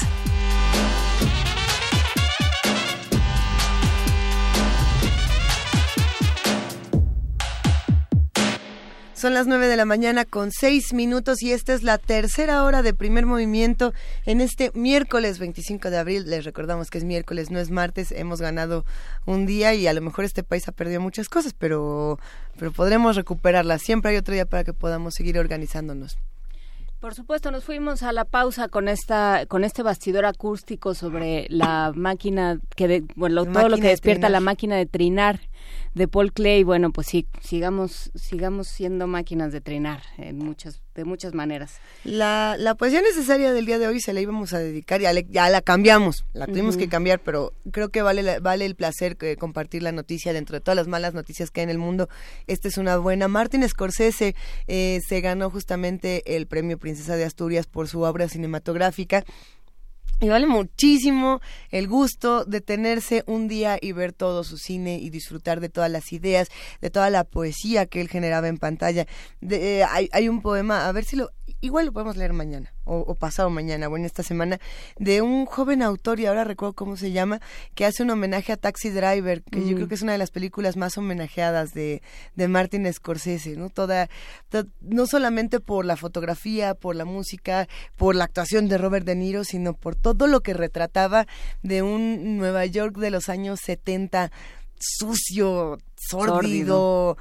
Son las 9:06 a.m. y esta es la tercera hora de Primer Movimiento en este miércoles 25 de abril. Les recordamos que es miércoles, no es martes. Hemos ganado un día y a lo mejor este país ha perdido muchas cosas, pero podremos recuperarlas. Siempre hay otro día para que podamos seguir organizándonos. Por supuesto, nos fuimos a la pausa con este bastidor acústico sobre la máquina todo lo que despierta la máquina de trinar de Paul Klee. Bueno, pues sí, sigamos siendo máquinas de trinar de muchas maneras. La poesía necesaria del día de hoy se la íbamos a dedicar, ya la cambiamos, la tuvimos que cambiar, pero creo que vale el placer compartir la noticia dentro de todas las malas noticias que hay en el mundo. Esta es una buena. Martin Scorsese se ganó justamente el premio Princesa de Asturias por su obra cinematográfica. Y vale muchísimo el gusto de detenerse un día y ver todo su cine y disfrutar de todas las ideas, de toda la poesía que él generaba en pantalla. Hay un poema, a ver si igual lo podemos leer mañana o pasado mañana o en esta semana, de un joven autor, y ahora recuerdo cómo se llama, que hace un homenaje a Taxi Driver, que yo creo que es una de las películas más homenajeadas de Martin Scorsese, ¿no? No solamente por la fotografía, por la música, por la actuación de Robert De Niro, sino por todo lo que retrataba de un Nueva York de los años 70, sucio, sórdido,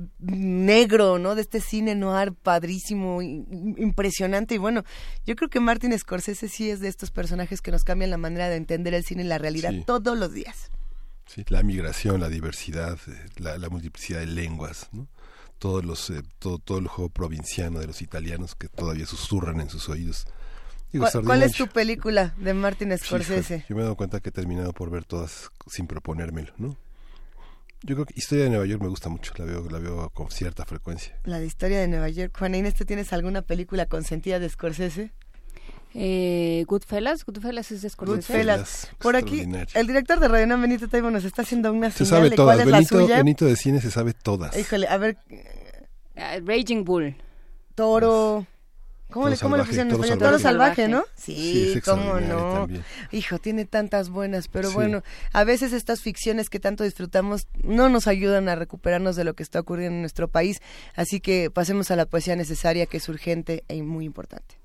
negro, ¿no? De este cine noir padrísimo, impresionante. Y bueno, yo creo que Martin Scorsese sí es de estos personajes que nos cambian la manera de entender el cine y la realidad todos los días. Sí, la migración, la diversidad, la multiplicidad de lenguas, ¿no? Todo el juego provinciano de los italianos que todavía susurran en sus oídos. ¿Cuál es tu película de Martin Scorsese? Sí, yo me he dado cuenta que he terminado por ver todas sin proponérmelo, ¿no? Yo creo que Historia de Nueva York me gusta mucho, la veo con cierta frecuencia. La de Historia de Nueva York. Juana Inés, ¿tú tienes alguna película consentida de Scorsese? Goodfellas es de Scorsese. Goodfellas. Por aquí, el director de Radio UNAM, Benito Taibo, nos está haciendo una se señal sabe de todas. cuál es la suya. Benito de cine se sabe todas. Híjole, a ver. Raging Bull. Toro. ¿Cómo le pusieron en español? Toro salvaje, ¿no? Sí, cómo no. También. Hijo, tiene tantas buenas, pero bueno, a veces estas ficciones que tanto disfrutamos no nos ayudan a recuperarnos de lo que está ocurriendo en nuestro país, así que pasemos a la poesía necesaria, que es urgente y muy importante.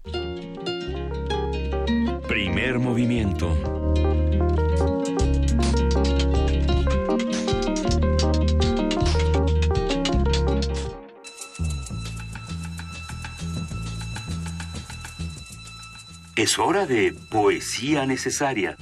Primer movimiento. Es hora de poesía necesaria.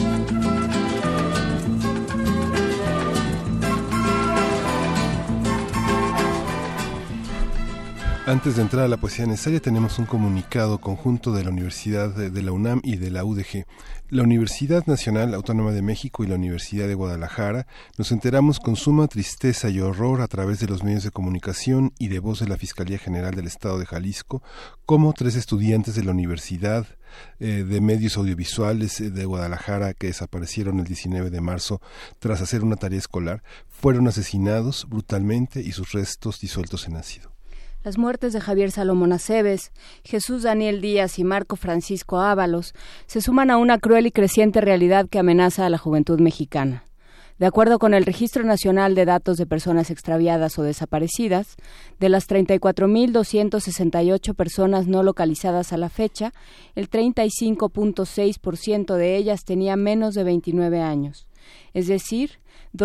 Antes de entrar a la poesía necesaria, tenemos un comunicado conjunto de la Universidad de la UNAM y de la UDG. La Universidad Nacional Autónoma de México y la Universidad de Guadalajara nos enteramos con suma tristeza y horror a través de los medios de comunicación y de voz de la Fiscalía General del Estado de Jalisco, cómo 3 estudiantes de la Universidad de Medios Audiovisuales de Guadalajara, que desaparecieron el 19 de marzo tras hacer una tarea escolar, fueron asesinados brutalmente y sus restos disueltos en ácido. Las muertes de Javier Salomón Aceves, Jesús Daniel Díaz y Marco Francisco Ábalos se suman a una cruel y creciente realidad que amenaza a la juventud mexicana. De acuerdo con el Registro Nacional de Datos de Personas Extraviadas o Desaparecidas, de las 34.268 personas no localizadas a la fecha, el 35.6% de ellas tenía menos de 29 años, es decir,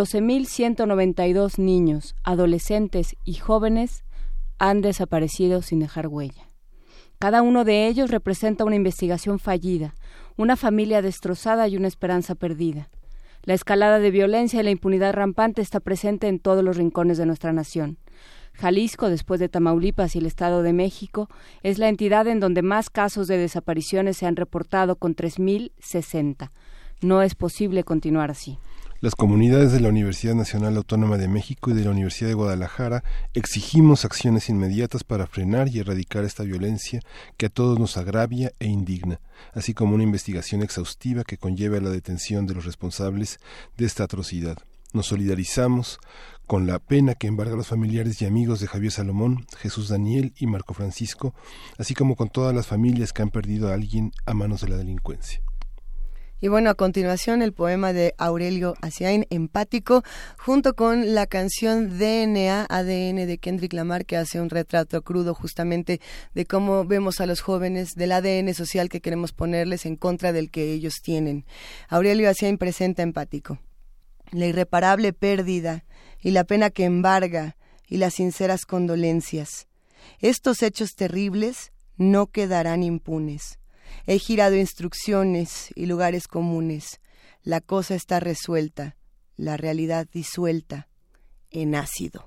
12.192 niños, adolescentes y jóvenes han desaparecido sin dejar huella. Cada uno de ellos representa una investigación fallida, una familia destrozada y una esperanza perdida. La escalada de violencia y la impunidad rampante está presente en todos los rincones de nuestra nación. Jalisco, después de Tamaulipas y el Estado de México, es la entidad en donde más casos de desapariciones se han reportado, con 3.060. No es posible continuar así. Las comunidades de la Universidad Nacional Autónoma de México y de la Universidad de Guadalajara exigimos acciones inmediatas para frenar y erradicar esta violencia que a todos nos agravia e indigna, así como una investigación exhaustiva que conlleve a la detención de los responsables de esta atrocidad. Nos solidarizamos con la pena que embarga a los familiares y amigos de Javier Salomón, Jesús Daniel y Marco Francisco, así como con todas las familias que han perdido a alguien a manos de la delincuencia. Y bueno, a continuación el poema de Aurelio Asiain, Empático, junto con la canción DNA, ADN de Kendrick Lamar, que hace un retrato crudo justamente de cómo vemos a los jóvenes, del ADN social que queremos ponerles en contra del que ellos tienen. Aurelio Asiain presenta Empático. La irreparable pérdida y la pena que embarga y las sinceras condolencias. Estos hechos terribles no quedarán impunes. He girado instrucciones y lugares comunes. La cosa está resuelta, la realidad disuelta en ácido.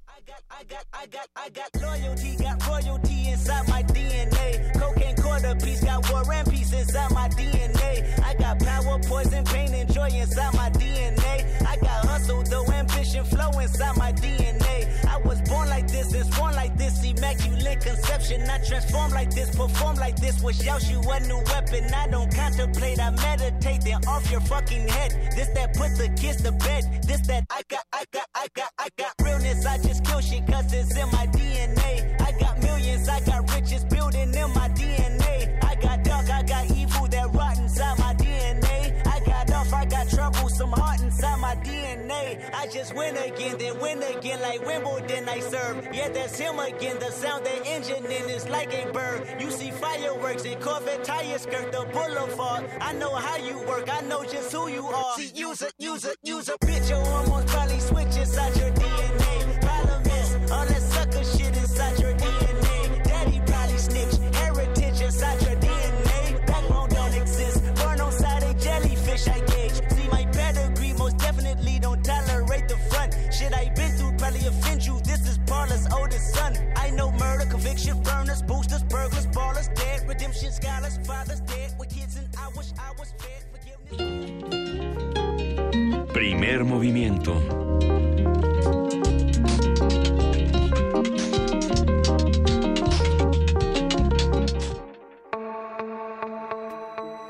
I got loyalty, got royalty inside my DNA. Cocaine quarter piece, got war and peace inside my DNA. I got power, poison, pain, and joy inside my DNA. I got hustle, though ambition, flow inside my DNA. I was born like this and sworn like this, immaculate conception. I transform like this, perform like this, wish out you a new weapon. I don't contemplate, I meditate, then off your fucking head. This that put the kids to bed. This that I got realness, I just kill shit cause it's in my DNA. I got millions, I got riches building in my DNA. I got dark, I got evil that rot inside my DNA. I got off, I got trouble, some heart inside my DNA. I just win again, then win again like Wimbledon I serve. Yeah, that's him again, the sound that engine in is like a bird. You see fireworks and Corvette tires skirt the boulevard. I know how you work, I know just who you are. See, use a bitch, your hormones probably switch inside your DNA. Problem is, all that sucker shit inside your DNA. Daddy probably snitch, heritage inside your DNA. Backbone don't exist, burn on side a jellyfish I gauge. See my pedigree, most definitely don't tolerate the front. Shit I been through probably offend you, this is Paula's oldest son. I know murder, conviction, burners, boosters, burglars, ballers, dead, redemption, scholars, fathers dead, with kids and I wish I was fed, forgiveness. Primer movimiento.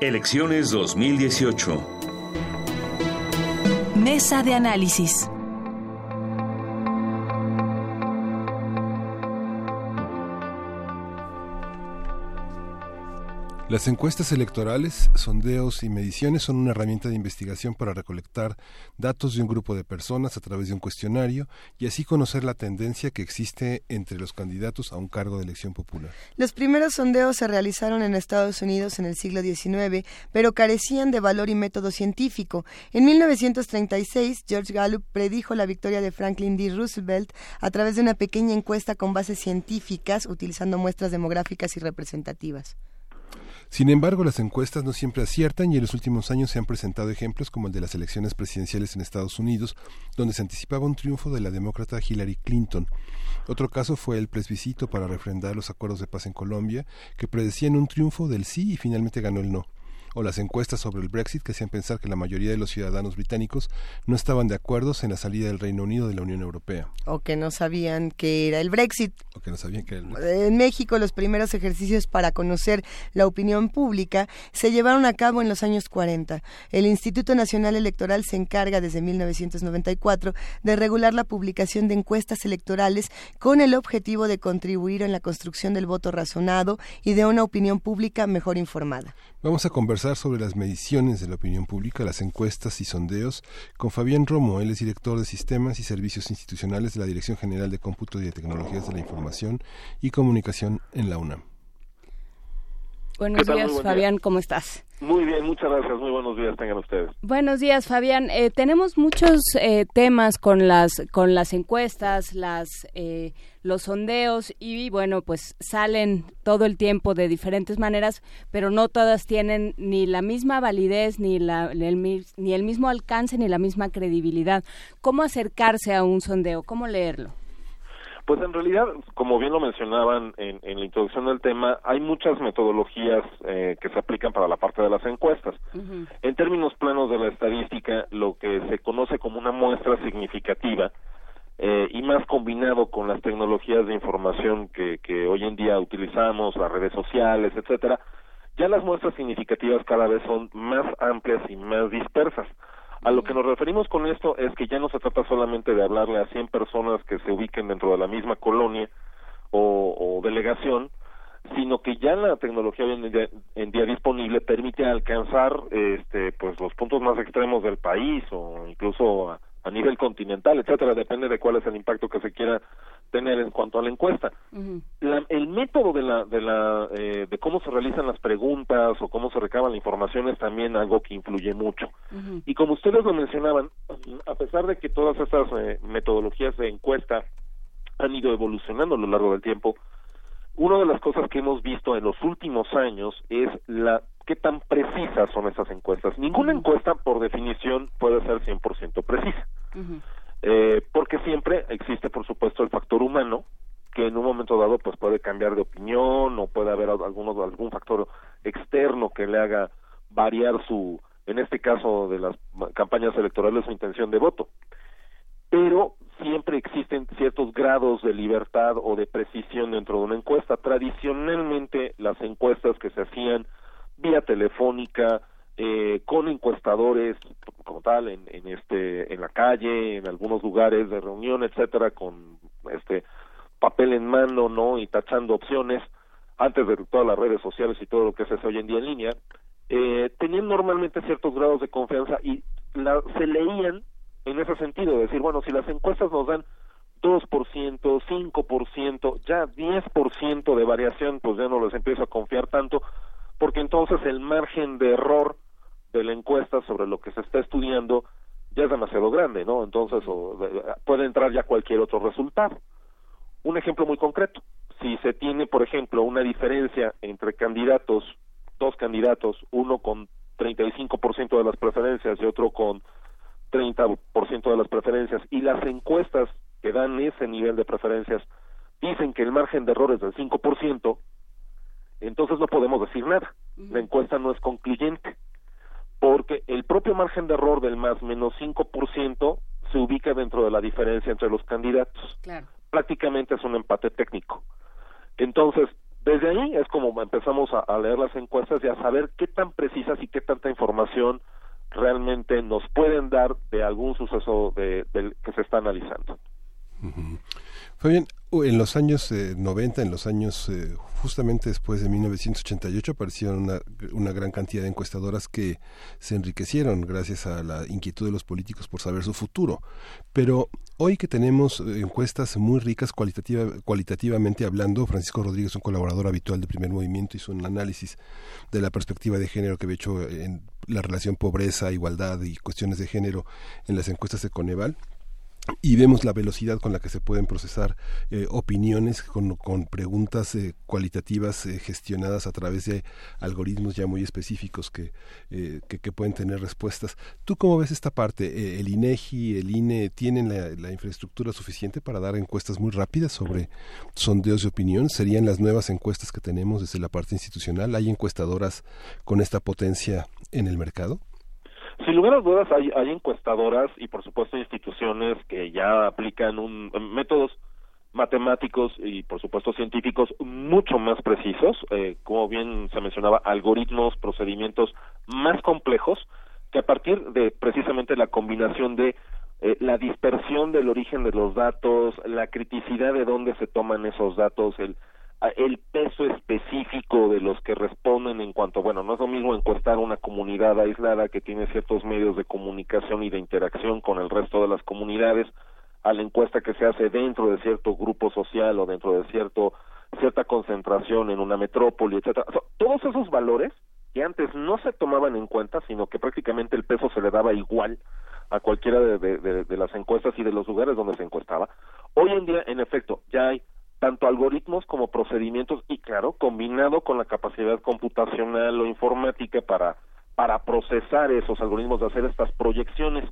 Elecciones 2018. Mesa de análisis. Las encuestas electorales, sondeos y mediciones son una herramienta de investigación para recolectar datos de un grupo de personas a través de un cuestionario y así conocer la tendencia que existe entre los candidatos a un cargo de elección popular. Los primeros sondeos se realizaron en Estados Unidos en el siglo XIX, pero carecían de valor y método científico. En 1936, George Gallup predijo la victoria de Franklin D. Roosevelt a través de una pequeña encuesta con bases científicas, utilizando muestras demográficas y representativas. Sin embargo, las encuestas no siempre aciertan y en los últimos años se han presentado ejemplos como el de las elecciones presidenciales en Estados Unidos, donde se anticipaba un triunfo de la demócrata Hillary Clinton. Otro caso fue el plebiscito para refrendar los acuerdos de paz en Colombia, que predecían un triunfo del sí y finalmente ganó el no. O las encuestas sobre el Brexit que hacían pensar que la mayoría de los ciudadanos británicos no estaban de acuerdo en la salida del Reino Unido de la Unión Europea. O que no sabían qué era el Brexit. En México, los primeros ejercicios para conocer la opinión pública se llevaron a cabo en los años 40. El Instituto Nacional Electoral se encarga desde 1994 de regular la publicación de encuestas electorales con el objetivo de contribuir en la construcción del voto razonado y de una opinión pública mejor informada. Vamos a conversar sobre las mediciones de la opinión pública, las encuestas y sondeos con Fabián Romo. Él es director de Sistemas y Servicios Institucionales de la Dirección General de Cómputo y de Tecnologías de la Información y Comunicación en la UNAM. Buenos días, Fabián, ¿cómo estás? Muy bien, muchas gracias. Muy buenos días tengan ustedes. Buenos días, Fabián. Tenemos muchos temas con las encuestas, los sondeos y bueno, pues salen todo el tiempo de diferentes maneras, pero no todas tienen ni la misma validez, ni el mismo alcance, ni la misma credibilidad. ¿Cómo acercarse a un sondeo? ¿Cómo leerlo? Pues en realidad, como bien lo mencionaban en la introducción del tema, hay muchas metodologías que se aplican para la parte de las encuestas. Uh-huh. En términos planos de la estadística, lo que se conoce como una muestra significativa, y más combinado con las tecnologías de información que hoy en día utilizamos, las redes sociales, etcétera, ya las muestras significativas cada vez son más amplias y más dispersas. A lo que nos referimos con esto es que ya no se trata solamente de hablarle a 100 personas que se ubiquen dentro de la misma colonia o delegación, sino que ya la tecnología hoy en día disponible permite alcanzar pues los puntos más extremos del país o incluso a nivel continental, etcétera, depende de cuál es el impacto que se quiera tener en cuanto a la encuesta. Uh-huh. El método de cómo se realizan las preguntas o cómo se recaba la información es también algo que influye mucho. Uh-huh. Y como ustedes lo mencionaban, a pesar de que todas estas metodologías de encuesta han ido evolucionando a lo largo del tiempo, una de las cosas que hemos visto en los últimos años es qué tan precisas son estas encuestas. Ninguna encuesta, por definición, puede ser 100% precisa. Uh-huh. Porque siempre existe, por supuesto, el factor humano, que en un momento dado pues puede cambiar de opinión o puede haber algún factor externo que le haga variar en este caso de las campañas electorales, su intención de voto. Pero siempre existen ciertos grados de libertad o de precisión dentro de una encuesta. Tradicionalmente las encuestas que se hacían vía telefónica, con encuestadores como tal en la calle, en algunos lugares de reunión, etcétera, con papel en mano, ¿no? Y tachando opciones antes de todas las redes sociales y todo lo que se hace hoy en día en línea, tenían normalmente ciertos grados de confianza y se leían en ese sentido, de decir, bueno, si las encuestas nos dan 2%, 5%, ya 10% de variación, pues ya no les empiezo a confiar tanto, porque entonces el margen de error de la encuesta sobre lo que se está estudiando ya es demasiado grande, ¿no? Entonces puede entrar ya cualquier otro resultado. Un ejemplo muy concreto, si se tiene, por ejemplo, una diferencia entre dos candidatos, uno con 35% de las preferencias y otro con 30% de las preferencias, y las encuestas que dan ese nivel de preferencias dicen que el margen de error es del 5%, entonces no podemos decir nada. La encuesta no es concluyente, porque el propio margen de error del más menos 5% se ubica dentro de la diferencia entre los candidatos. Claro. Prácticamente es un empate técnico. Entonces, Desde ahí es como empezamos a leer las encuestas y a saber qué tan precisas y qué tanta información realmente nos pueden dar de algún suceso que se está analizando. Uh-huh. Fabián, en los años 90, en los años justamente después de 1988, aparecieron una gran cantidad de encuestadoras que se enriquecieron gracias a la inquietud de los políticos por saber su futuro. Pero hoy que tenemos encuestas muy ricas cualitativamente hablando, Francisco Rodríguez, un colaborador habitual de Primer Movimiento, hizo un análisis de la perspectiva de género que había hecho en la relación pobreza, igualdad y cuestiones de género en las encuestas de Coneval. Y vemos la velocidad con la que se pueden procesar opiniones con preguntas cualitativas gestionadas a través de algoritmos ya muy específicos que pueden tener respuestas. ¿Tú cómo ves esta parte? ¿El INEGI, el INE tienen la infraestructura suficiente para dar encuestas muy rápidas sobre sondeos de opinión? ¿Serían las nuevas encuestas que tenemos desde la parte institucional? ¿Hay encuestadoras con esta potencia en el mercado? Sin lugar a dudas hay encuestadoras y por supuesto instituciones que ya aplican métodos matemáticos y por supuesto científicos mucho más precisos, como bien se mencionaba, algoritmos, procedimientos más complejos, que a partir de precisamente la combinación de la dispersión del origen de los datos, la criticidad de dónde se toman esos datos, el peso específico de los que responden en cuanto, bueno, no es lo mismo encuestar una comunidad aislada que tiene ciertos medios de comunicación y de interacción con el resto de las comunidades, a la encuesta que se hace dentro de cierto grupo social o dentro de cierta concentración en una metrópoli, etcétera. O sea, todos esos valores que antes no se tomaban en cuenta, sino que prácticamente el peso se le daba igual a cualquiera de las encuestas y de los lugares donde se encuestaba. Hoy en día, en efecto, ya hay tanto algoritmos como procedimientos y claro, combinado con la capacidad computacional o informática para procesar esos algoritmos, de hacer estas proyecciones.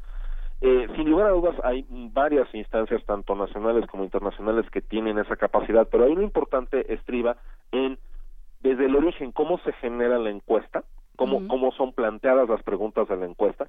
Sin lugar a dudas hay varias instancias, tanto nacionales como internacionales, que tienen esa capacidad, pero hay lo importante estriba en, desde el origen, cómo se genera la encuesta, cómo son planteadas las preguntas de la encuesta.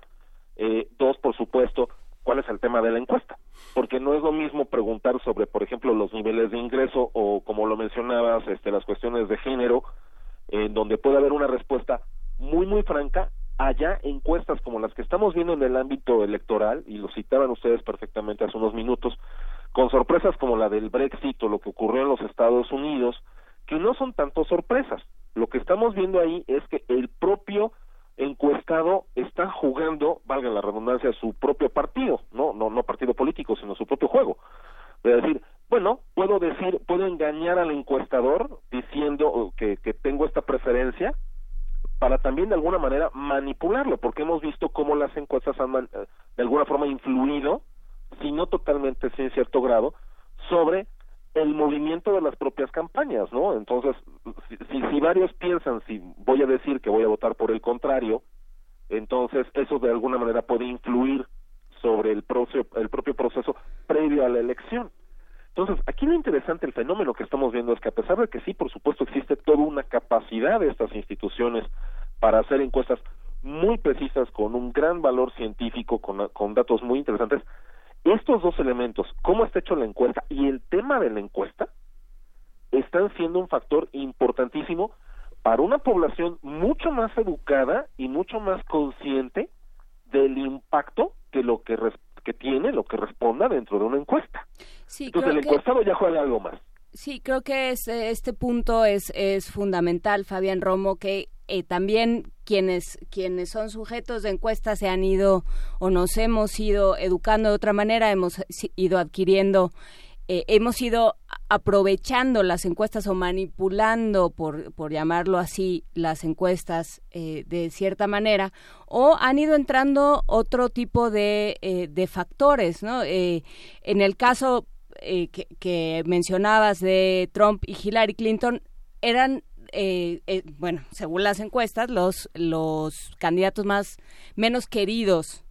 Dos, por supuesto, cuál es el tema de la encuesta, porque no es lo mismo preguntar sobre, por ejemplo, los niveles de ingreso o, como lo mencionabas, las cuestiones de género, en donde puede haber una respuesta muy, muy franca, allá encuestas como las que estamos viendo en el ámbito electoral, y lo citaban ustedes perfectamente hace unos minutos, con sorpresas como la del Brexit o lo que ocurrió en los Estados Unidos, que no son tanto sorpresas. Lo que estamos viendo ahí es que el propio encuestado está jugando, valga la redundancia, su propio partido, no partido político, sino su propio juego. Es decir, bueno, puedo engañar al encuestador diciendo que tengo esta preferencia para también de alguna manera manipularlo, porque hemos visto cómo las encuestas han de alguna forma influido, si no totalmente, sí en cierto grado, sobre el movimiento de las propias campañas, ¿no? Entonces, si varios piensan, si voy a decir que voy a votar por el contrario, entonces eso de alguna manera puede influir sobre el propio proceso previo a la elección. Entonces, aquí lo interesante, el fenómeno que estamos viendo es que a pesar de que sí, por supuesto, existe toda una capacidad de estas instituciones para hacer encuestas muy precisas, con un gran valor científico, con datos muy interesantes, estos dos elementos, cómo está hecho la encuesta y el tema de la encuesta, están siendo un factor importantísimo para una población mucho más educada y mucho más consciente del impacto que lo que responda dentro de una encuesta. Sí, entonces el encuestado ya juega algo más. Sí, creo que este punto es fundamental, Fabián Romo, que también quienes son sujetos de encuestas se han ido o nos hemos ido educando de otra manera, hemos ido adquiriendo, hemos ido aprovechando las encuestas o manipulando, por llamarlo así, las encuestas de cierta manera, o han ido entrando otro tipo de factores, ¿no? En el caso que mencionabas de Trump y Hillary Clinton, eran bueno, según las encuestas, los candidatos menos queridos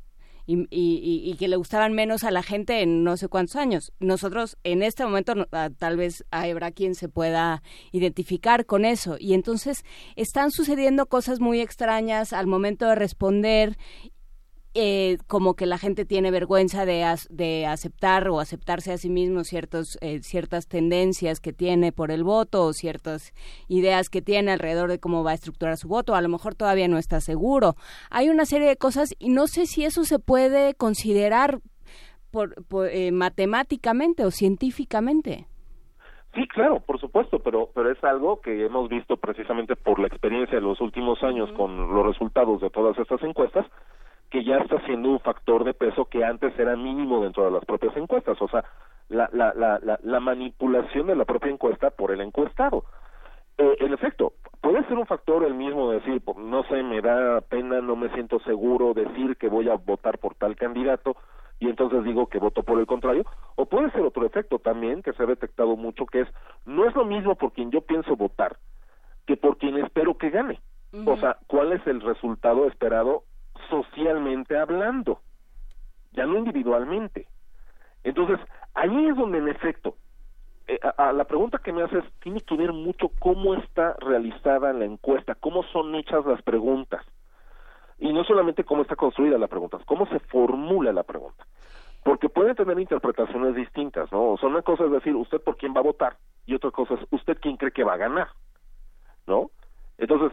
y que le gustaban menos a la gente en no sé cuántos años. Nosotros en este momento tal vez habrá quien se pueda identificar con eso, y entonces están sucediendo cosas muy extrañas al momento de responder. como que la gente tiene vergüenza de aceptar o aceptarse a sí mismo ciertas tendencias que tiene por el voto o ciertas ideas que tiene alrededor de cómo va a estructurar su voto. A lo mejor todavía no está seguro. Hay una serie de cosas y no sé si eso se puede considerar matemáticamente o científicamente. Sí, claro, por supuesto, pero es algo que hemos visto precisamente por la experiencia de los últimos años con los resultados de todas estas encuestas, que ya está siendo un factor de peso que antes era mínimo dentro de las propias encuestas, o sea, la manipulación de la propia encuesta por el encuestado. En efecto, puede ser un factor el mismo de decir, no sé, me da pena, no me siento seguro decir que voy a votar por tal candidato, y entonces digo que voto por el contrario, o puede ser otro efecto también que se ha detectado mucho, que es, no es lo mismo por quien yo pienso votar que por quien espero que gane. O sea, ¿cuál es el resultado esperado socialmente hablando? Ya no individualmente. Entonces, ahí es donde en efecto, a la pregunta que me haces, tiene que ver mucho cómo está realizada la encuesta, cómo son hechas las preguntas. Y no solamente cómo está construida la pregunta, cómo se formula la pregunta. Porque pueden tener interpretaciones distintas, ¿no? O sea, una cosa es decir, ¿usted por quién va a votar? Y otra cosa es, ¿usted quién cree que va a ganar? ¿No? Entonces,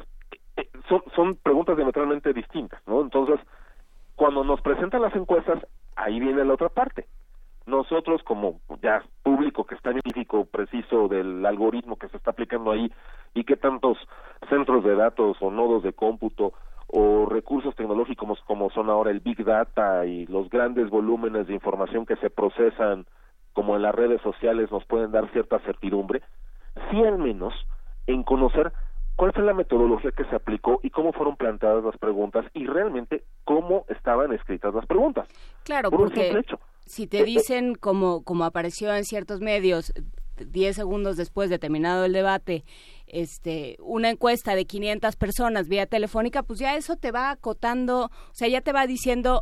son preguntas diametralmente distintas, ¿no? Entonces, cuando nos presentan las encuestas, ahí viene la otra parte. Nosotros, como ya público que está científico preciso del algoritmo que se está aplicando ahí y qué tantos centros de datos o nodos de cómputo o recursos tecnológicos como son ahora el Big Data y los grandes volúmenes de información que se procesan como en las redes sociales nos pueden dar cierta certidumbre, sí al menos en conocer cuál fue la metodología que se aplicó y cómo fueron planteadas las preguntas y realmente cómo estaban escritas las preguntas. Claro, porque si te dicen como apareció en ciertos medios 10 segundos después de terminado el debate, una encuesta de 500 personas vía telefónica, pues ya eso te va acotando, o sea, ya te va diciendo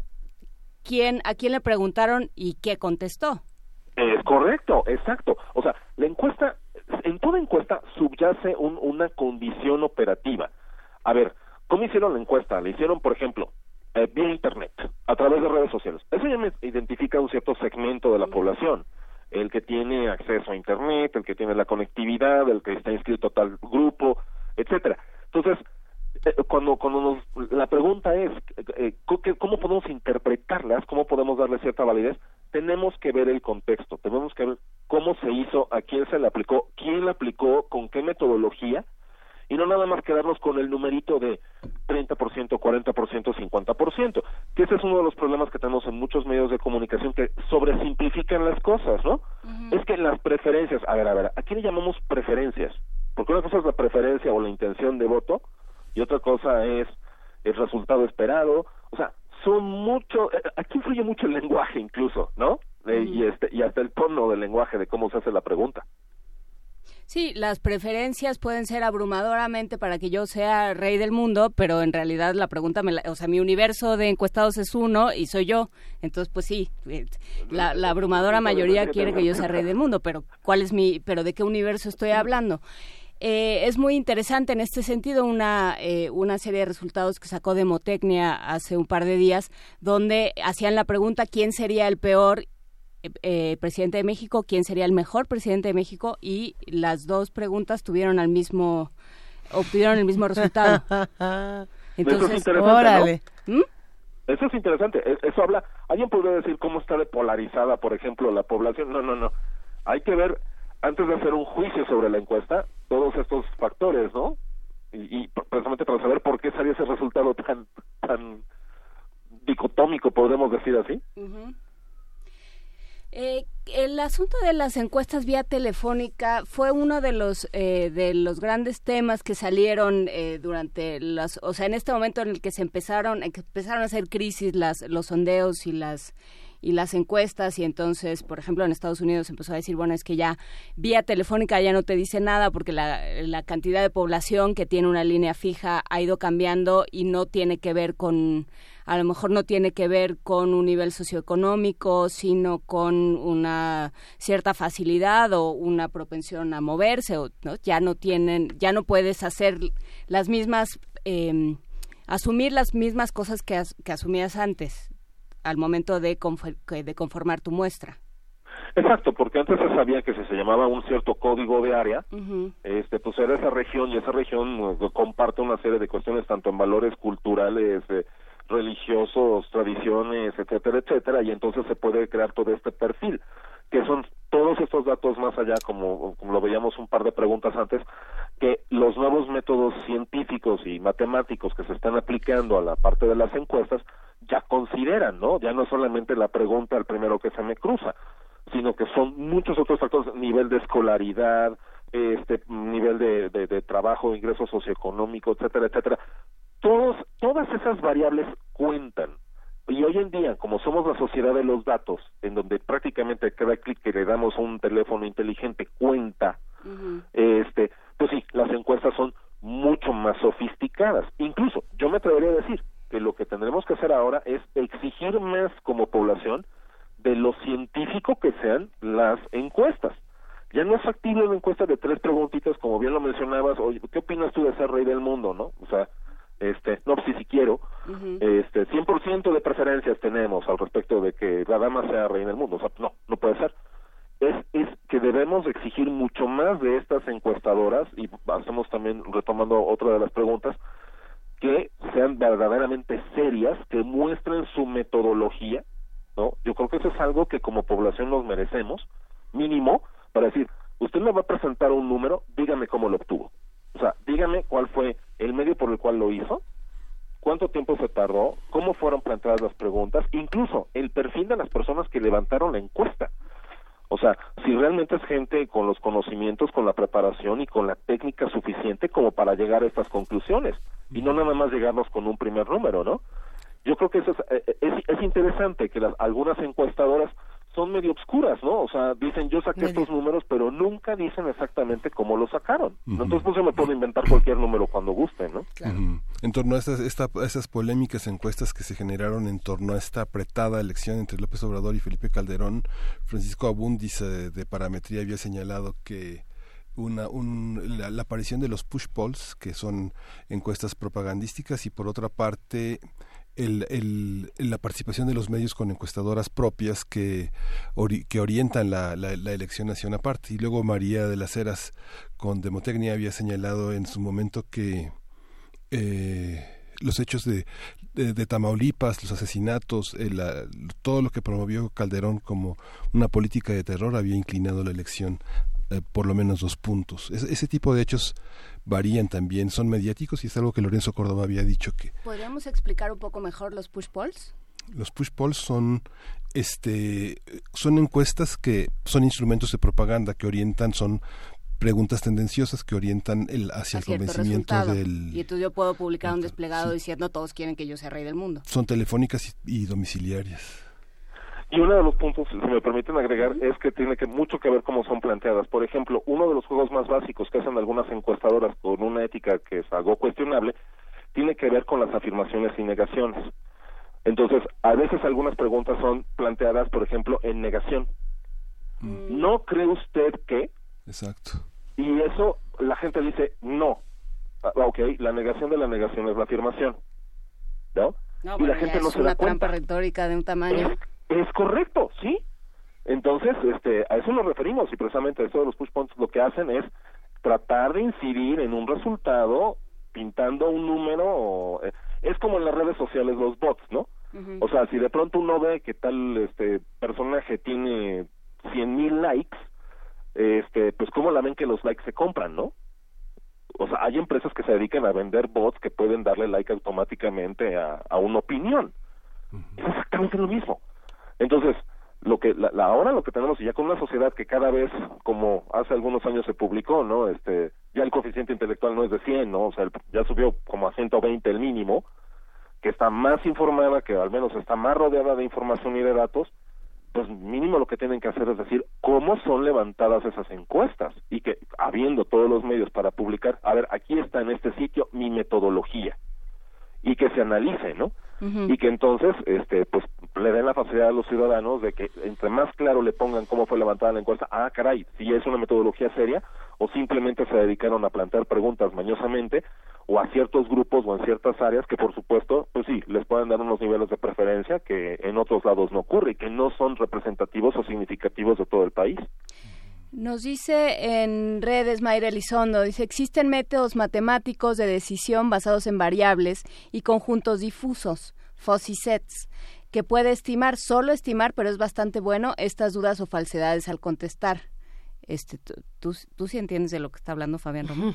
a quién le preguntaron y qué contestó. Es correcto, exacto. O sea, la encuesta, en toda encuesta subyace una condición operativa. A ver, ¿cómo hicieron la encuesta? La hicieron, por ejemplo, vía internet, a través de redes sociales. Eso ya me identifica un cierto segmento de la población. El que tiene acceso a internet, el que tiene la conectividad, el que está inscrito a tal grupo, etcétera. Entonces, cuando la pregunta es ¿cómo podemos interpretarlas? ¿Cómo podemos darle cierta validez? Tenemos que ver el contexto, tenemos que ver cómo se hizo, a quién se le aplicó, quién la aplicó, con qué metodología, y no nada más quedarnos con el numerito de 30%, 40%, 50%, que ese es uno de los problemas que tenemos en muchos medios de comunicación, que sobresimplifican las cosas, ¿no? Es que las preferencias, a ver, ¿a qué le llamamos preferencias? Porque una cosa es la preferencia o la intención de voto, y otra cosa es el resultado esperado. O sea, son mucho, aquí influye mucho el lenguaje incluso, ¿no? Y hasta el tono del lenguaje de cómo se hace la pregunta. Sí, las preferencias pueden ser abrumadoramente para que yo sea rey del mundo, pero en realidad la pregunta, mi universo de encuestados es uno y soy yo. Entonces, pues sí, la abrumadora mayoría quiere que yo sea rey del mundo, pero pero ¿de qué universo estoy hablando? Es muy interesante en este sentido una serie de resultados que sacó Demotecnia hace un par de días, donde hacían la pregunta ¿quién sería el peor presidente de México, quién sería el mejor presidente de México? Y las dos preguntas obtuvieron el mismo resultado. Eso Entonces, es interesante, órale. ¿no? Eso es interesante. Eso habla. Alguien podría decir cómo está depolarizada, por ejemplo, la población. No. Hay que ver, antes de hacer un juicio sobre la encuesta, todos estos factores, ¿no? Y precisamente para saber por qué salió ese resultado tan dicotómico, podemos decir así. Uh-huh. El asunto de las encuestas vía telefónica fue uno de los grandes temas que salieron durante en este momento en el que empezaron a hacer crisis los sondeos y las encuestas, y entonces, por ejemplo, en Estados Unidos empezó a decir, bueno, es que ya vía telefónica ya no te dice nada porque la cantidad de población que tiene una línea fija ha ido cambiando y no tiene que ver a lo mejor no tiene que ver con un nivel socioeconómico, sino con una cierta facilidad o una propensión a moverse, ¿no? Ya no puedes hacer las mismas asumir las mismas cosas que asumías antes al momento de conformar tu muestra. Exacto, porque antes se sabía que si se llamaba un cierto código de área, pues era esa región, y esa región comparte una serie de cuestiones tanto en valores culturales, religiosos, tradiciones, etcétera, etcétera, y entonces se puede crear todo este perfil, que son todos estos datos más allá, como lo veíamos un par de preguntas antes, que los nuevos métodos científicos y matemáticos que se están aplicando a la parte de las encuestas ya consideran, ¿no? Ya no solamente la pregunta al primero que se me cruza, sino que son muchos otros factores, nivel de escolaridad, nivel de trabajo, ingreso socioeconómico, etcétera, etcétera. Todas esas variables cuentan. Y hoy en día, como somos la sociedad de los datos, en donde prácticamente cada clic que le damos a un teléfono inteligente cuenta, pues sí, las encuestas son mucho más sofisticadas. Incluso, yo me atrevería a decir que lo que tendremos que hacer ahora es exigir más como población de lo científico que sean las encuestas. Ya no es factible una encuesta de 3 preguntitas, como bien lo mencionabas. Oye, ¿qué opinas tú de ser rey del mundo, no? O sea, no, pues sí quiero. 100% de preferencias tenemos al respecto de que la dama sea rey del mundo. O sea, no puede ser. Es que debemos exigir mucho más de estas encuestadoras, y hacemos también, retomando otra de las preguntas, que sean verdaderamente serias, que muestren su metodología, ¿no? Yo creo que eso es algo que como población nos merecemos, mínimo, para decir, usted me va a presentar un número, dígame cómo lo obtuvo. O sea, dígame cuál fue el medio por el cual lo hizo, cuánto tiempo se tardó, cómo fueron planteadas las preguntas, incluso el perfil de las personas que levantaron la encuesta. O sea, si realmente es gente con los conocimientos, con la preparación y con la técnica suficiente como para llegar a estas conclusiones, y no nada más llegarnos con un primer número, ¿no? Yo creo que eso es interesante, que algunas encuestadoras son medio obscuras, ¿no? O sea, dicen, yo saqué estos números, pero nunca dicen exactamente cómo lo sacaron. Entonces, pues se me puede inventar cualquier número cuando guste, ¿no? Claro. En torno a esas polémicas encuestas que se generaron en torno a esta apretada elección entre López Obrador y Felipe Calderón, Francisco Abundis de Parametría había señalado que la aparición de los push polls, que son encuestas propagandísticas, y por otra parte la participación de los medios con encuestadoras propias que orientan la elección hacia una parte. Y luego María de las Heras con Demotecnia había señalado en su momento que los hechos de Tamaulipas, los asesinatos, todo lo que promovió Calderón como una política de terror había inclinado la elección por lo menos 2 puntos. Ese tipo de hechos varían también, son mediáticos, y es algo que Lorenzo Córdoba había dicho que... ¿Podríamos explicar un poco mejor los push polls? Los push polls son encuestas que son instrumentos de propaganda que orientan, son preguntas tendenciosas que orientan hacia el convencimiento del... Y entonces yo puedo publicar un desplegado diciendo todos quieren que yo sea rey del mundo. Son telefónicas y domiciliarias. Y uno de los puntos, si me permiten agregar, es que tiene mucho que ver cómo son planteadas. Por ejemplo, uno de los juegos más básicos que hacen algunas encuestadoras con una ética que es algo cuestionable, tiene que ver con las afirmaciones y negaciones. Entonces, a veces algunas preguntas son planteadas, por ejemplo, en negación. ¿No cree usted que? Exacto. Y eso, la gente dice, no. Ok, la negación de la negación es la afirmación, ¿no? No, y la gente no se da cuenta. Es una trampa retórica de un tamaño... Es correcto, sí. Entonces, a eso nos referimos, y precisamente eso de los push polls lo que hacen es tratar de incidir en un resultado pintando un número. Es como en las redes sociales los bots, ¿no? O sea, si de pronto uno ve que tal personaje tiene 100,000 likes, pues cómo la ven que los likes se compran, ¿no? O sea, hay empresas que se dedican a vender bots que pueden darle like automáticamente a una opinión. Es exactamente lo mismo. Entonces, ahora lo que tenemos, y ya con una sociedad que cada vez, como hace algunos años se publicó, ¿no? Ya el coeficiente intelectual no es de 100, ¿no? O sea, ya subió como a 120 el mínimo, que está más informada, que al menos está más rodeada de información y de datos, pues mínimo lo que tienen que hacer es decir cómo son levantadas esas encuestas, y que habiendo todos los medios para publicar, a ver, aquí está en este sitio mi metodología, y que se analice, ¿no? Y que entonces pues le den la facilidad a los ciudadanos de que entre más claro le pongan cómo fue levantada la encuesta, caray, si es una metodología seria, o simplemente se dedicaron a plantear preguntas mañosamente, o a ciertos grupos o en ciertas áreas que por supuesto, pues sí, les pueden dar unos niveles de preferencia que en otros lados no ocurre y que no son representativos o significativos de todo el país. Nos dice en redes Mayra Elizondo, dice, existen métodos matemáticos de decisión basados en variables y conjuntos difusos, fuzzy sets, que puede solo estimar, pero es bastante bueno estas dudas o falsedades al contestar. ¿Tú sí entiendes de lo que está hablando Fabián Romero?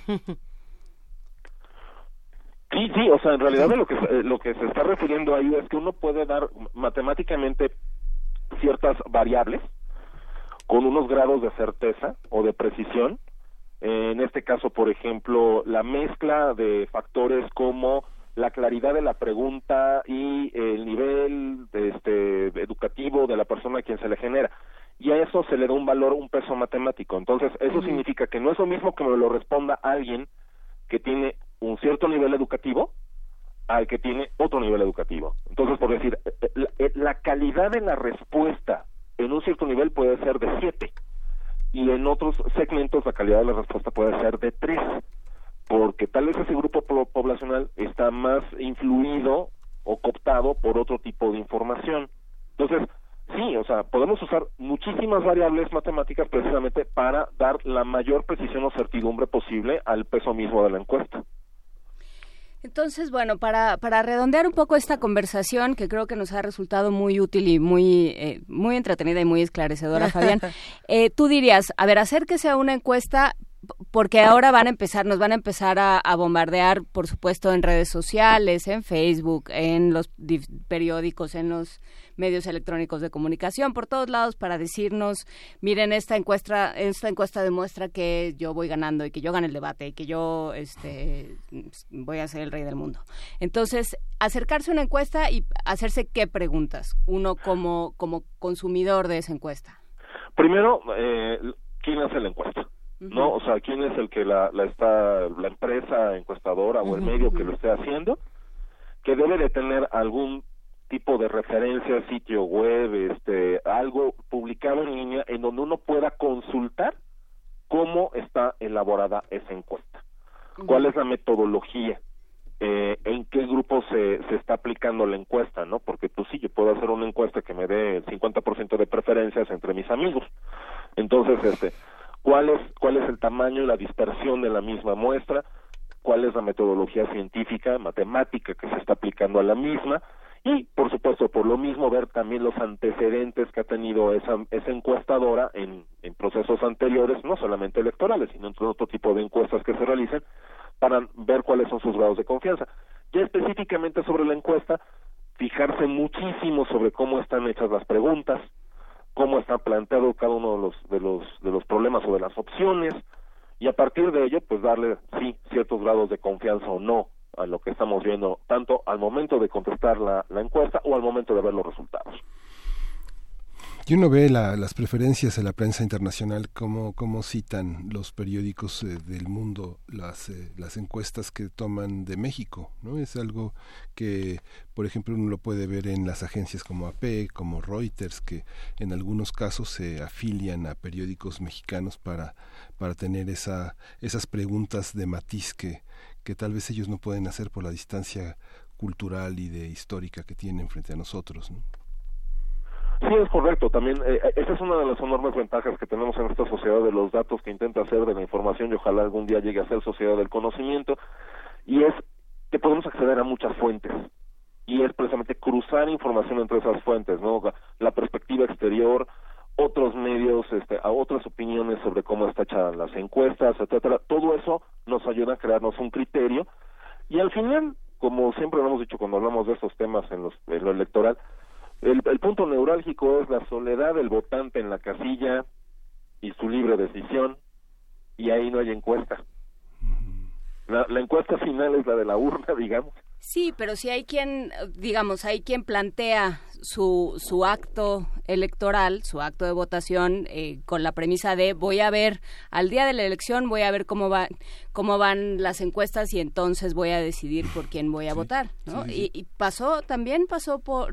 Sí, o sea, en realidad lo que se está refiriendo ahí es que uno puede dar matemáticamente ciertas variables con unos grados de certeza o de precisión. En este caso, por ejemplo, la mezcla de factores como la claridad de la pregunta y el nivel educativo de la persona a quien se le genera. Y a eso se le da un valor, un peso matemático. Entonces, eso significa que no es lo mismo que me lo responda alguien que tiene un cierto nivel educativo al que tiene otro nivel educativo. Entonces, por decir, la calidad de la respuesta en un cierto nivel puede ser de 7 y en otros segmentos la calidad de la respuesta puede ser de 3, porque tal vez ese grupo poblacional está más influido o cooptado por otro tipo de información. Entonces, sí, o sea, podemos usar muchísimas variables matemáticas precisamente para dar la mayor precisión o certidumbre posible al peso mismo de la encuesta. Entonces, bueno, para redondear un poco esta conversación, que creo que nos ha resultado muy útil y muy entretenida y muy esclarecedora, Fabián, tú dirías, a ver, acérquese a una encuesta, porque ahora nos van a empezar a bombardear, por supuesto, en redes sociales, en Facebook, en los periódicos, en los medios electrónicos de comunicación, por todos lados, para decirnos, miren, esta encuesta demuestra que yo voy ganando y que yo gane el debate y que yo voy a ser el rey del mundo. Entonces, acercarse a una encuesta y hacerse qué preguntas, uno como consumidor de esa encuesta. Primero, ¿quién hace la encuesta? ¿No? O sea, ¿quién es el que la empresa encuestadora o el medio que lo esté haciendo? Que debe de tener algún tipo de referencia, sitio web, algo publicado en línea en donde uno pueda consultar cómo está elaborada esa encuesta. ¿Cuál es la metodología? ¿En qué grupo se está aplicando la encuesta, no? Porque pues sí, yo puedo hacer una encuesta que me dé el 50% de preferencias entre mis amigos. Entonces, ¿cuál es el tamaño y la dispersión de la misma muestra? ¿Cuál es la metodología científica, matemática que se está aplicando a la misma? Y, por supuesto, por lo mismo, ver también los antecedentes que ha tenido esa encuestadora en procesos anteriores, no solamente electorales, sino en otro tipo de encuestas que se realicen, para ver cuáles son sus grados de confianza. Ya específicamente sobre la encuesta, fijarse muchísimo sobre cómo están hechas las preguntas, cómo está planteado cada uno de los problemas o de las opciones, y a partir de ello, pues darle, sí, ciertos grados de confianza o no a lo que estamos viendo, tanto al momento de contestar la encuesta o al momento de ver los resultados. Y uno ve las preferencias de la prensa internacional, cómo citan los periódicos del mundo las encuestas que toman de México, ¿no? Es algo que, por ejemplo, uno lo puede ver en las agencias como AP, como Reuters, que en algunos casos se afilian a periódicos mexicanos para tener esas preguntas de matiz que tal vez ellos no pueden hacer por la distancia cultural y de histórica que tienen frente a nosotros, ¿no? Sí, es correcto. También esa es una de las enormes ventajas que tenemos en esta sociedad de los datos que intenta hacer de la información y ojalá algún día llegue a ser sociedad del conocimiento, y es que podemos acceder a muchas fuentes y es precisamente cruzar información entre esas fuentes, ¿no? La perspectiva exterior, otros medios, a otras opiniones sobre cómo está hecha las encuestas, etcétera. Todo eso nos ayuda a crearnos un criterio y al final, como siempre lo hemos dicho cuando hablamos de estos temas en lo electoral, el punto neurálgico es la soledad del votante en la casilla y su libre decisión, y ahí no hay encuesta. La encuesta final es la de la urna, digamos. Sí, pero si hay quien plantea su acto electoral, su acto de votación, con la premisa de voy a ver, al día de la elección voy a ver cómo van las encuestas y entonces voy a decidir por quién voy a votar, ¿no? Sí. Y pasó por...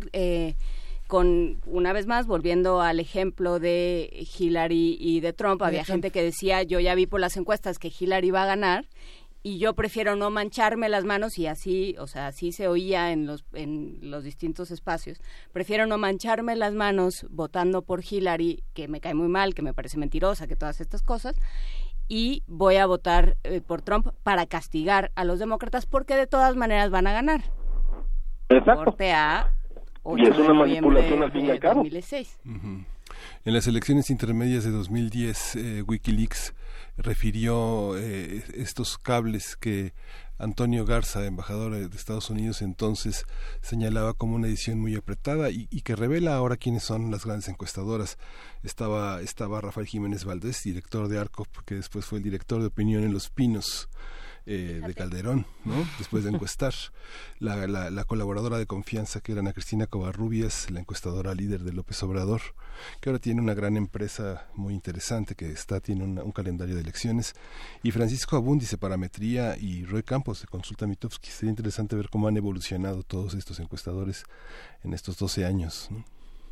una vez más, volviendo al ejemplo de Hillary y de Trump, había gente que decía, yo ya vi por las encuestas que Hillary va a ganar, y yo prefiero no mancharme las manos, y así, o sea, así se oía en los distintos espacios, prefiero no mancharme las manos votando por Hillary, que me cae muy mal, que me parece mentirosa, que todas estas cosas, y voy a votar por Trump para castigar a los demócratas, porque de todas maneras van a ganar. Exacto. Corte A, y es una manipulación al fin y al cabo. 2006. En las elecciones intermedias de 2010, Wikileaks refirió estos cables que Antonio Garza, embajador de Estados Unidos entonces, señalaba como una edición muy apretada y que revela ahora quiénes son las grandes encuestadoras. Estaba Rafael Jiménez Valdés, director de ARCOP, que después fue el director de opinión en Los Pinos, de Calderón, ¿no? Después de encuestar, la colaboradora de confianza, que era Ana Cristina Covarrubias, la encuestadora líder de López Obrador, que ahora tiene una gran empresa muy interesante que tiene un calendario de elecciones, y Francisco Abundi de Parametría y Roy Campos de Consulta Mitofsky. Sería interesante ver cómo han evolucionado todos estos encuestadores en estos 12 años, ¿no?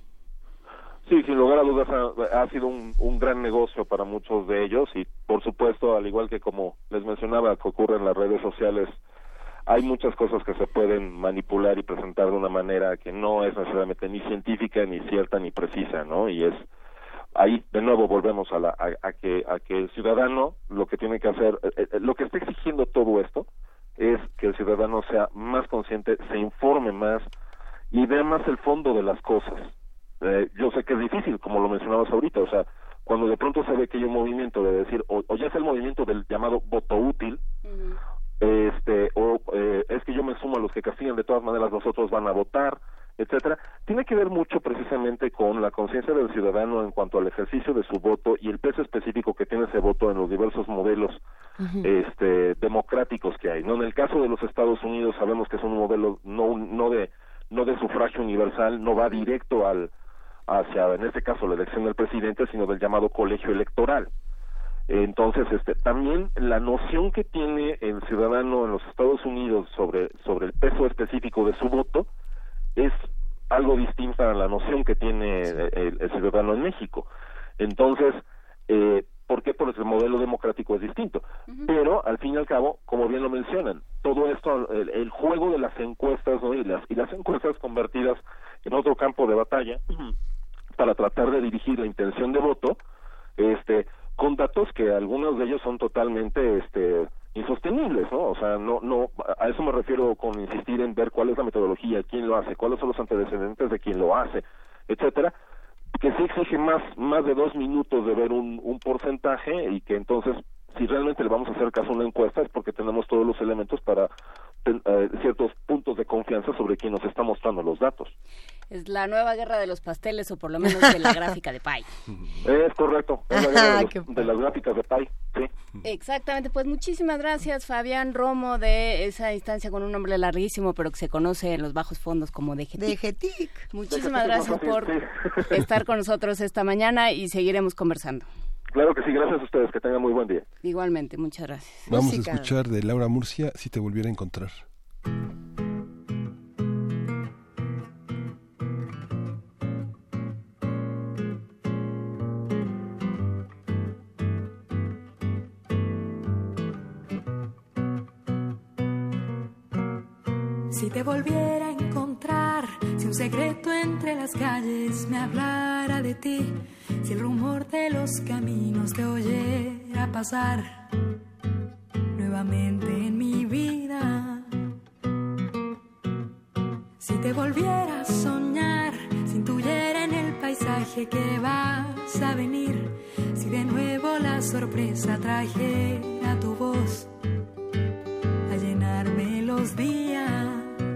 Sí, sin lugar a dudas ha sido un gran negocio para muchos de ellos, y por supuesto, al igual que como les mencionaba que ocurre en las redes sociales, hay muchas cosas que se pueden manipular y presentar de una manera que no es necesariamente ni científica, ni cierta, ni precisa, ¿no? Y es ahí de nuevo volvemos a que el ciudadano lo que tiene que hacer, lo que está exigiendo todo esto es que el ciudadano sea más consciente, se informe más y vea más el fondo de las cosas. Yo sé que es difícil, como lo mencionabas ahorita, o sea, cuando de pronto se ve que hay un movimiento de decir, o ya es el movimiento del llamado voto útil, es que yo me sumo a los que castigan, de todas maneras los otros van a votar, etcétera, tiene que ver mucho precisamente con la conciencia del ciudadano en cuanto al ejercicio de su voto y el peso específico que tiene ese voto en los diversos modelos democráticos que hay, ¿no? En el caso de los Estados Unidos sabemos que es un modelo no de sufragio universal, no va directo hacia, en este caso, la elección del presidente, sino del llamado colegio electoral. Entonces, también la noción que tiene el ciudadano en los Estados Unidos sobre el peso específico de su voto es algo distinta a la noción que tiene el ciudadano en México. Entonces, ¿por qué? Porque el modelo democrático es distinto. Pero, al fin y al cabo, como bien lo mencionan, todo esto, el juego de las encuestas, ¿no? y las encuestas convertidas en otro campo de batalla para tratar de dirigir la intención de voto, con datos que algunos de ellos son totalmente insostenibles, ¿no? O sea, no a eso me refiero con insistir en ver cuál es la metodología, quién lo hace, cuáles son los antecedentes de quién lo hace, etcétera, que sí exige más de 2 minutos de ver un porcentaje, y que entonces, si realmente le vamos a hacer caso a una encuesta, es porque tenemos todos los elementos para ciertos puntos de confianza sobre quién nos está mostrando los datos. Es la nueva guerra de los pasteles, o por lo menos de la gráfica de Pie. Es correcto, es la guerra de las gráficas de Pie, sí. Exactamente, pues muchísimas gracias, Fabián Romo, de esa instancia con un nombre larguísimo, pero que se conoce en los bajos fondos como DGTIC. Muchísimas gracias por estar con nosotros esta mañana, y seguiremos conversando. Claro que sí, gracias a ustedes, que tengan muy buen día. Igualmente, muchas gracias. Vamos a escuchar de Laura Murcia, Si te volviera a encontrar. Si te volviera a encontrar, si un secreto entre las calles me hablara de ti, si el rumor de los caminos te oyera pasar nuevamente en mi vida, si te volviera a soñar, si intuyera en el paisaje que vas a venir, si de nuevo la sorpresa trajera tu voz a llenarme los días,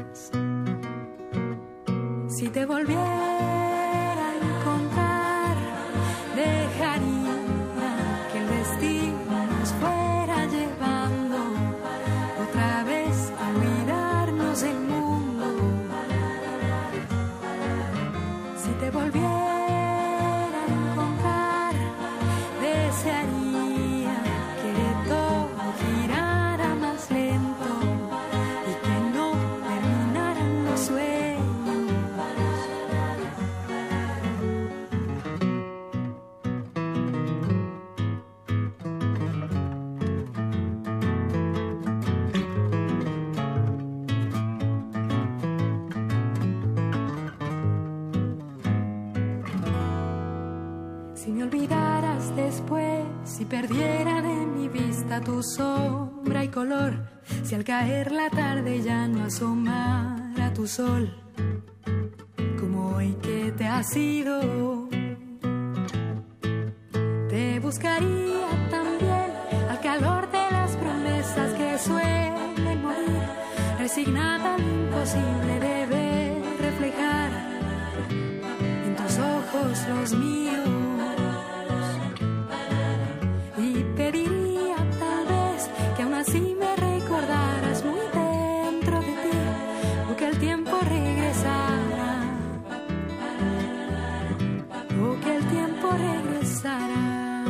si te volviera a encontrar, dejaría que el destino nos fuera llevando otra vez a olvidarnos del mundo. Si te volviera a encontrar, desearía que todo girara más lento y que no terminaran los sueños. Si me olvidaras después, si perdiera de mi vista tu sombra y color, si al caer la tarde ya no asomara tu sol, como hoy que te has ido, te buscaría también al calor de las promesas que suelen morir, resignada al imposible de ver reflejar en tus ojos los míos. Y pediría tal vez que aún así me recordaras muy dentro de ti, o que el tiempo regresara, o que el tiempo regresara.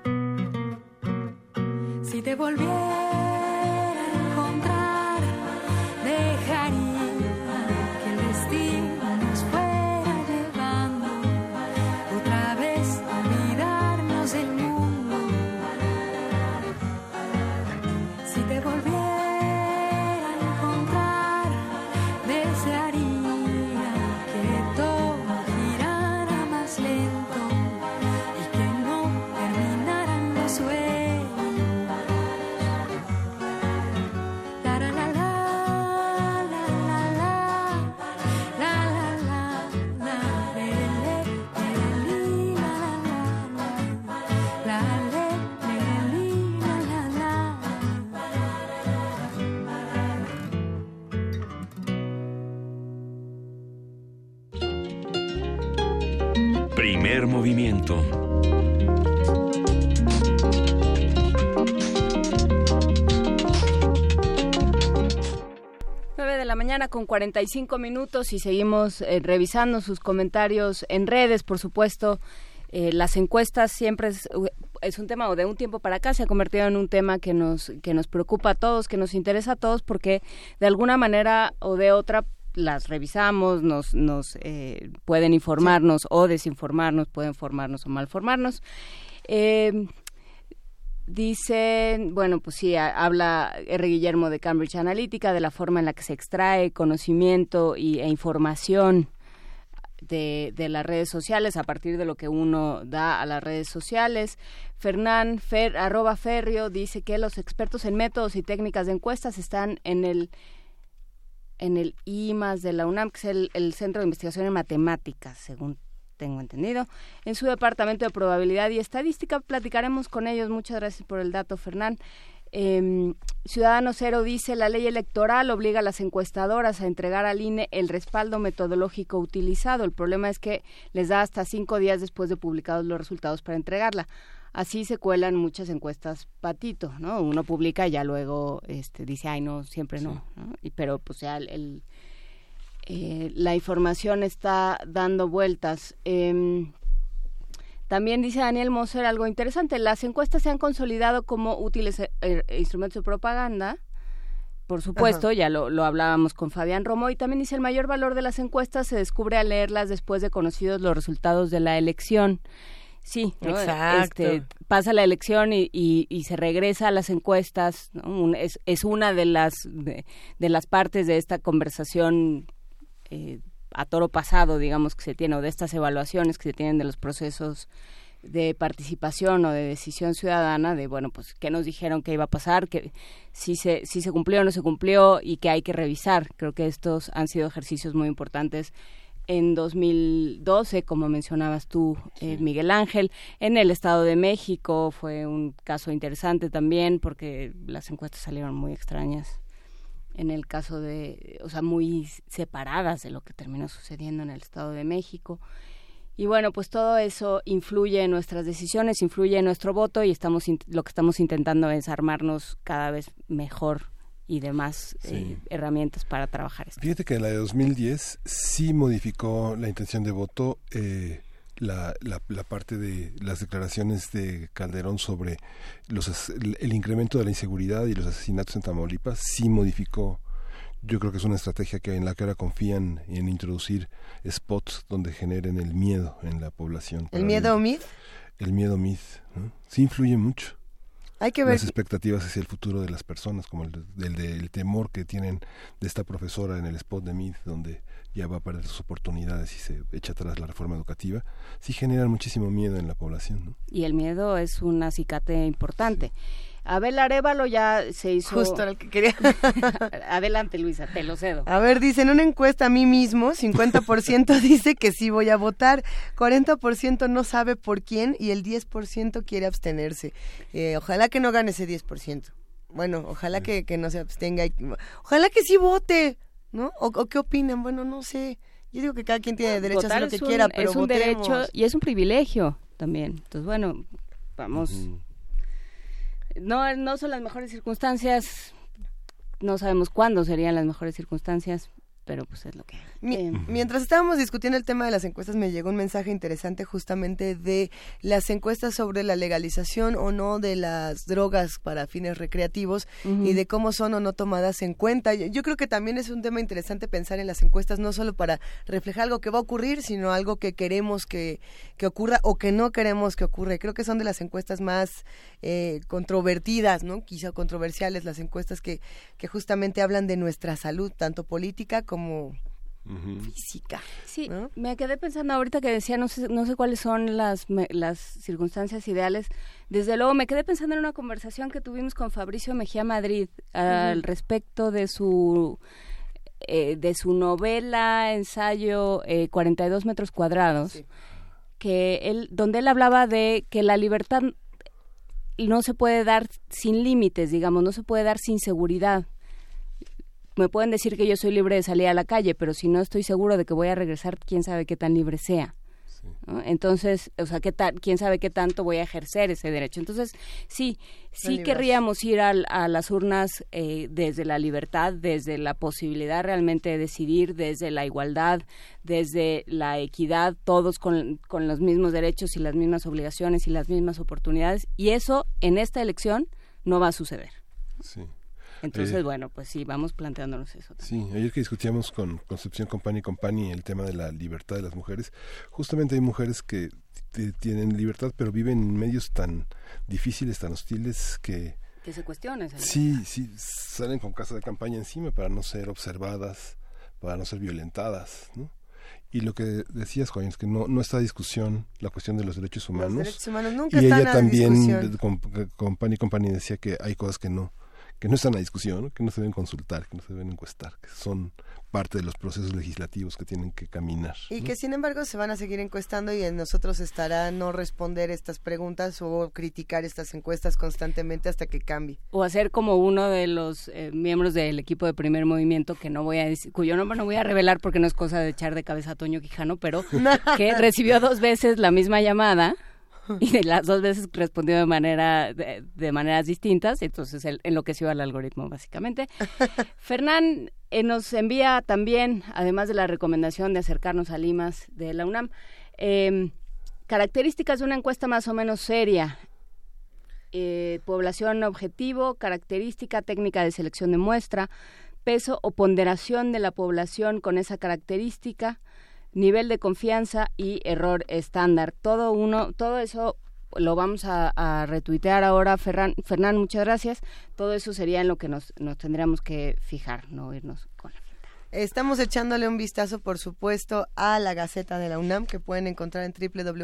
Si te volviera a encontrar, dejaría que el destino nos fuera llevando otra vez a olvidarnos del mundo. Si te volviera a encontrar, desearía que todo girara más lento y que no terminaran los sueños. La la la la la la la la la la le le li la la le li la la. Primer movimiento. 9 de la mañana con 45 minutos y seguimos revisando sus comentarios en redes, por supuesto. Las encuestas siempre es un tema, o de un tiempo para acá se ha convertido en un tema que nos preocupa a todos, que nos interesa a todos, porque de alguna manera o de otra las revisamos, nos pueden informarnos o desinformarnos, pueden formarnos o malformarnos. Dicen, bueno, pues sí, habla R. Guillermo de Cambridge Analytica, de la forma en la que se extrae conocimiento e información de las redes sociales a partir de lo que uno da a las redes sociales. @Ferrio dice que los expertos en métodos y técnicas de encuestas están en el IMAS de la UNAM, que es el Centro de Investigación en Matemáticas, según tengo entendido, en su departamento de probabilidad y estadística. Platicaremos con ellos. Muchas gracias por el dato, Fernán. Ciudadano Cero dice: la ley electoral obliga a las encuestadoras a entregar al INE el respaldo metodológico utilizado. El problema es que les da hasta 5 días después de publicados los resultados para entregarla. Así se cuelan muchas encuestas patito, ¿no? Uno publica y ya luego dice, ay, no, siempre no, ¿no? Pero pues ya la información está dando vueltas. También dice Daniel Moser algo interesante: las encuestas se han consolidado como útiles instrumentos de propaganda. Por supuesto, ya lo hablábamos con Fabián Romo. Y también dice: el mayor valor de las encuestas se descubre al leerlas después de conocidos los resultados de la elección. Sí, ¿no? Exacto. Pasa la elección y se regresa a las encuestas, ¿no? Es una de las partes de esta conversación a toro pasado, digamos, que se tiene, o de estas evaluaciones que se tienen de los procesos de participación o de decisión ciudadana, de, bueno, pues, ¿qué nos dijeron que iba a pasar? Que si se cumplió o no se cumplió, y que hay que revisar. Creo que estos han sido ejercicios muy importantes. En 2012, como mencionabas tú, Miguel Ángel, en el Estado de México fue un caso interesante también, porque las encuestas salieron muy extrañas. En el caso muy separadas de lo que terminó sucediendo en el Estado de México. Y bueno, pues todo eso influye en nuestras decisiones, influye en nuestro voto, y lo que estamos intentando es armarnos cada vez mejor y demás herramientas para trabajar esto. Fíjate que en la de 2010 sí modificó la intención de voto la parte de las declaraciones de Calderón sobre el incremento de la inseguridad y los asesinatos en Tamaulipas. Sí modificó. Yo creo que es una estrategia en la que ahora confían en introducir spots donde generen el miedo en la población. ¿El miedo MID? El miedo MID, ¿no? Sí influye mucho. Hay que ver las expectativas hacia el futuro de las personas, como el temor que tienen de esta profesora en el spot de Mead, donde ya va a perder sus oportunidades y se echa atrás la reforma educativa, sí generan muchísimo miedo en la población, ¿no? Y el miedo es un acicate importante. Sí. Abel Arévalo ya se hizo... Justo el que quería. Adelante, Luisa, te lo cedo. A ver, dice, en una encuesta a mí mismo, 50% dice que sí voy a votar, 40% no sabe por quién y el 10% quiere abstenerse. Ojalá que no gane ese 10%. Bueno, ojalá que no se abstenga. Ojalá que sí vote, ¿no? ¿O qué opinan? Bueno, no sé. Yo digo que cada quien tiene derecho a hacer lo que quiera, pero es un votemos. Derecho y es un privilegio también. Entonces, bueno, vamos... No son las mejores circunstancias, no sabemos cuándo serían las mejores circunstancias, pero pues es lo que hay. Mientras estábamos discutiendo el tema de las encuestas, me llegó un mensaje interesante justamente de las encuestas sobre la legalización o no de las drogas para fines recreativos y de cómo son o no tomadas en cuenta. Yo creo que también es un tema interesante pensar en las encuestas no solo para reflejar algo que va a ocurrir, sino algo que queremos que ocurra o que no queremos que ocurra. Creo que son de las encuestas más controvertidas, ¿no? Quizá controversiales, las encuestas que justamente hablan de nuestra salud, tanto política como física. Sí, ¿no? Me quedé pensando ahorita que decía, no sé cuáles son las circunstancias ideales. Desde luego me quedé pensando en una conversación que tuvimos con Fabricio Mejía Madrid al respecto de su novela, ensayo 42 metros cuadrados, sí. Donde él hablaba de que la libertad no se puede dar sin límites, digamos, no se puede dar sin seguridad. Me pueden decir que yo soy libre de salir a la calle, pero si no estoy seguro de que voy a regresar, quién sabe qué tan libre sea. Sí. ¿No? Entonces, o sea, quién sabe qué tanto voy a ejercer ese derecho. Entonces, sí querríamos ir a las urnas desde la libertad, desde la posibilidad realmente de decidir, desde la igualdad, desde la equidad, todos con los mismos derechos y las mismas obligaciones y las mismas oportunidades. Y eso, en esta elección, no va a suceder. Sí. Entonces, bueno, pues sí, vamos planteándonos eso también. Sí, ayer que discutíamos con Concepción Company el tema de la libertad de las mujeres, justamente hay mujeres que tienen libertad, pero viven en medios tan difíciles, tan hostiles que se cuestionan. Sí, salen con casa de campaña encima para no ser observadas, para no ser violentadas, ¿no? Y lo que decías, Juan, es que no está a discusión la cuestión de los derechos humanos. Los derechos humanos nunca y están ella a también, discusión. Company decía que hay cosas que no están a discusión, que no se deben consultar, que no se deben encuestar, que son parte de los procesos legislativos que tienen que caminar. Y que sin embargo se van a seguir encuestando y en nosotros estará no responder estas preguntas o criticar estas encuestas constantemente hasta que cambie. O hacer como uno de los miembros del equipo de Primer Movimiento, que no voy a decir, cuyo nombre no voy a revelar porque no es cosa de echar de cabeza a Toño Quijano, pero que recibió 2 veces la misma llamada. Y de las 2 veces respondió de maneras distintas, entonces él enloqueció al algoritmo básicamente. Fernán nos envía también, además de la recomendación de acercarnos a Limas de la UNAM, características de una encuesta más o menos seria. Población objetivo, característica, técnica de selección de muestra, peso o ponderación de la población con esa característica, nivel de confianza y error estándar. Todo eso lo vamos a retuitear ahora, Fernán, muchas gracias. Todo eso sería en lo que nos tendríamos que fijar, no irnos con la finta. Estamos echándole un vistazo, por supuesto, a la Gaceta de la UNAM, que pueden encontrar en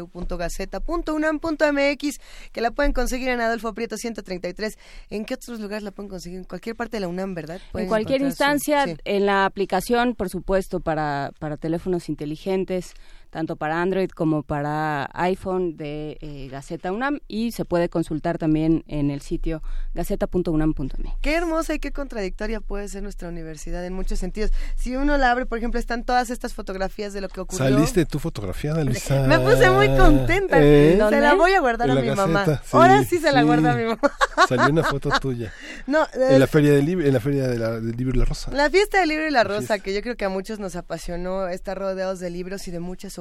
www.gaceta.unam.mx, que la pueden conseguir en Adolfo Prieto 133. ¿En qué otros lugares la pueden conseguir? En cualquier parte de la UNAM, ¿verdad? En cualquier instancia, sí. En la aplicación, por supuesto, para teléfonos inteligentes, tanto para Android como para iPhone de Gaceta UNAM, y se puede consultar también en el sitio gaceta.unam.mx. Qué hermosa y qué contradictoria puede ser nuestra universidad en muchos sentidos. Si uno la abre, por ejemplo, están todas estas fotografías de lo que ocurrió. Saliste tú fotografiada, Luisa. Me puse muy contenta. Se la voy a guardar a mi Gaceta, mamá. Sí, ahora sí se la guardo a mi mamá. Salió una foto tuya. No, en la feria del libro, del libro y la rosa. La fiesta del libro y la rosa, que yo creo que a muchos nos apasionó, estar rodeados de libros y de muchas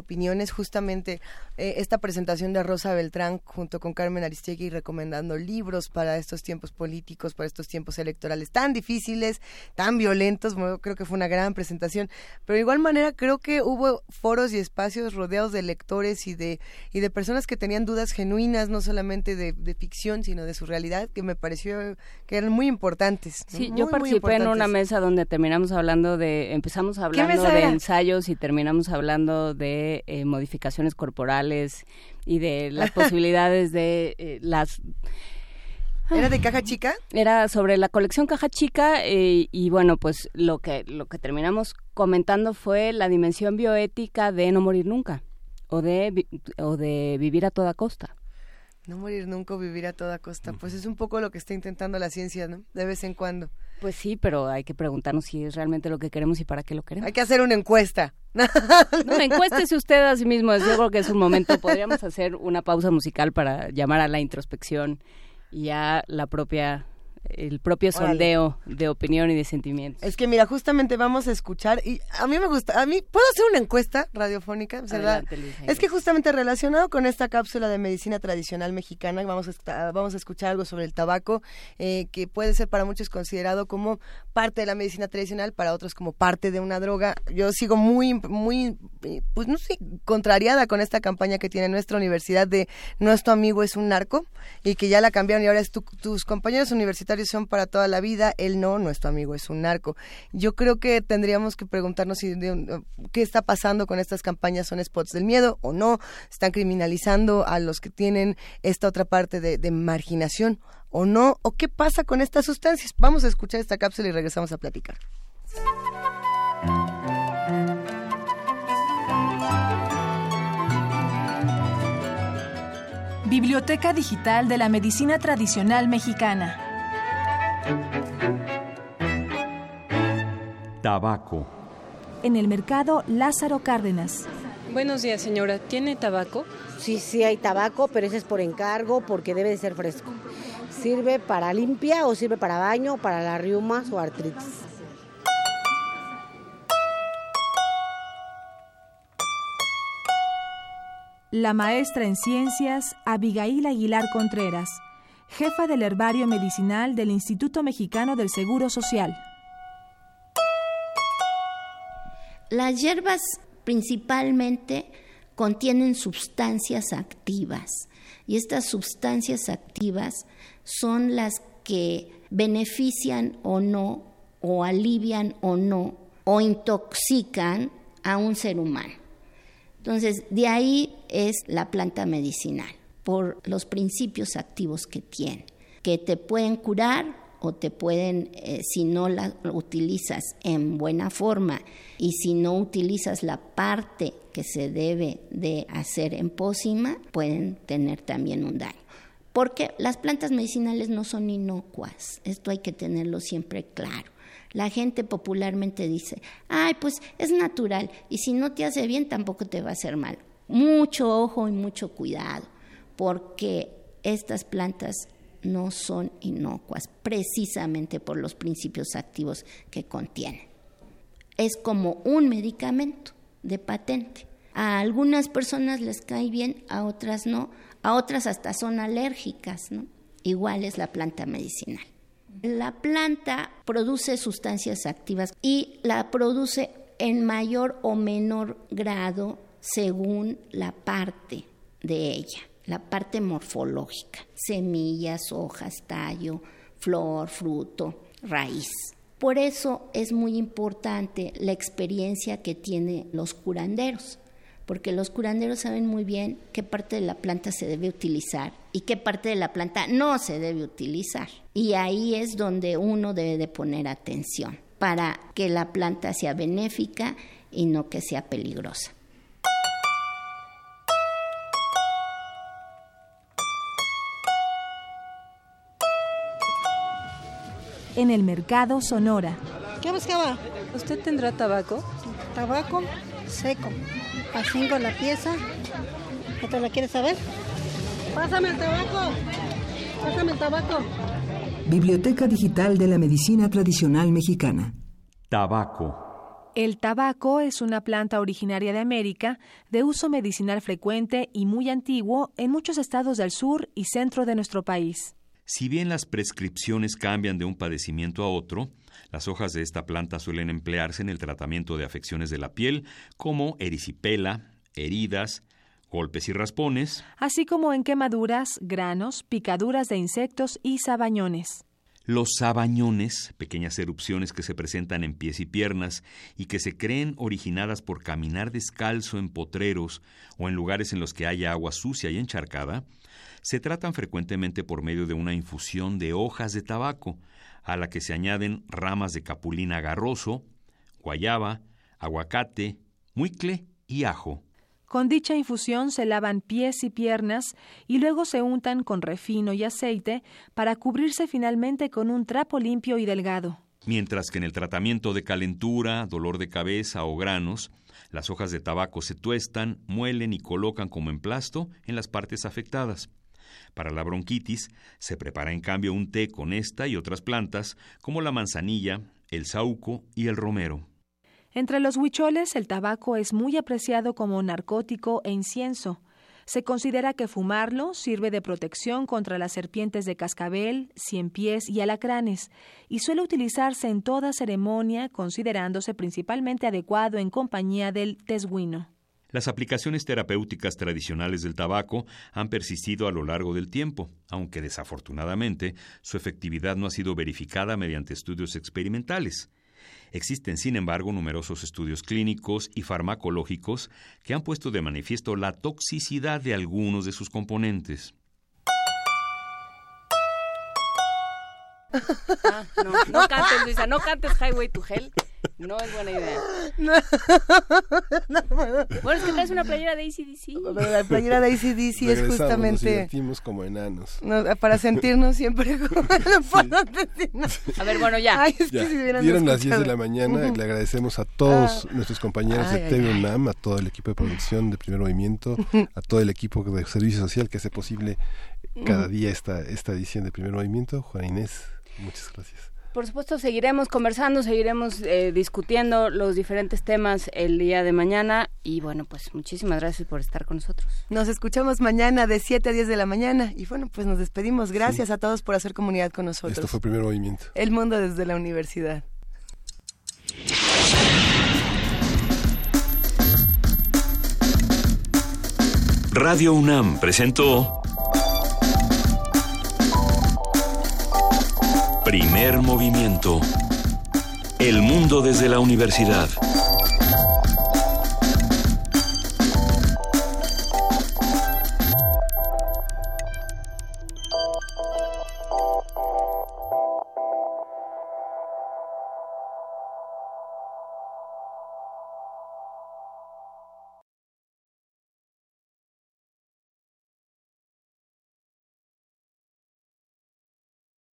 opiniones. Justamente esta presentación de Rosa Beltrán junto con Carmen Aristegui recomendando libros para estos tiempos políticos, para estos tiempos electorales tan difíciles, tan violentos, creo que fue una gran presentación, pero de igual manera creo que hubo foros y espacios rodeados de lectores y de personas que tenían dudas genuinas, no solamente de ficción, sino de su realidad, que me pareció que eran muy importantes. Sí, muy, yo participé en una mesa donde empezamos hablando de ensayos y terminamos hablando de modificaciones corporales y de las posibilidades de las... ¿Era de Caja Chica? Era sobre la colección Caja Chica y bueno, pues lo que terminamos comentando fue la dimensión bioética de no morir nunca o de vivir a toda costa. No morir nunca o vivir a toda costa, pues es un poco lo que está intentando la ciencia, ¿no? De vez en cuando. Pues sí, pero hay que preguntarnos si es realmente lo que queremos y para qué lo queremos. Hay que hacer una encuesta. No, encuéstese usted a sí mismo, yo creo que es un momento, podríamos hacer una pausa musical para llamar a la introspección y a el propio sondeo de opinión y de sentimientos. Es que mira, justamente vamos a escuchar, y a mí me gusta, ¿puedo hacer una encuesta radiofónica? Adelante, Luis, es que justamente relacionado con esta cápsula de medicina tradicional mexicana, vamos a escuchar algo sobre el tabaco, que puede ser para muchos considerado como parte de la medicina tradicional, para otros como parte de una droga. Yo sigo muy, pues no sé, contrariada con esta campaña que tiene nuestra universidad de no es tu amigo, es un narco, y que ya la cambiaron y ahora es tus compañeros universitarios son para toda la vida, él no es tu amigo, es un narco. Yo creo que tendríamos que preguntarnos qué está pasando con estas campañas, son spots del miedo o no, están criminalizando a los que tienen esta otra parte de marginación o no, o qué pasa con estas sustancias. Vamos a escuchar esta cápsula y regresamos a platicar. Biblioteca Digital de la Medicina Tradicional Mexicana. Tabaco. En el mercado Lázaro Cárdenas. Buenos días, señora. ¿Tiene tabaco? Sí hay tabaco, pero ese es por encargo porque debe de ser fresco. ¿Sirve para limpia o sirve para baño, para las riumas o artritis? La maestra en ciencias Abigail Aguilar Contreras, jefa del herbario medicinal del Instituto Mexicano del Seguro Social. Las hierbas principalmente contienen sustancias activas y estas sustancias activas son las que benefician o no, o alivian o no, o intoxican a un ser humano. Entonces, de ahí es la planta medicinal, por los principios activos que tiene, que te pueden curar o te pueden, si no la utilizas en buena forma y si no utilizas la parte que se debe de hacer en pócima, pueden tener también un daño. Porque las plantas medicinales no son inocuas, esto hay que tenerlo siempre claro. La gente popularmente dice, ay, pues es natural y si no te hace bien tampoco te va a hacer mal. Mucho ojo y mucho cuidado, porque estas plantas no son inocuas, precisamente por los principios activos que contienen. Es como un medicamento de patente. A algunas personas les cae bien, a otras no, a otras hasta son alérgicas, ¿no? Igual es la planta medicinal. La planta produce sustancias activas y la produce en mayor o menor grado según la parte de ella, la parte morfológica, semillas, hojas, tallo, flor, fruto, raíz. Por eso es muy importante la experiencia que tienen los curanderos, porque los curanderos saben muy bien qué parte de la planta se debe utilizar y qué parte de la planta no se debe utilizar. Y ahí es donde uno debe de poner atención para que la planta sea benéfica y no que sea peligrosa. En el mercado Sonora. ¿Qué buscaba? ¿Usted tendrá tabaco? Tabaco seco. A 5 la pieza. ¿No te la quieres saber? Pásame el tabaco. Pásame el tabaco. Biblioteca Digital de la Medicina Tradicional Mexicana. Tabaco. El tabaco es una planta originaria de América, de uso medicinal frecuente y muy antiguo en muchos estados del sur y centro de nuestro país. Si bien las prescripciones cambian de un padecimiento a otro, las hojas de esta planta suelen emplearse en el tratamiento de afecciones de la piel como erisipela, heridas, golpes y raspones, así como en quemaduras, granos, picaduras de insectos y sabañones. Los sabañones, pequeñas erupciones que se presentan en pies y piernas y que se creen originadas por caminar descalzo en potreros o en lugares en los que haya agua sucia y encharcada, se tratan frecuentemente por medio de una infusión de hojas de tabaco, a la que se añaden ramas de capulín agarroso, guayaba, aguacate, muicle y ajo. Con dicha infusión se lavan pies y piernas y luego se untan con refino y aceite para cubrirse finalmente con un trapo limpio y delgado. Mientras que en el tratamiento de calentura, dolor de cabeza o granos, las hojas de tabaco se tuestan, muelen y colocan como emplasto en las partes afectadas. Para la bronquitis, se prepara en cambio un té con esta y otras plantas como la manzanilla, el saúco y el romero. Entre los huicholes, el tabaco es muy apreciado como narcótico e incienso. Se considera que fumarlo sirve de protección contra las serpientes de cascabel, ciempiés y alacranes, y suele utilizarse en toda ceremonia, considerándose principalmente adecuado en compañía del tesguino. Las aplicaciones terapéuticas tradicionales del tabaco han persistido a lo largo del tiempo, aunque desafortunadamente su efectividad no ha sido verificada mediante estudios experimentales. Existen, sin embargo, numerosos estudios clínicos y farmacológicos que han puesto de manifiesto la toxicidad de algunos de sus componentes. No cantes, Luisa, no cantes Highway to Hell. No es buena idea. Bueno, es que traes una playera de AC/DC. La playera de AC/DC es justamente... Nos divertimos como enanos. Para sentirnos siempre como... A ver, bueno, ya. Ay, es que ya. si Dieron las 10 de la mañana. Le agradecemos a todos nuestros compañeros de TV UNAM, a todo el equipo de producción de Primer Movimiento, a todo el equipo de Servicio Social que hace posible cada día esta edición de Primer Movimiento. Juana Inés, muchas gracias. Por supuesto, seguiremos conversando, seguiremos discutiendo los diferentes temas el día de mañana y bueno, pues muchísimas gracias por estar con nosotros. Nos escuchamos mañana de 7 a 10 de la mañana y bueno, pues nos despedimos. Gracias a todos por hacer comunidad con nosotros. Esto fue Primer Movimiento. El mundo desde la universidad. Radio UNAM presentó Primer Movimiento. El mundo desde la universidad.